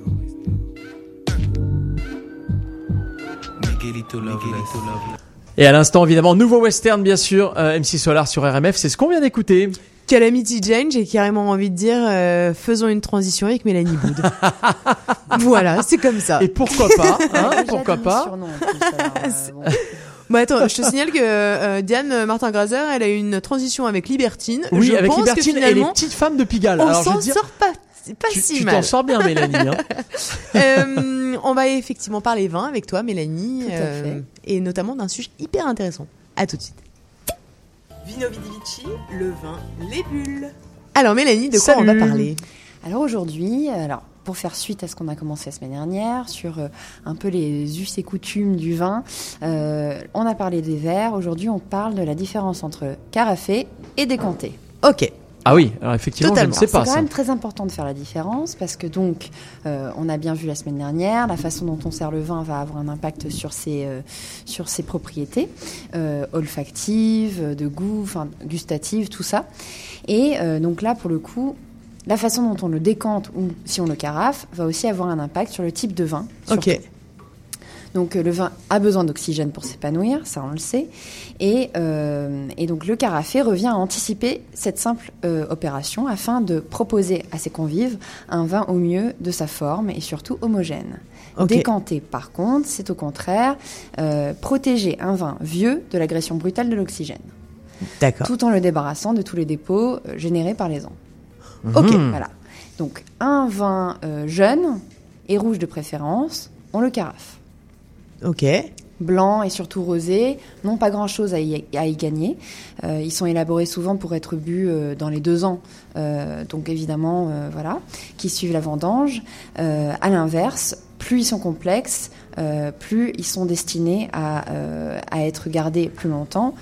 Miguelito Loveless. Et à l'instant, évidemment, nouveau western, bien sûr, euh, M C Solar sur R M F, c'est ce qu'on vient d'écouter. Calamity Jane, j'ai carrément envie de dire, euh, faisons une transition avec Mélanie Boud. Voilà, c'est comme ça. Et pourquoi pas, hein, pourquoi pas. Surnom, en plus, alors, euh, bon. Bah attends, je te signale que euh, Diane Martin-Graser, elle a eu une transition avec Libertine. Oui, je avec pense Libertine que et les petites femmes de Pigalle. On Alors, s'en je veux dire, sort pas, c'est pas tu, si tu mal. t'en sors bien, Mélanie. Hein. euh, on va effectivement parler vin avec toi, Mélanie, Tout à euh, fait. et notamment d'un sujet hyper intéressant. À tout de suite. Vino Vidi Vici, le vin, les bulles. Alors Mélanie, de quoi Salut. on va parler? Alors aujourd'hui, alors pour faire suite à ce qu'on a commencé la semaine dernière sur euh, un peu les us et coutumes du vin, euh, on a parlé des verres. Aujourd'hui, on parle de la différence entre carafé et décanté. Ok. Ah oui, alors effectivement, je ne sais Alors, pas c'est quand ça. même très important de faire la différence parce que donc, euh, on a bien vu la semaine dernière, la façon dont on sert le vin va avoir un impact sur ses, euh, sur ses propriétés euh, olfactives, de goût, enfin gustatives, tout ça. Et euh, donc là, pour le coup, la façon dont on le décante ou si on le carafe va aussi avoir un impact sur le type de vin. Ok. surtout. Donc euh, le vin a besoin d'oxygène pour s'épanouir, ça on le sait. Et, euh, et donc le carafé revient à anticiper cette simple euh, opération afin de proposer à ses convives un vin au mieux de sa forme et surtout homogène. Ok. Décanter par contre, c'est au contraire euh, protéger un vin vieux de l'agression brutale de l'oxygène. D'accord. tout en le débarrassant de tous les dépôts euh, générés par les ans. Ok. Voilà. Donc, un vin euh, jeune et rouge de préférence, on le carafe. Ok. Blanc et surtout rosé, n'ont pas grand-chose à y, à y gagner. Euh, ils sont élaborés souvent pour être bu euh, dans les deux ans, euh, donc évidemment, euh, voilà, qui suivent la vendange. Euh, à l'inverse, plus ils sont complexes, euh, plus ils sont destinés à, euh, à être gardés plus longtemps.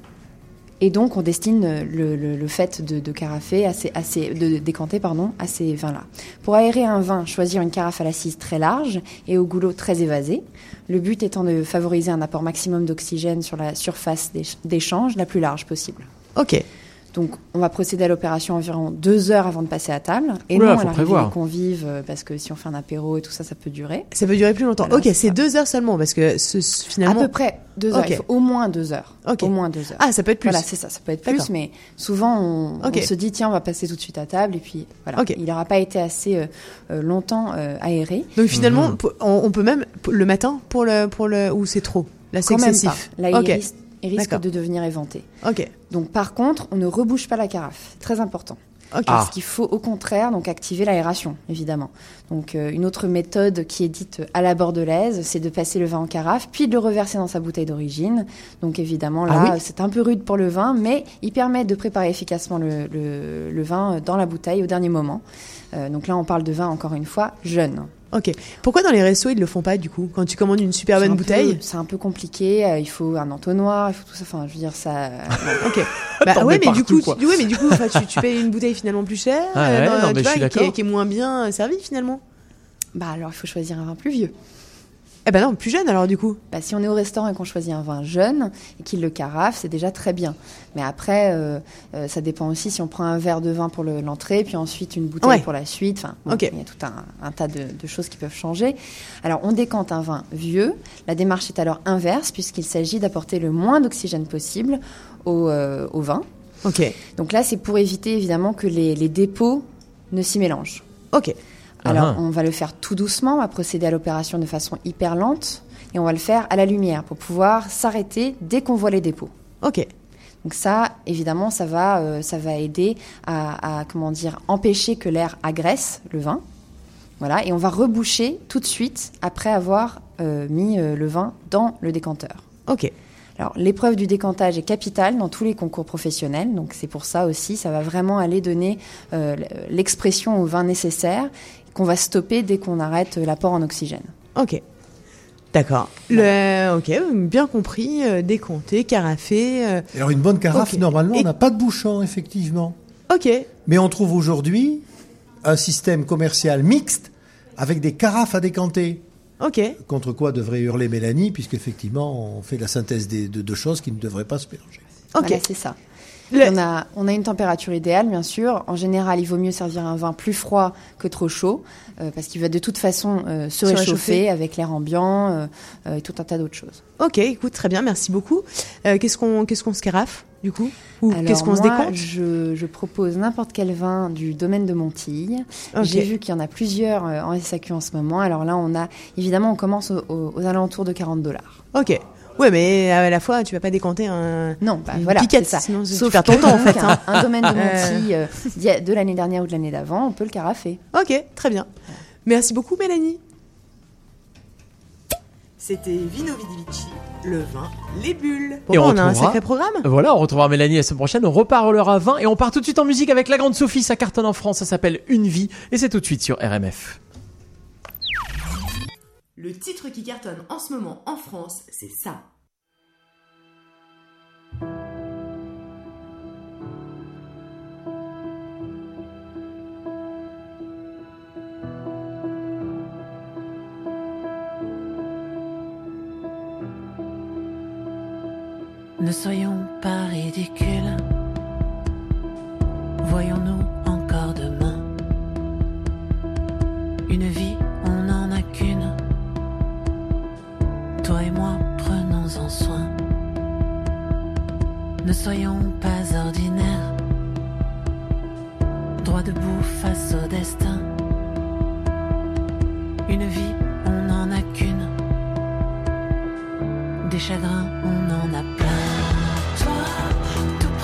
Et donc, on destine le, le, le fait de, de carafer, à ces, à ces, de décanter pardon, à ces vins-là. Pour aérer un vin, choisir une carafe à l'assise très large et au goulot très évasé. Le but étant de favoriser un apport maximum d'oxygène sur la surface d'échange la plus large possible. Ok. Donc, on va procéder à l'opération environ deux heures avant de passer à table. Et Oula, non faut à l'arrivée prévoir. des convives, euh, parce que si on fait un apéro et tout ça, ça peut durer. Ça peut durer plus longtemps. Voilà, ok, c'est c'est ça. deux heures seulement parce que ce, ce- finalement. À peu près deux heures. Ok. Il faut au moins deux heures. Ok. Au moins deux heures. Ah, ça peut être plus. Voilà, c'est ça. Ça peut être D'accord. plus, mais souvent on, Ok. on se dit tiens, on va passer tout de suite à table et puis voilà. Ok. Il n'aura pas été assez euh, euh, longtemps euh, aéré. Donc finalement, Mhm. pour- on, on peut même pour- le matin pour le pour le ou c'est trop. Là, c'est Quand même excessif. pas. Là, Ok. il risque, il risque D'accord. de devenir éventé. Ok. Donc par contre, on ne rebouche pas la carafe. C'est très important. Ok. Parce Ah. qu'il faut au contraire donc activer l'aération, évidemment. Donc euh, une autre méthode qui est dite à la bordelaise, c'est de passer le vin en carafe, puis de le reverser dans sa bouteille d'origine. Donc évidemment là, Ah oui c'est un peu rude pour le vin, mais il permet de préparer efficacement le, le, le vin dans la bouteille au dernier moment. Euh, donc là, on parle de vin encore une fois jeune. Ok. Pourquoi dans les restos ils le font pas du coup quand tu commandes une super C'est bonne un peu- bouteille? C'est un peu compliqué. euh, il faut un entonnoir, il faut tout ça. Enfin, je veux dire ça. Ok. Bah T'en ouais, mets mais du partout, coup, quoi. tu, ouais, mais du coup, enfin, tu, tu payes une bouteille finalement plus chère, Ah ouais, euh, non, tu mais je vois, suis qui, est, d'accord. qui est moins bien euh, servie finalement. Bah alors, il faut choisir un vin plus vieux. Eh ben non, plus jeune alors du coup. Bah, si on est au restaurant et qu'on choisit un vin jeune et qu'il le carafe, c'est déjà très bien. Mais après, euh, euh, ça dépend aussi si on prend un verre de vin pour le- l'entrée, puis ensuite une bouteille Ouais. pour la suite. Enfin, bon, Ok. il y a tout un, un tas de, de choses qui peuvent changer. Alors, on décante un vin vieux. La démarche est alors inverse puisqu'il s'agit d'apporter le moins d'oxygène possible au, euh, au vin. Ok. Donc là, c'est pour éviter évidemment que les, les dépôts ne s'y mélangent. Ok. Alors, Ah ah. on va le faire tout doucement, on va procéder à l'opération de façon hyper lente et on va le faire à la lumière pour pouvoir s'arrêter dès qu'on voit les dépôts. Ok. Donc ça, évidemment, ça va, euh, ça va aider à, à, comment dire, empêcher que l'air agresse le vin. Voilà, et on va reboucher tout de suite après avoir euh, mis euh, le vin dans le décanteur. Ok. Alors, l'épreuve du décantage est capitale dans tous les concours professionnels, donc c'est pour ça aussi, ça va vraiment aller donner euh, l'expression au vin nécessaire qu'on va stopper dès qu'on arrête l'apport en oxygène. Ok. D'accord. Le... Ok, bien compris. Euh, décompté, carafé. euh, Alors une bonne carafe, Ok. normalement, Et- on n'a pas de bouchon, effectivement. Ok. Mais on trouve aujourd'hui un système commercial mixte avec des carafes à décanter. Ok. Contre quoi devrait hurler Mélanie, puisqu'effectivement, on fait la synthèse des, de deux choses qui ne devraient pas se mélanger. Ok. Voilà, c'est ça. Le- On, a, on a une température idéale, bien sûr. En général, il vaut mieux servir un vin plus froid que trop chaud, euh, parce qu'il va de toute façon euh, se, Se réchauffer, réchauffer. avec l'air ambiant euh, euh, et tout un tas d'autres choses. Ok, écoute, très bien, merci beaucoup. Euh, qu'est-ce qu'on qu'est-ce qu'on se carafe, du coup? Ou Alors, qu'est-ce qu'on se moi, décompte? je, je propose n'importe quel vin du domaine de Montille. Ok. J'ai vu qu'il y en a plusieurs euh, en S A Q en ce moment. Alors là, on a évidemment, on commence au- au- aux alentours de quarante dollars. Ok. Ouais, mais à la fois, tu vas pas décanter un. Non, bah une voilà, piquette, c'est ça. sinon tu Sauf perds ton que temps en donc, fait. un, hein. un domaine de Euh, Montille euh, d'il y a- de l'année dernière ou de l'année d'avant, on peut le carafer. Ok, très bien. Merci beaucoup, Mélanie. C'était Vino Vidivici, le vin, les bulles. Bon, Et on, on a un retrouvera- sacré programme. Voilà, on retrouvera Mélanie la semaine prochaine. On reparlera vin et on part tout de suite en musique avec la grande Sophie. Ça cartonne en France, ça s'appelle Une vie et c'est tout de suite sur R M F. Le titre qui cartonne en ce moment en France, c'est ça. Ne soyons pas ridicules, voyons-nous encore demain. Une vie, on n'en a qu'une. Toi et moi, prenons-en soin. Ne soyons pas ordinaires, droit debout face au destin. Une vie, on n'en a qu'une. Des chagrins, on en a plein. Toi, tout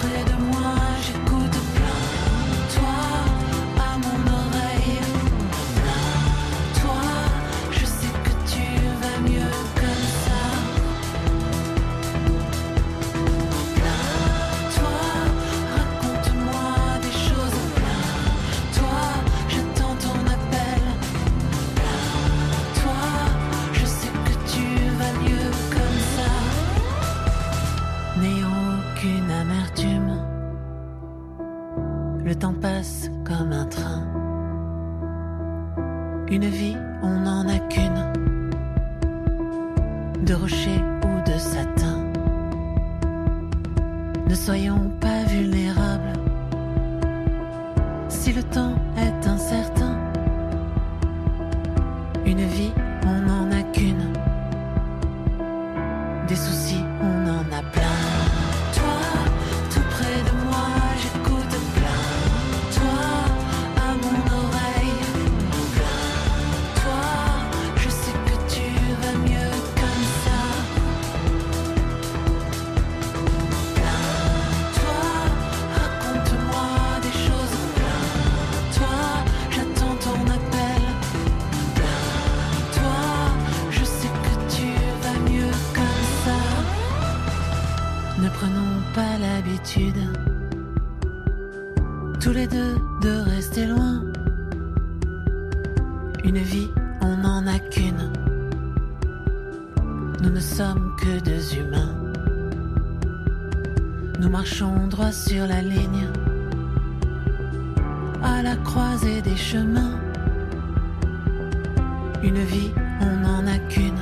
d'amertume. Le temps passe comme un train. Une vie, on n'en a qu'une. De rocher ou de satin. Ne soyons pas vulnérables. Si le temps est incertain, une vie, on n'en a qu'une. Des soucis, on en a plein. Toi, tout près de moi, j'écoute plein. Toi, à mon oreille, plein. Toi, je sais que tu vas mieux comme ça. Plein. Toi, raconte-moi des choses plein. Toi, j'attends ton appel. Plein. Toi, je sais que tu vas mieux comme ça. Ne prenons pas l'habitude, tous les deux, de rester loin. Une vie, on n'en a qu'une. Nous ne sommes que deux humains. Nous marchons droit sur la ligne, à la croisée des chemins. Une vie, on n'en a qu'une.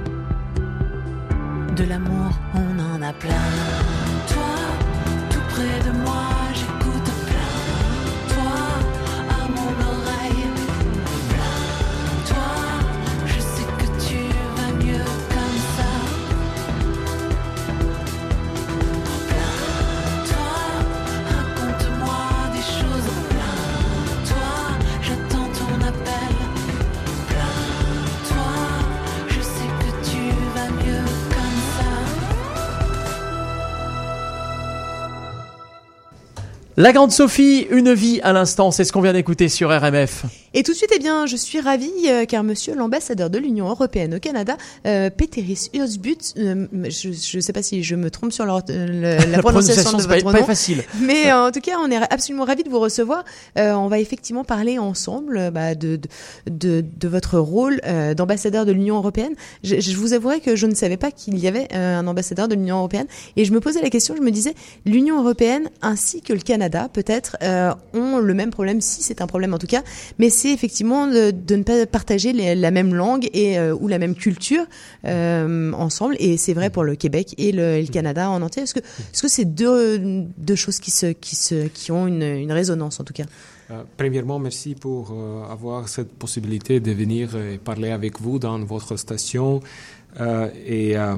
De l'amour, on en a plein. Toi, tout près de moi, j'écoute plein. Toi, à mon oreille, plein. Toi, je sais que tu vas mieux comme ça. Plein. Toi, raconte-moi des choses plein. Toi, j'attends ton appel. Plein. Toi, je sais que tu vas mieux comme ça. La grande Sophie, une vie à l'instant, c'est ce qu'on vient d'écouter sur R M F. Et tout de suite, eh bien, je suis ravie euh, car monsieur l'ambassadeur de l'Union européenne au Canada, euh, Peteris Ursbut, euh, je ne sais pas si je me trompe sur leur, euh, le- la prononciation de c'est pas- votre pas nom, facile. mais euh, en tout cas, on est absolument ravis de vous recevoir. Euh, on va effectivement parler ensemble euh, bah, de, de, de, de votre rôle euh, d'ambassadeur de l'Union européenne. Je, je vous avouerai que je ne savais pas qu'il y avait euh, un ambassadeur de l'Union européenne et je me posais la question, je me disais, l'Union européenne ainsi que le Canada, peut-être, euh, ont le même problème, si c'est un problème en tout cas, mais c'est effectivement de, de ne pas partager les- la même langue et euh, ou la même culture euh, ensemble. Et c'est vrai pour le Québec et le, et le Canada en entier. Est-ce que est-ce que c'est deux deux choses qui se qui se qui ont une, une résonance en tout cas? Euh, premièrement, merci pour euh, avoir cette possibilité de venir et parler avec vous dans votre station euh, et euh,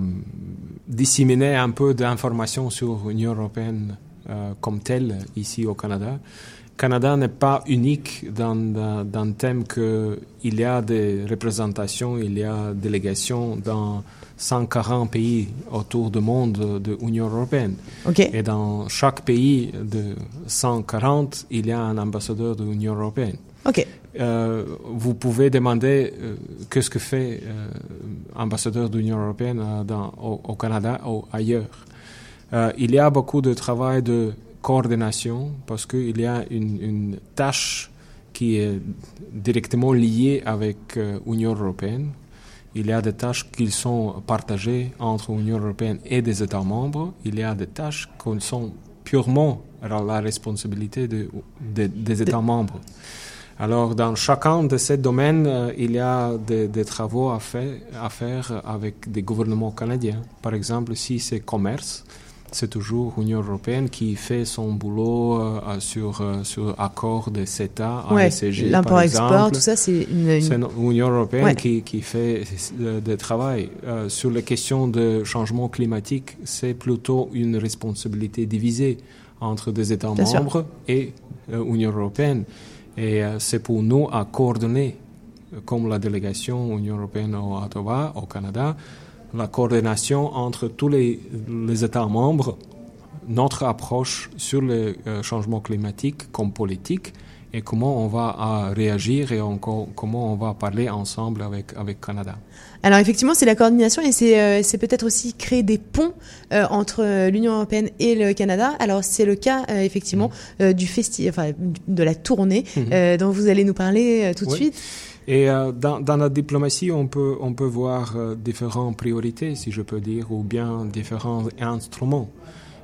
disséminer un peu d'informations sur l'Union européenne euh, comme telle ici au Canada. Le Canada n'est pas unique dans, dans, dans le thème qu'il y a des représentations, il y a des délégations dans cent quarante pays autour du monde de l'Union européenne. Okay. Et dans chaque pays de cent quarante, il y a un ambassadeur de l'Union européenne. Ok. Euh, vous pouvez demander euh, qu'est-ce que fait euh, ambassadeur de l'Union européenne euh, dans, au, au Canada ou ailleurs. Euh, il y a beaucoup de travail de coordination parce qu'il y a une, une tâche qui est directement liée avec l'Union euh, européenne. Il y a des tâches qui sont partagées entre l'Union européenne et des États membres. Il y a des tâches qui sont purement la responsabilité de, de, des États membres. Alors, dans chacun de ces domaines, euh, il y a des, des travaux à faire, à faire avec des gouvernements canadiens. Par exemple, si c'est commerce, c'est toujours l'Union européenne qui fait son boulot euh, sur euh, sur accord de CETA, Ouais, A S G, l'import-export, par exemple. tout ça, c'est une- une- C'est l'Union européenne Ouais. qui qui fait le, le travail euh, sur les questions de changement climatique. C'est plutôt une responsabilité divisée entre des États Bien sûr. membres et euh, l'Union européenne. Et euh, c'est pour nous à coordonner, euh, comme la délégation Union européenne au Ottawa, au Canada, la coordination entre tous les, les États membres, notre approche sur le euh, changement climatique comme politique et comment on va euh, réagir et encore, comment on va parler ensemble avec avec Canada. Alors effectivement, c'est la coordination et c'est euh, c'est peut-être aussi créer des ponts euh, entre euh, l'Union européenne et le Canada. Alors c'est le cas euh, effectivement euh, du festi enfin de la tournée Mhm. euh, dont vous allez nous parler euh, tout de Oui. suite. Et euh, dans, dans la diplomatie, on peut, on peut voir euh, différentes priorités, si je peux dire, ou bien différents instruments.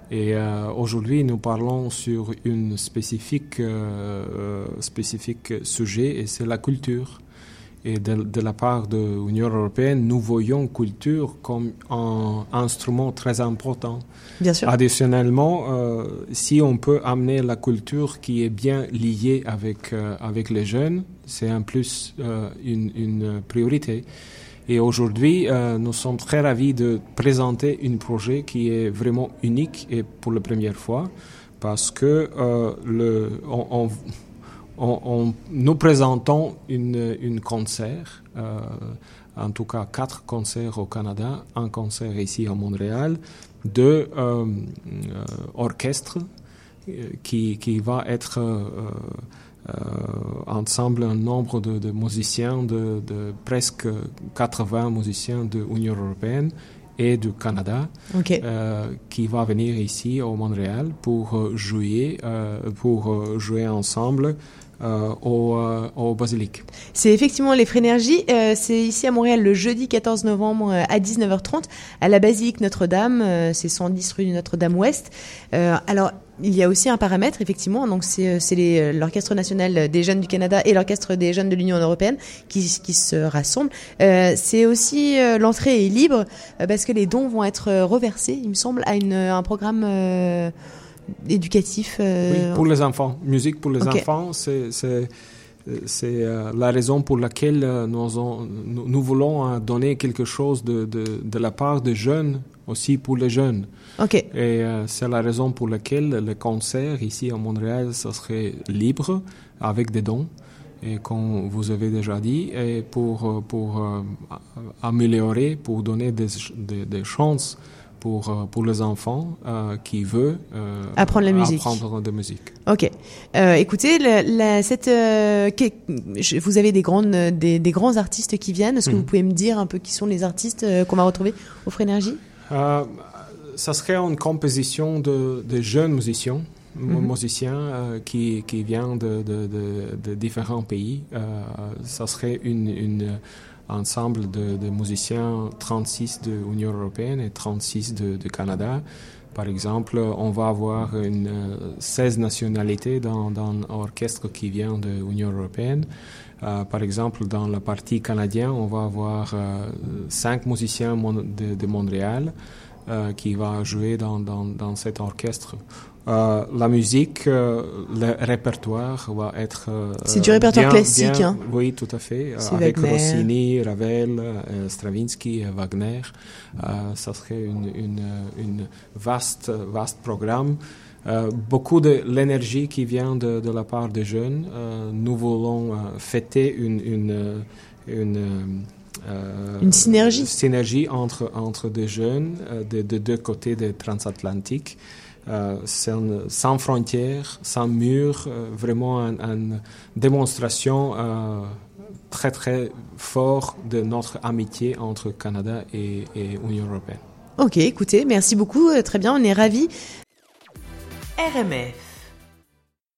Et euh, aujourd'hui, nous parlons sur une spécifique, euh, spécifique sujet, et c'est la culture. Et de, de la part de l'Union européenne, nous voyons culture comme un instrument très important. Bien sûr. Additionnellement, euh, si on peut amener la culture qui est bien liée avec, euh, avec les jeunes, c'est en plus euh, une, une priorité. Et aujourd'hui, euh, nous sommes très ravis de présenter un projet qui est vraiment unique et pour la première fois, parce que euh, le, on, on, on, on, nous présentons une, une concert, euh, en tout cas quatre concerts au Canada, un concert ici à Montréal, de euh, euh, orchestre qui, qui va être euh, euh, ensemble un nombre de, de musiciens, de, de presque quatre-vingts musiciens de l'Union européenne et du Canada, okay. euh, qui va venir ici au Montréal pour euh, jouer, euh, pour euh, jouer ensemble. Euh, au, euh, au Basilique. C'est effectivement les Frénergies. Euh, c'est ici à Montréal le jeudi quatorze novembre euh, à dix-neuf heures trente à la Basilique Notre-Dame. Euh, c'est cent dix rue Notre-Dame-Ouest. Euh, alors, il y a aussi un paramètre, effectivement. Donc, c'est, c'est les, l'Orchestre national des jeunes du Canada et l'Orchestre des jeunes de l'Union européenne qui, qui se rassemblent. Euh, c'est aussi, euh, l'entrée est libre euh, parce que les dons vont être reversés, il me semble, à une, un programme euh, éducatif. Euh... Oui, pour les enfants. Musique pour les okay. enfants, c'est, c'est, c'est euh, la raison pour laquelle euh, nous, on, nous, nous voulons euh, donner quelque chose de, de, de la part des jeunes, aussi pour les jeunes. Okay. Et euh, c'est la raison pour laquelle le concert ici à Montréal, ça serait libre, avec des dons. Et comme vous avez déjà dit, et pour, pour euh, améliorer, pour donner des, des, des chances pour, pour les enfants euh, qui veulent euh, apprendre la musique. Apprendre de musique. Ok. Euh, écoutez, la, la, cette, euh, que, je, vous avez des, grandes, des, des grands artistes qui viennent. Est-ce que mmh. vous pouvez me dire un peu qui sont les artistes euh, qu'on va retrouver au Frénergie? euh, Ça serait une composition de, de jeunes musiciens. Mmh. musiciens euh, qui, qui viennent de, de, de, de différents pays. Euh, ça serait une, une ensemble de, de musiciens trente-six de l'Union européenne et trente-six de, de Canada. Par exemple, on va avoir une, euh, seize nationalités dans, dans l'orchestre qui vient de l'Union européenne. Euh, par exemple, dans la partie canadienne, on va avoir euh, cinq musiciens de, de Montréal euh, qui va jouer dans, dans, dans cet orchestre. Euh, la musique, euh, le répertoire va être... Euh, c'est du répertoire bien, classique, bien, hein? Oui, tout à fait. C'est avec Wagner. Rossini, Ravel, euh, Stravinsky, et Wagner. Euh, ça serait une, une, une vaste, vaste programme. Euh, beaucoup de l'énergie qui vient de, de la part des jeunes. Euh, nous voulons euh, fêter une... une, une Euh, une synergie, synergie entre, entre des jeunes euh, de, de deux côtés des transatlantiques, euh, sans, sans frontières, sans murs, euh, vraiment une un démonstration euh, très très forte de notre amitié entre Canada et, et Union européenne. Ok, écoutez, merci beaucoup, très bien, on est ravis. R M F